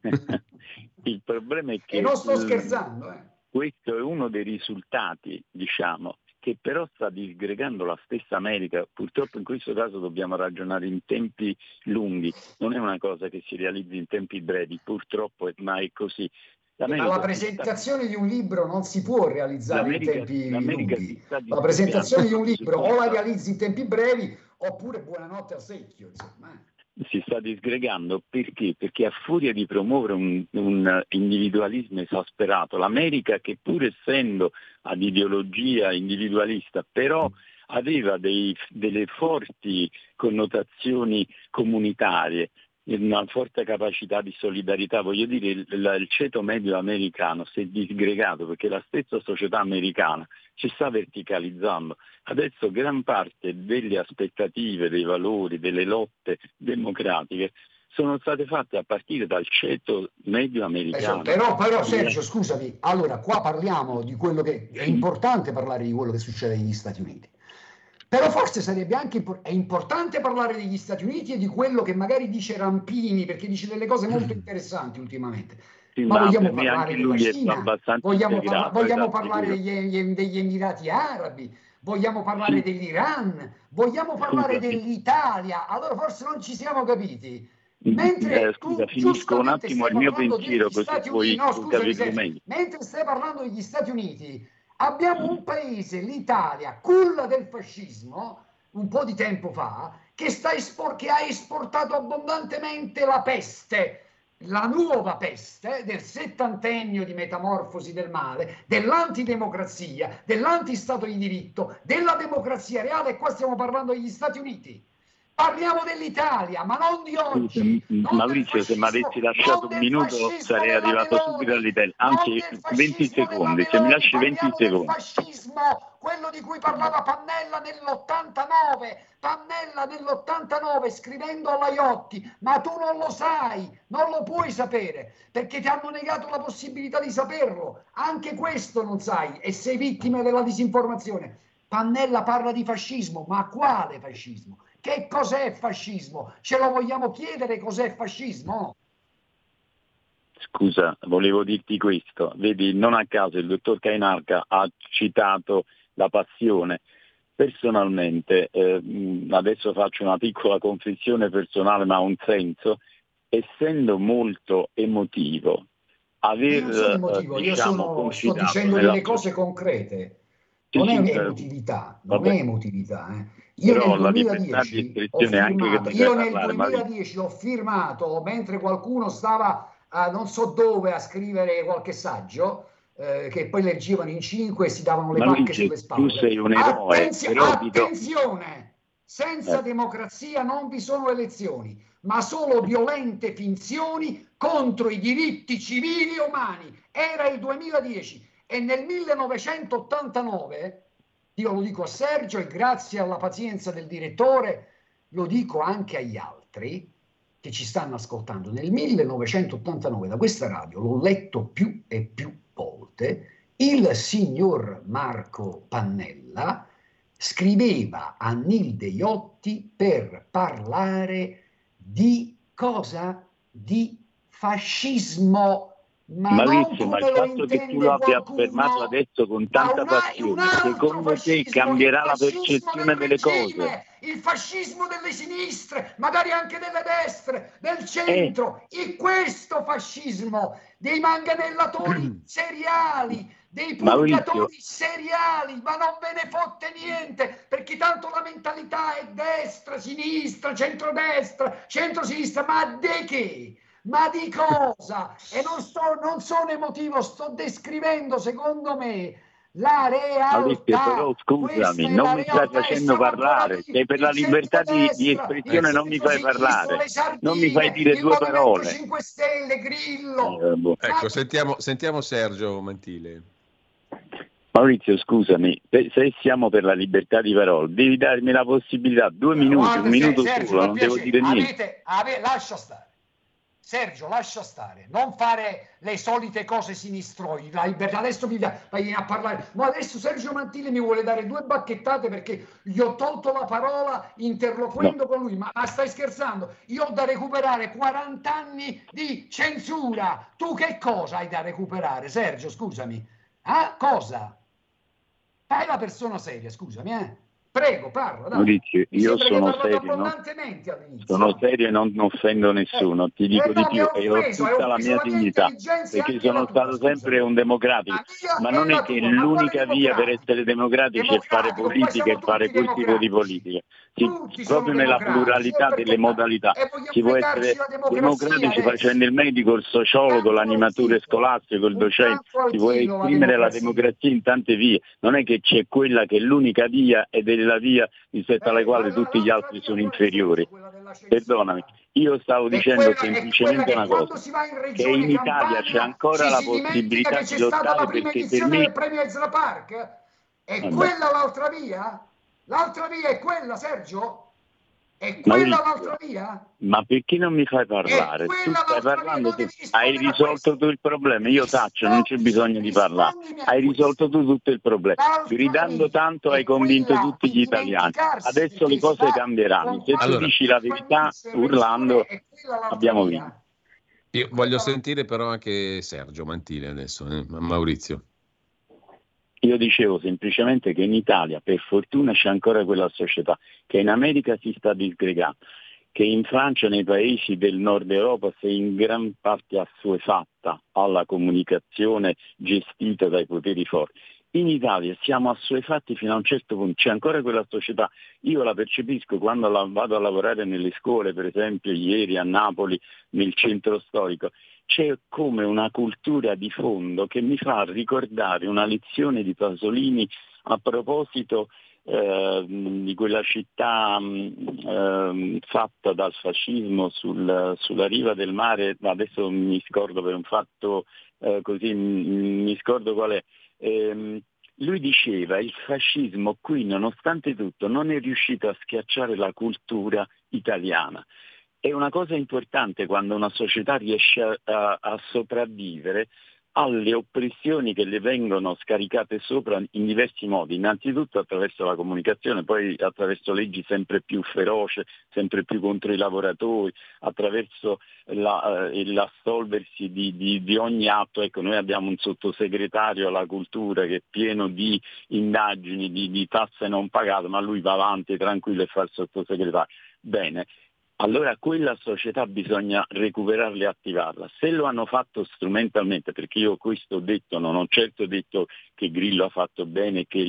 Il problema è che... E non sto scherzando. Questo è uno dei risultati, diciamo, che però sta disgregando la stessa America. Purtroppo in questo caso dobbiamo ragionare in tempi lunghi, non è una cosa che si realizzi in tempi brevi, purtroppo ma è così. Ma la presentazione di un libro non si può realizzare in tempi lunghi. La presentazione di un libro o la realizzi in tempi brevi oppure buonanotte al secchio, insomma. Si sta disgregando perché? Perché a furia di promuovere un individualismo esasperato, l'America, che pur essendo ad ideologia individualista, però aveva delle forti connotazioni comunitarie, una forte capacità di solidarietà. Voglio dire, il ceto medio americano si è disgregato perché la stessa società americana ci sta verticalizzando. Adesso gran parte delle aspettative, dei valori, delle lotte democratiche sono state fatte a partire dal ceto medio americano. Però Sergio, scusami, allora qua parliamo di quello che è importante parlare di quello che succede negli Stati Uniti. Però forse sarebbe anche è importante parlare degli Stati Uniti e di quello che magari dice Rampini, perché dice delle cose molto interessanti ultimamente. Sì, ma vogliamo parlare della Cina, vogliamo parlare degli Emirati Arabi, vogliamo parlare dell'Iran, vogliamo parlare dell'Italia. Allora forse non ci siamo capiti. Mentre scusa, finisco un attimo il mio pensiero così puoi capirlo meglio. Mentre stai parlando degli Stati Uniti, abbiamo un paese, l'Italia, culla del fascismo, un po' di tempo fa, che ha esportato abbondantemente la peste, la nuova peste del settantennio di metamorfosi del male, dell'antidemocrazia, dell'antistato di diritto, della democrazia reale, e qua stiamo parlando degli Stati Uniti. Parliamo dell'Italia, ma non di oggi. Maurizio, se mi avessi lasciato un minuto sarei arrivato subito all'Italia, anzi 20 secondi, se mi lasci 20 secondi. Il fascismo, quello di cui parlava Pannella nell'89, scrivendo alla Iotti, ma tu non lo sai, non lo puoi sapere, perché ti hanno negato la possibilità di saperlo. Anche questo non sai e sei vittima della disinformazione. Pannella parla di fascismo, ma quale fascismo? Che cos'è fascismo? Ce lo vogliamo chiedere cos'è fascismo? Scusa, volevo dirti questo. Vedi, non a caso il dottor Cainarca ha citato La Passione. Personalmente, adesso faccio una piccola confessione personale, ma ha un senso, essendo molto emotivo, io sto dicendo delle cose concrete. Non è emotività, non è emotività. Io nel 2010 ho firmato, mentre qualcuno stava non so dove a scrivere qualche saggio, che poi leggevano in 5 e si davano le pacche sulle spalle. Tu sei un eroe. Attenzione! Senza democrazia non vi sono elezioni, ma solo violente finzioni contro i diritti civili e umani. Era il 2010. E nel 1989, io lo dico a Sergio e grazie alla pazienza del direttore, lo dico anche agli altri che ci stanno ascoltando, nel 1989 da questa radio, l'ho letto più e più volte, il signor Marco Pannella scriveva a Nilde Iotti per parlare di cosa? Di fascismo. Maurizio, ma il fatto che tu lo abbia affermato adesso con tanta passione, secondo te cambierà la percezione delle cose? Il fascismo delle sinistre, magari anche delle destre, del centro, e questo fascismo dei manganellatori seriali, dei purgatori seriali, ma non ve ne fotte niente, perché tanto la mentalità è destra, sinistra, centrodestra, centrosinistra, ma di che? Ma di cosa? E non sono emotivo, sto descrivendo, secondo me, la realtà. Però scusami, non mi stai facendo parlare. Se per la libertà di espressione non mi fai parlare, non mi fai dire due parole. 5 Stelle, Grillo. Ecco, sentiamo Sergio Mantile. Maurizio, scusami, se siamo per la libertà di parola, devi darmi la possibilità, 2 minuti, un minuto Sergio, solo, non devo dire niente. Lascia stare. Sergio, lascia stare, non fare le solite cose sinistroi, la libertà. Adesso vai a parlare, ma adesso Sergio Mantile mi vuole dare 2 bacchettate perché gli ho tolto la parola interloquendo con lui, ma stai scherzando? Io ho da recuperare 40 anni di censura, tu che cosa hai da recuperare, Sergio, scusami? Cosa? Fai la persona seria, scusami, Prego, parla. Dai. Maurizio, io sono serio e non offendo nessuno, ti dico di più, e ho tutta la mia dignità, perché sono stato sempre un democratico, ma non è che l'unica via per essere democratici è fare politica e fare quel tipo di politica. Proprio nella pluralità delle modalità si può essere democratici facendo il medico, il sociologo, l'animatore scolastico, il docente, si può esprimere la democrazia in tante vie, non è che c'è quella che è l'unica via ed è la via rispetto alla quale tutti gli altri sono inferiori. Perdonami, io stavo dicendo semplicemente una cosa, che in Italia c'è ancora la possibilità di lottare, perché per me... È quella l'altra via? L'altra via è quella, Sergio? È quella l'altra via? Ma perché non mi fai parlare? Tu stai parlando, hai risolto tu il problema, io taccio, non c'è bisogno di parlare. Hai risolto tu tutto il problema. Gridando tanto hai convinto tutti gli italiani. Adesso le cose cambieranno. Se tu dici la verità urlando, abbiamo vinto. Io voglio sentire però anche Sergio Mantile adesso, Maurizio. Io dicevo semplicemente che in Italia, per fortuna, c'è ancora quella società, che in America si sta disgregando, che in Francia, nei paesi del nord Europa, si è in gran parte assuefatta alla comunicazione gestita dai poteri forti. In Italia siamo assuefatti fino a un certo punto, c'è ancora quella società, io la percepisco quando vado a lavorare nelle scuole, per esempio ieri a Napoli, nel centro storico. C'è come una cultura di fondo che mi fa ricordare una lezione di Pasolini a proposito di quella città fatta dal fascismo sulla riva del mare, adesso mi scordo per un fatto così, mi scordo qual è. Lui diceva il fascismo qui nonostante tutto non è riuscito a schiacciare la cultura italiana. È una cosa importante quando una società riesce a sopravvivere alle oppressioni che le vengono scaricate sopra in diversi modi, innanzitutto attraverso la comunicazione, poi attraverso leggi sempre più feroci, sempre più contro i lavoratori, attraverso l'assolversi di ogni atto. Ecco, noi abbiamo un sottosegretario alla cultura che è pieno di indagini, di tasse non pagate, ma lui va avanti tranquillo e fa il sottosegretario. Bene. Allora quella società bisogna recuperarla e attivarla. Se lo hanno fatto strumentalmente, perché io questo ho detto, non ho certo detto che Grillo ha fatto bene, che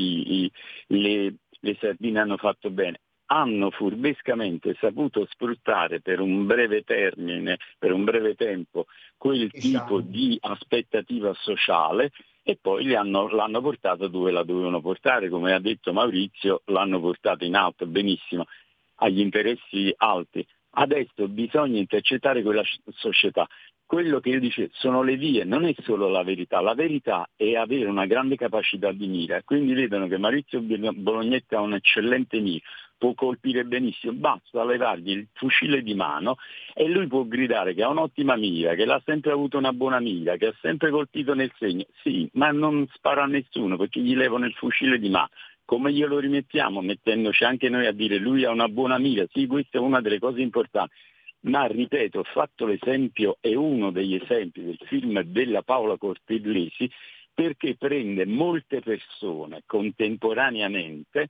le sardine hanno fatto bene, hanno furbescamente saputo sfruttare per un breve termine, per un breve tempo, quel tipo di aspettativa sociale e poi l'hanno portata dove la dovevano portare, come ha detto Maurizio, l'hanno portata in alto, benissimo, agli interessi alti. Adesso bisogna intercettare quella società. Quello che io dicevo sono le vie, non è solo la verità è avere una grande capacità di mira. Quindi vedono che Maurizio Bolognetti ha un eccellente mira, può colpire benissimo, basta levargli il fucile di mano e lui può gridare che ha un'ottima mira, che l'ha sempre avuto una buona mira, che ha sempre colpito nel segno, sì, ma non spara a nessuno perché gli levano il fucile di mano. Come glielo rimettiamo? Mettendoci anche noi a dire lui ha una buona mira, sì, questa è una delle cose importanti, ma ripeto, ho fatto l'esempio, è uno degli esempi del film della Paola Cortellesi, perché prende molte persone contemporaneamente,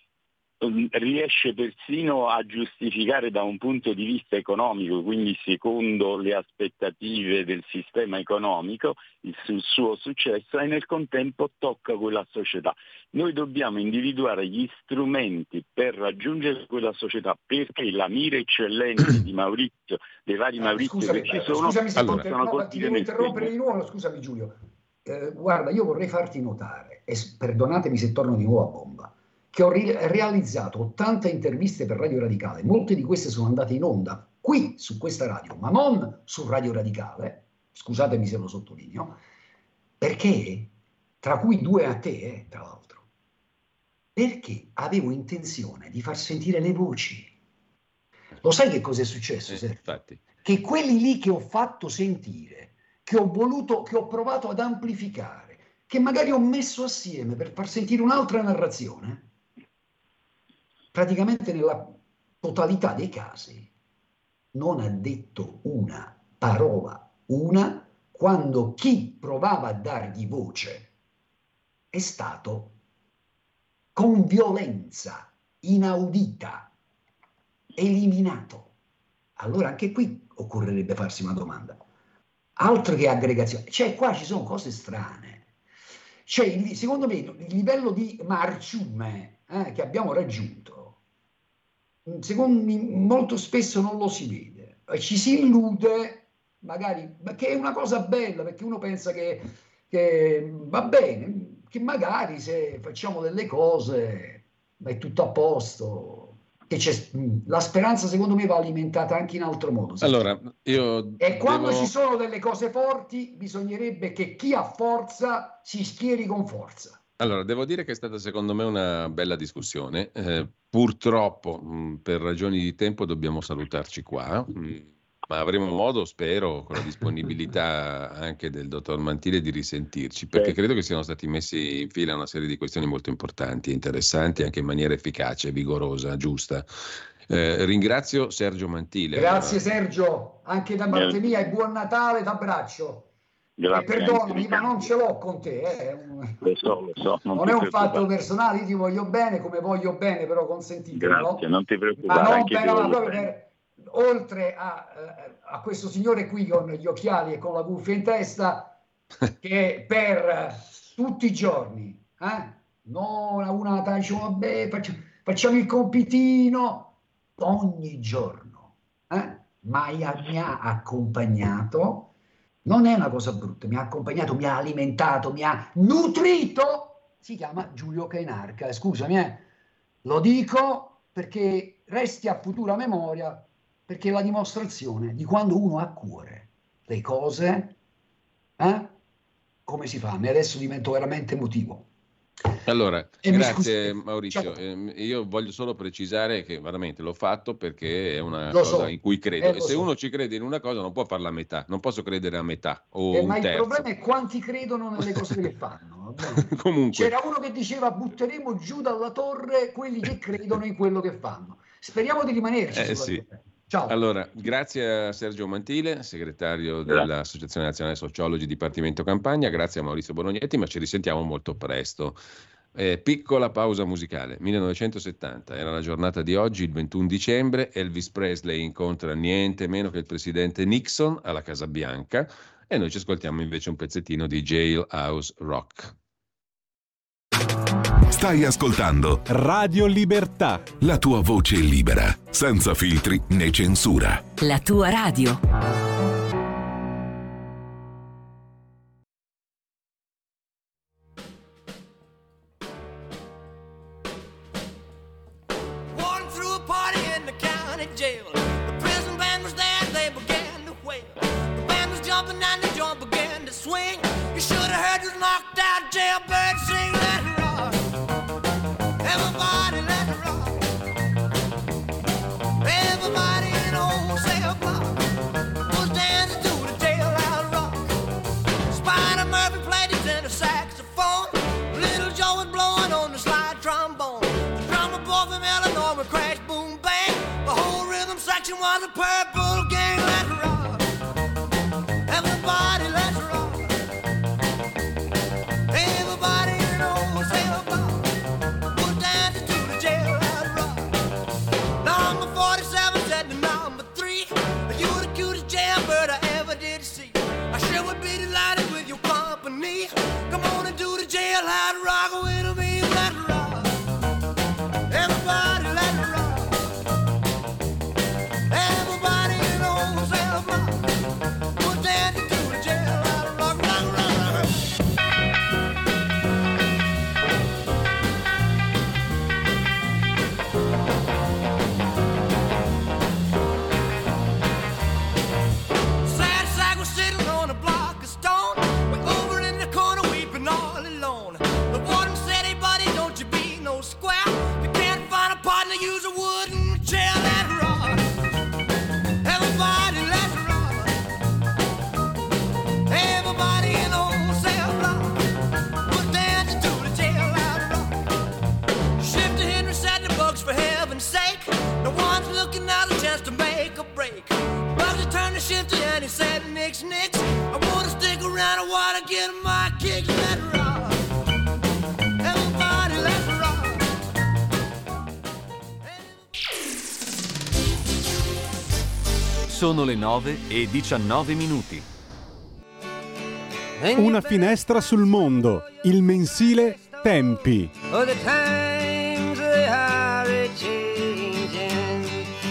riesce persino a giustificare da un punto di vista economico, quindi secondo le aspettative del sistema economico, il suo successo, e nel contempo tocca quella società. Noi dobbiamo individuare gli strumenti per raggiungere quella società, perché la mira eccellente di Maurizio, dei vari Maurizio che ci sono, scusami se ti devo interrompere di nuovo, scusami Giulio. Guarda, io vorrei farti notare, e perdonatemi se torno di nuovo a bomba, che ho realizzato 80 interviste per Radio Radicale, molte di queste sono andate in onda qui su questa radio, ma non su Radio Radicale, scusatemi se lo sottolineo, perché, tra cui 2 a te, tra l'altro, perché avevo intenzione di far sentire le voci. Lo sai che cosa è successo, infatti. Che quelli lì che ho fatto sentire, che ho provato ad amplificare, che magari ho messo assieme per far sentire un'altra narrazione, praticamente nella totalità dei casi non ha detto una parola, quando chi provava a dargli voce è stato con violenza inaudita eliminato. Allora anche qui occorrerebbe farsi una domanda. Altro che aggregazione, cioè qua ci sono cose strane. Cioè, secondo me il livello di marciume che abbiamo raggiunto, secondo me molto spesso non lo si vede, ci si illude magari, che è una cosa bella, perché uno pensa che va bene, che magari se facciamo delle cose è tutto a posto. Che la speranza secondo me va alimentata anche in altro modo. Allora, e quando ci sono delle cose forti bisognerebbe che chi ha forza si schieri con forza. Allora, devo dire che è stata secondo me una bella discussione. Purtroppo, per ragioni di tempo, dobbiamo salutarci qua. Ma avremo modo, spero, con la disponibilità anche del dottor Mantile, di risentirci, perché credo che siano stati messi in fila una serie di questioni molto importanti e interessanti, anche in maniera efficace, vigorosa, giusta. Ringrazio Sergio Mantile. Grazie Sergio, anche da parte mia, e buon Natale, t'abbraccio. E perdonami, ma non ce l'ho con te. Lo so. Non è un fatto personale, io ti voglio bene come voglio bene, però consentitemelo. Grazie, non ti preoccupare. Ma non proprio oltre a questo signore qui con gli occhiali e con la cuffia in testa, che per tutti i giorni, non a una diciamo, vabbè, facciamo il compitino, ogni giorno, ma mi ha accompagnato, non è una cosa brutta, mi ha accompagnato, mi ha alimentato, mi ha nutrito, si chiama Giulio Cainarca, scusami, lo dico perché resti a futura memoria, perché è la dimostrazione di quando uno ha a cuore le cose, come si fa? E adesso divento veramente emotivo. Allora, grazie Maurizio. Io voglio solo precisare che veramente l'ho fatto perché è una cosa in cui credo. E se uno ci crede in una cosa non può farla a metà, non posso credere a metà o ma un terzo. Il problema è quanti credono nelle cose che fanno. Comunque. C'era uno che diceva butteremo giù dalla torre quelli che credono in quello che fanno. Speriamo di rimanerci. Sì. Ciao. Allora, grazie a Sergio Mantile, segretario dell'Associazione Nazionale Sociologi Dipartimento Campania, grazie a Maurizio Bolognetti, ma ci risentiamo molto presto. Piccola pausa musicale, 1970, era la giornata di oggi, il 21 dicembre, Elvis Presley incontra niente meno che il presidente Nixon alla Casa Bianca e noi ci ascoltiamo invece un pezzettino di Jailhouse Rock. Stai ascoltando Radio Libertà, la tua voce libera, senza filtri né censura. La tua radio. Was a the purple gang, let's rock. Everybody, let's rock. Everybody in old Sailor Bar, we'll dance to the jailhouse rock. Number 47 said to number 3, you're the cutest jailbird I ever did see. I sure would be delighted with your company. Come on and do the jailhouse rock with me, let's rock. Everybody, let's rock. Everybody in old Sailor Bar, we'll dance to the jailhouse rock, rock, rock, rock. Sad sack was sitting on a block of stone, way over in the corner weeping all alone. The warden said, hey buddy, don't you be no square. If you can't find a partner, use a wooden chair, let's rock. Everybody, let's rock. Everybody in old cell block, we're dancing to the jailhouse rock. Shifter Henry said the bugs, for heaven's sake, no one's looking out a chance to make a break. Bugsy turned to Shifter and he said, nix, nix, I wanna stick around, I wanna get my kicks, let's rock. Everybody, let's rock. Sono le 9:19. Una finestra sul mondo, il mensile Tempi. Oh, the times they are a-changing.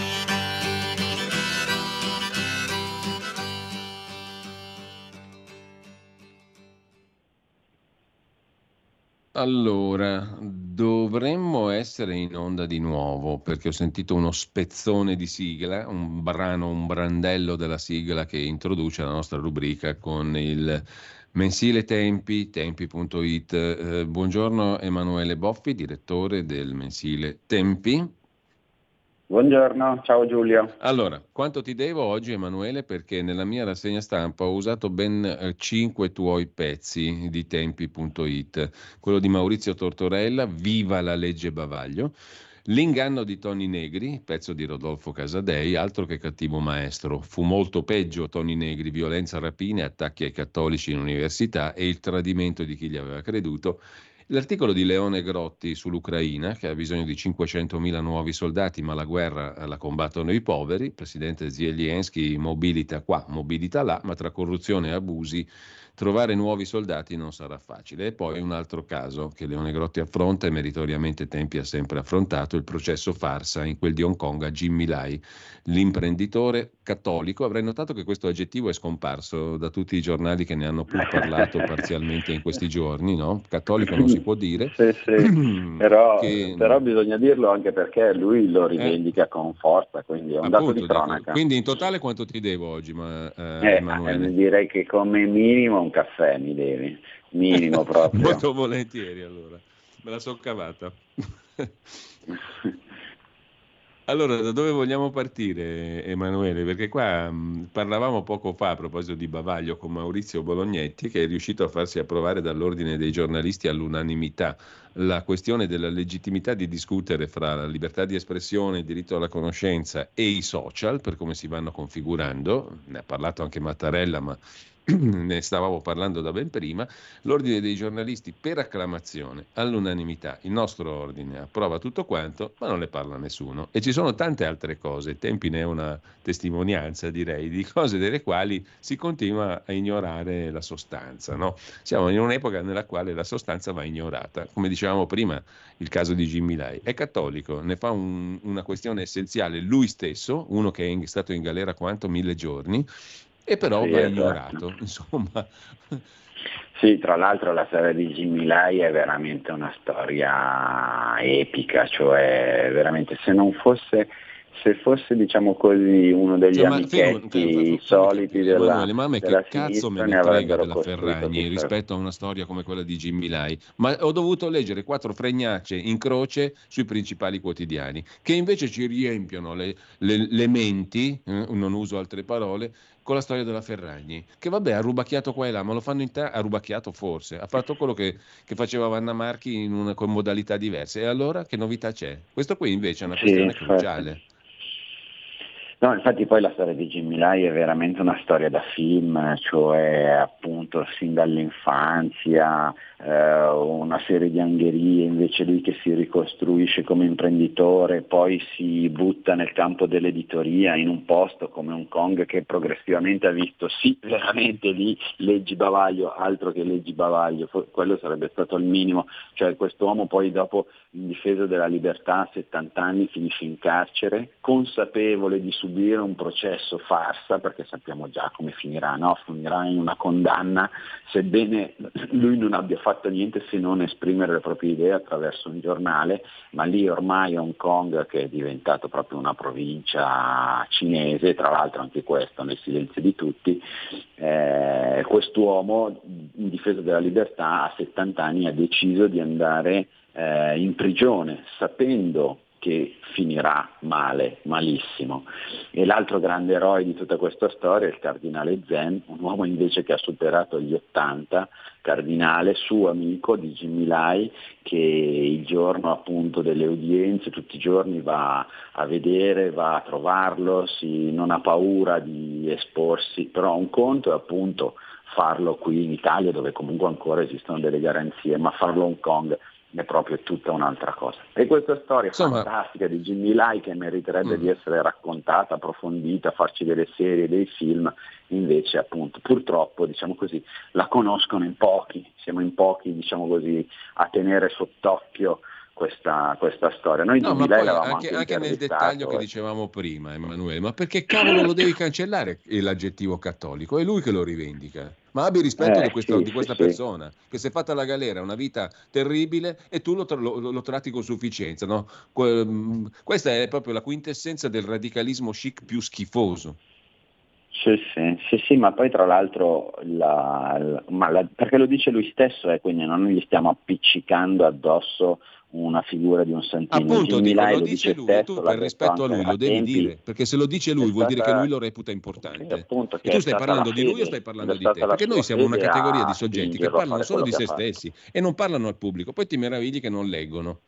Allora, dovremmo essere in onda di nuovo perché ho sentito uno spezzone di sigla, un brandello della sigla che introduce la nostra rubrica con il mensile Tempi, tempi.it. Buongiorno Emanuele Boffi, direttore del mensile Tempi. Buongiorno, ciao Giulio. Allora, quanto ti devo oggi Emanuele? Perché nella mia rassegna stampa ho usato ben 5 tuoi pezzi di tempi.it. Quello di Maurizio Tortorella, Viva la legge Bavaglio, L'inganno di Toni Negri, pezzo di Rodolfo Casadei, altro che cattivo maestro. Fu molto peggio Toni Negri, violenza, rapine, attacchi ai cattolici in università e il tradimento di chi gli aveva creduto. L'articolo di Leone Grotti sull'Ucraina, che ha bisogno di 500.000 nuovi soldati, ma la guerra la combattono i poveri. Il presidente Zelensky mobilita qua, mobilita là, ma tra corruzione e abusi trovare nuovi soldati non sarà facile. E poi un altro caso che Leone Grotti affronta e meritoriamente Tempi ha sempre affrontato, il processo farsa in quel di Hong Kong a Jimmy Lai, l'imprenditore cattolico. Avrei notato che questo aggettivo è scomparso da tutti i giornali che ne hanno pur parlato parzialmente in questi giorni, no? Cattolico non si può dire. Sì. Però bisogna dirlo anche perché lui lo rivendica con forza, quindi è un dato di cronaca. Quindi in totale quanto ti devo oggi, Emanuele? Direi che come minimo un caffè mi devi, minimo proprio. Molto volentieri, allora, me la so cavata. Allora, da dove vogliamo partire, Emanuele? Perché qua parlavamo poco fa a proposito di Bavaglio con Maurizio Bolognetti, che è riuscito a farsi approvare dall'Ordine dei giornalisti all'unanimità la questione della legittimità di discutere fra la libertà di espressione, il diritto alla conoscenza e i social, per come si vanno configurando. Ne ha parlato anche Mattarella, ma ne stavamo parlando da ben prima. L'ordine dei giornalisti per acclamazione all'unanimità, il nostro ordine approva tutto quanto, ma non ne parla nessuno. E ci sono tante altre cose, Tempi ne è una testimonianza, direi, di cose delle quali si continua a ignorare la sostanza, no? Siamo in un'epoca nella quale la sostanza va ignorata. Come dicevamo prima, il caso di Jimmy Lai è cattolico, ne fa una questione essenziale lui stesso, uno che è stato in galera quanto 1000 giorni, e però va ignorato, insomma. Sì, tra l'altro la storia di Jimmy Lai è veramente una storia epica, cioè veramente se fosse diciamo così uno degli amichetti soliti della ma a me che cazzo me ne frega della Ferragni rispetto a una storia come quella di Jimmy Lai? Ma ho dovuto leggere 4 fregnacce in croce sui principali quotidiani, che invece ci riempiono le menti, non uso altre parole, con la storia della Ferragni, che vabbè ha rubacchiato qua e là, ma lo fanno ha rubacchiato forse, ha fatto quello che faceva Vanna Marchi con modalità diverse, e allora che novità c'è? Questo qui invece è una questione cruciale. No, infatti poi la storia di Jimmy Lai è veramente una storia da film, cioè appunto sin dall'infanzia, una serie di angherie, invece lui che si ricostruisce come imprenditore, poi si butta nel campo dell'editoria in un posto come Hong Kong che progressivamente ha visto sì veramente lì leggi bavaglio, altro che leggi bavaglio, quello sarebbe stato il minimo, cioè quest'uomo poi dopo in difesa della libertà a 70 anni finisce in carcere, consapevole di subire un processo farsa, perché sappiamo già come finirà, no? Finirà in una condanna, sebbene lui non abbia fatto niente se non esprimere le proprie idee attraverso un giornale, ma lì ormai Hong Kong, che è diventato proprio una provincia cinese, tra l'altro anche questo nel silenzio di tutti, quest'uomo in difesa della libertà a 70 anni ha deciso di andare in prigione, sapendo che finirà male, malissimo. E l'altro grande eroe di tutta questa storia è il cardinale Zen, un uomo invece che ha superato gli 80, cardinale, suo amico di Jimmy Lai, che il giorno appunto delle udienze, tutti i giorni va a vedere, va a trovarlo, non ha paura di esporsi, però un conto è appunto farlo qui in Italia dove comunque ancora esistono delle garanzie, ma farlo a Hong Kong è proprio tutta un'altra cosa. E questa storia fantastica di Jimmy Lai, che meriterebbe di essere raccontata, approfondita, farci delle serie, dei film, invece appunto purtroppo, diciamo così, la conoscono in pochi, siamo in pochi, diciamo così, a tenere sott'occhio questa storia. Noi no, Jimmy ma Lai poi anche nel dettaglio che dicevamo prima, Emanuele, ma perché cavolo lo devi cancellare l'aggettivo cattolico? È lui che lo rivendica. Ma abbi rispetto di questa persona, che si è fatta alla galera una vita terribile e tu lo tratti con sufficienza, no? Questa è proprio la quintessenza del radicalismo chic più schifoso. Sì, ma poi tra l'altro perché lo dice lui stesso, quindi non gli stiamo appiccicando addosso una figura di un santino. Appunto, lo dice lui, e tu per rispetto a lui lo devi dire, perché se lo dice lui vuol dire che lui lo reputa importante. Sì, appunto, e tu stai parlando di lui o stai parlando di te? Perché noi siamo una categoria di soggetti che parlano solo di se stessi e non parlano al pubblico, poi ti meravigli che non leggono.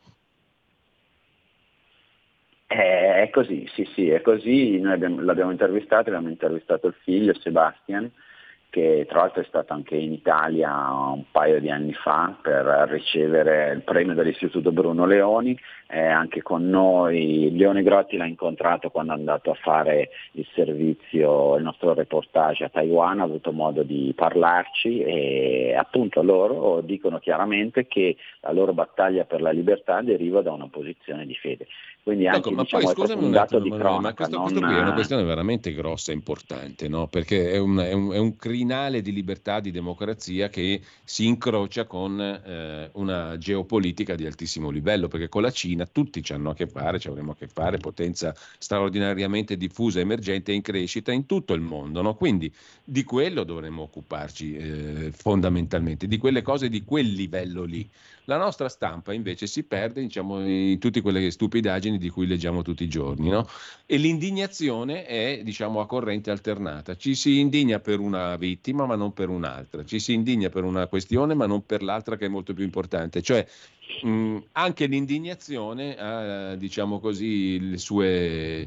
È così, sì, è così. Noi l'abbiamo intervistato il figlio Sebastian, che tra l'altro è stato anche in Italia un paio di anni fa per ricevere il premio dell'Istituto Bruno Leoni, anche con noi. Leone Grotti l'ha incontrato quando è andato a fare il nostro reportage a Taiwan, ha avuto modo di parlarci e appunto loro dicono chiaramente che la loro battaglia per la libertà deriva da una posizione di fede. Quindi anche, ma poi scusami un attimo, ma questo qui è una questione veramente grossa e importante, no? Perché è un crinale di libertà, di democrazia che si incrocia con una geopolitica di altissimo livello, perché con la Cina tutti ci hanno a che fare, ci avremo a che fare, potenza straordinariamente diffusa, emergente e in crescita in tutto il mondo, no? Quindi di quello dovremmo occuparci fondamentalmente, di quelle cose di quel livello lì. La nostra stampa invece si perde, diciamo, in tutte quelle stupidaggini di cui leggiamo tutti i giorni, no? E l'indignazione è, diciamo, a corrente alternata. Ci si indigna per una vittima ma non per un'altra, ci si indigna per una questione ma non per l'altra che è molto più importante. Cioè anche l'indignazione ha, diciamo così, le sue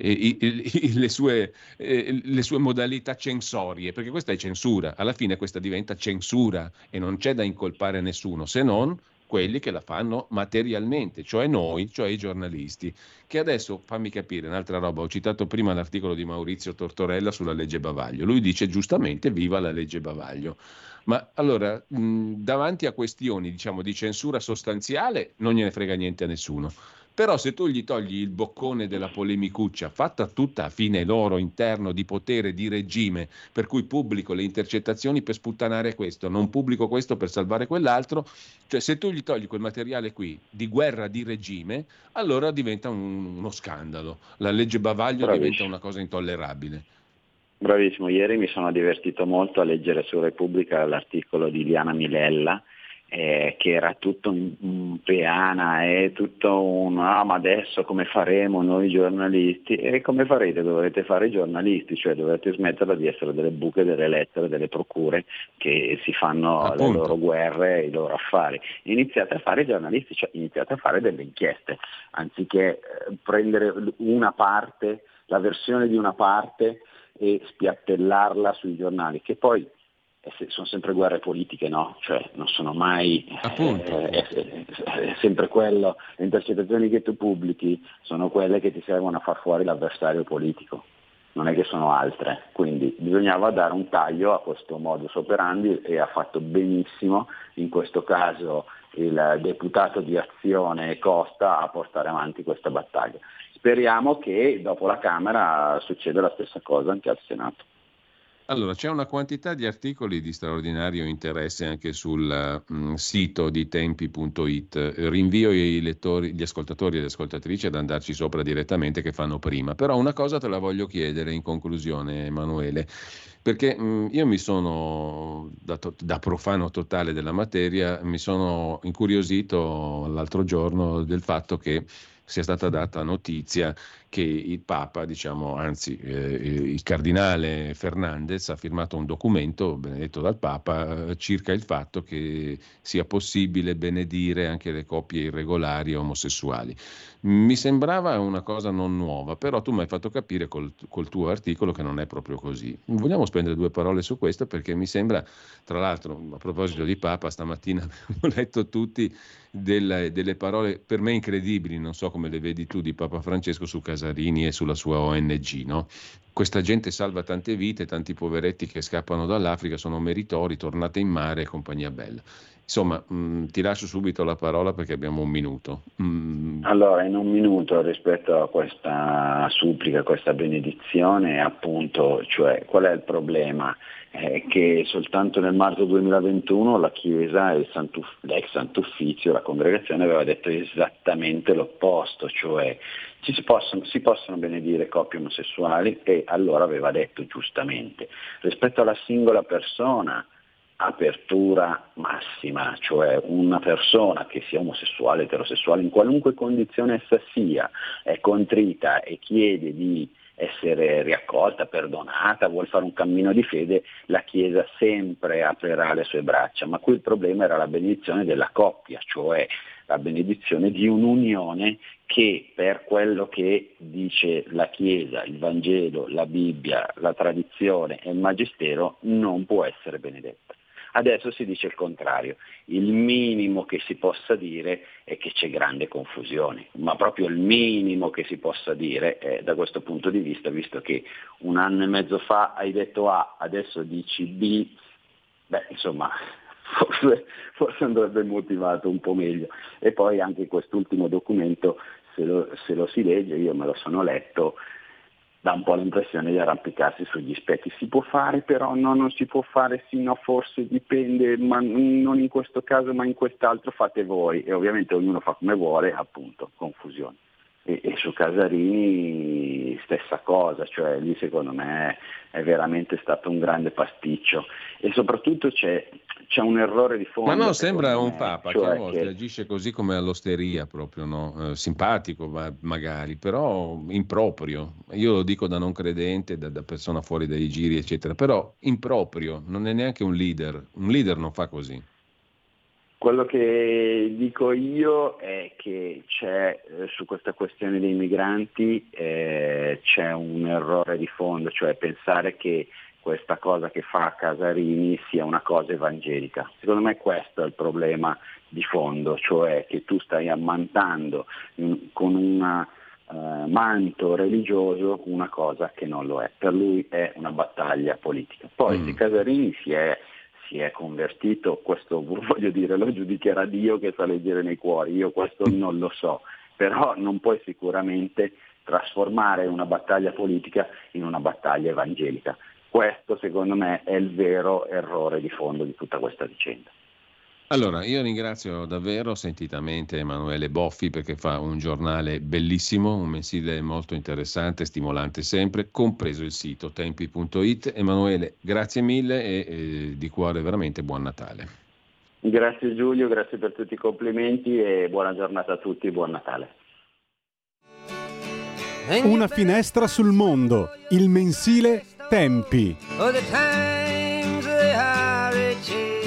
modalità censorie, perché questa è censura, alla fine questa diventa censura e non c'è da incolpare nessuno se non quelli che la fanno materialmente, cioè noi, cioè i giornalisti, che adesso, fammi capire un'altra roba, ho citato prima l'articolo di Maurizio Tortorella sulla legge Bavaglio, lui dice giustamente viva la legge Bavaglio, ma allora davanti a questioni, diciamo, di censura sostanziale non gliene frega niente a nessuno. Però se tu gli togli il boccone della polemicuccia fatta tutta a fine loro interno di potere, di regime, per cui pubblico le intercettazioni per sputtanare questo, non pubblico questo per salvare quell'altro, cioè se tu gli togli quel materiale qui di guerra di regime, allora diventa uno scandalo. La legge Bavaglio diventa una cosa intollerabile. Bravissimo, ieri mi sono divertito molto a leggere su Repubblica l'articolo di Liana Milella, che era tutto un peana, è tutto ma adesso come faremo noi giornalisti? E come farete? Dovete fare i giornalisti, cioè dovete smetterla di essere delle buche, delle lettere, delle procure che si fanno le loro guerre, i loro affari. Iniziate a fare i giornalisti, cioè iniziate a fare delle inchieste, anziché prendere una parte la versione di una parte e spiattellarla sui giornali, che poi sono sempre guerre politiche, no? Cioè non sono mai è sempre quello, le intercettazioni che tu pubblichi sono quelle che ti servono a far fuori l'avversario politico, non è che sono altre, quindi bisognava dare un taglio a questo modus operandi e ha fatto benissimo in questo caso il deputato di Azione Costa a portare avanti questa battaglia. Speriamo che dopo la Camera succeda la stessa cosa anche al Senato. Allora, c'è una quantità di articoli di straordinario interesse anche sul sito di tempi.it. Rinvio gli ascoltatori e le ascoltatrici ad andarci sopra direttamente, che fanno prima. Però una cosa te la voglio chiedere in conclusione, Emanuele, perché io mi sono, da profano totale della materia, mi sono incuriosito l'altro giorno del fatto che sia stata data notizia che il Papa, il cardinale Fernandez ha firmato un documento benedetto dal Papa circa il fatto che sia possibile benedire anche le coppie irregolari omosessuali. Mi sembrava una cosa non nuova, però tu mi hai fatto capire col tuo articolo che non è proprio così. Vogliamo spendere 2 parole su questo, perché mi sembra, tra l'altro, a proposito di Papa, stamattina abbiamo letto tutti delle parole per me incredibili, non so come le vedi tu, di Papa Francesco su Casarini e sulla sua ONG, no? Questa gente salva tante vite, tanti poveretti che scappano dall'Africa sono meritori, tornate in mare e compagnia bella. Insomma, ti lascio subito la parola perché abbiamo un minuto. Allora, in un minuto rispetto a questa supplica, questa benedizione, appunto, cioè qual è il problema? È che soltanto nel marzo 2021 la Chiesa e l'ex Sant'Uffizio, la congregazione, aveva detto esattamente l'opposto, cioè si possono benedire coppie omosessuali, e allora aveva detto giustamente, rispetto alla singola persona, apertura massima, cioè una persona che sia omosessuale, eterosessuale, in qualunque condizione essa sia, è contrita e chiede di essere riaccolta, perdonata, vuol fare un cammino di fede, la Chiesa sempre aprirà le sue braccia, ma qui il problema era la benedizione della coppia, cioè la benedizione di un'unione che, per quello che dice la Chiesa, il Vangelo, la Bibbia, la tradizione e il Magistero, non può essere benedetta. Adesso si dice il contrario, il minimo che si possa dire è che c'è grande confusione, ma proprio il minimo che si possa dire è, da questo punto di vista, visto che 1 anno e mezzo fa hai detto A, adesso dici B, insomma forse andrebbe motivato un po' meglio. E poi anche quest'ultimo documento, se lo si legge, io me lo sono letto, dà un po' l'impressione di arrampicarsi sugli specchi. Si può fare, però no, non si può fare, sì, no, forse dipende, ma non in questo caso, ma in quest'altro fate voi. E ovviamente ognuno fa come vuole, appunto, confusione. E su Casarini stessa cosa, cioè lì secondo me è veramente stato un grande pasticcio, e soprattutto c'è un errore di fondo. Ma no, sembra un me, Papa cioè che a volte agisce così come all'osteria proprio, no? Simpatico magari, però improprio. Io lo dico da non credente, da persona fuori dai giri, eccetera, però improprio, non è neanche un leader non fa così. Quello che dico io è che c'è, su questa questione dei migranti, c'è un errore di fondo, cioè pensare che questa cosa che fa Casarini sia una cosa evangelica. Secondo me questo è il problema di fondo, cioè che tu stai ammantando con un manto religioso una cosa che non lo è. Per lui è una battaglia politica. Poi se Casarini si è convertito, questo voglio dire, lo giudicherà Dio che sa leggere nei cuori, io questo non lo so, però non puoi sicuramente trasformare una battaglia politica in una battaglia evangelica. Questo secondo me è il vero errore di fondo di tutta questa vicenda. Allora, io ringrazio davvero sentitamente Emanuele Boffi, perché fa un giornale bellissimo, un mensile molto interessante, stimolante sempre, compreso il sito tempi.it. Emanuele, grazie mille e di cuore veramente buon Natale. Grazie Giulio, grazie per tutti i complimenti e buona giornata a tutti, buon Natale. Una finestra sul mondo, il mensile Tempi. Oh, the times they are a change.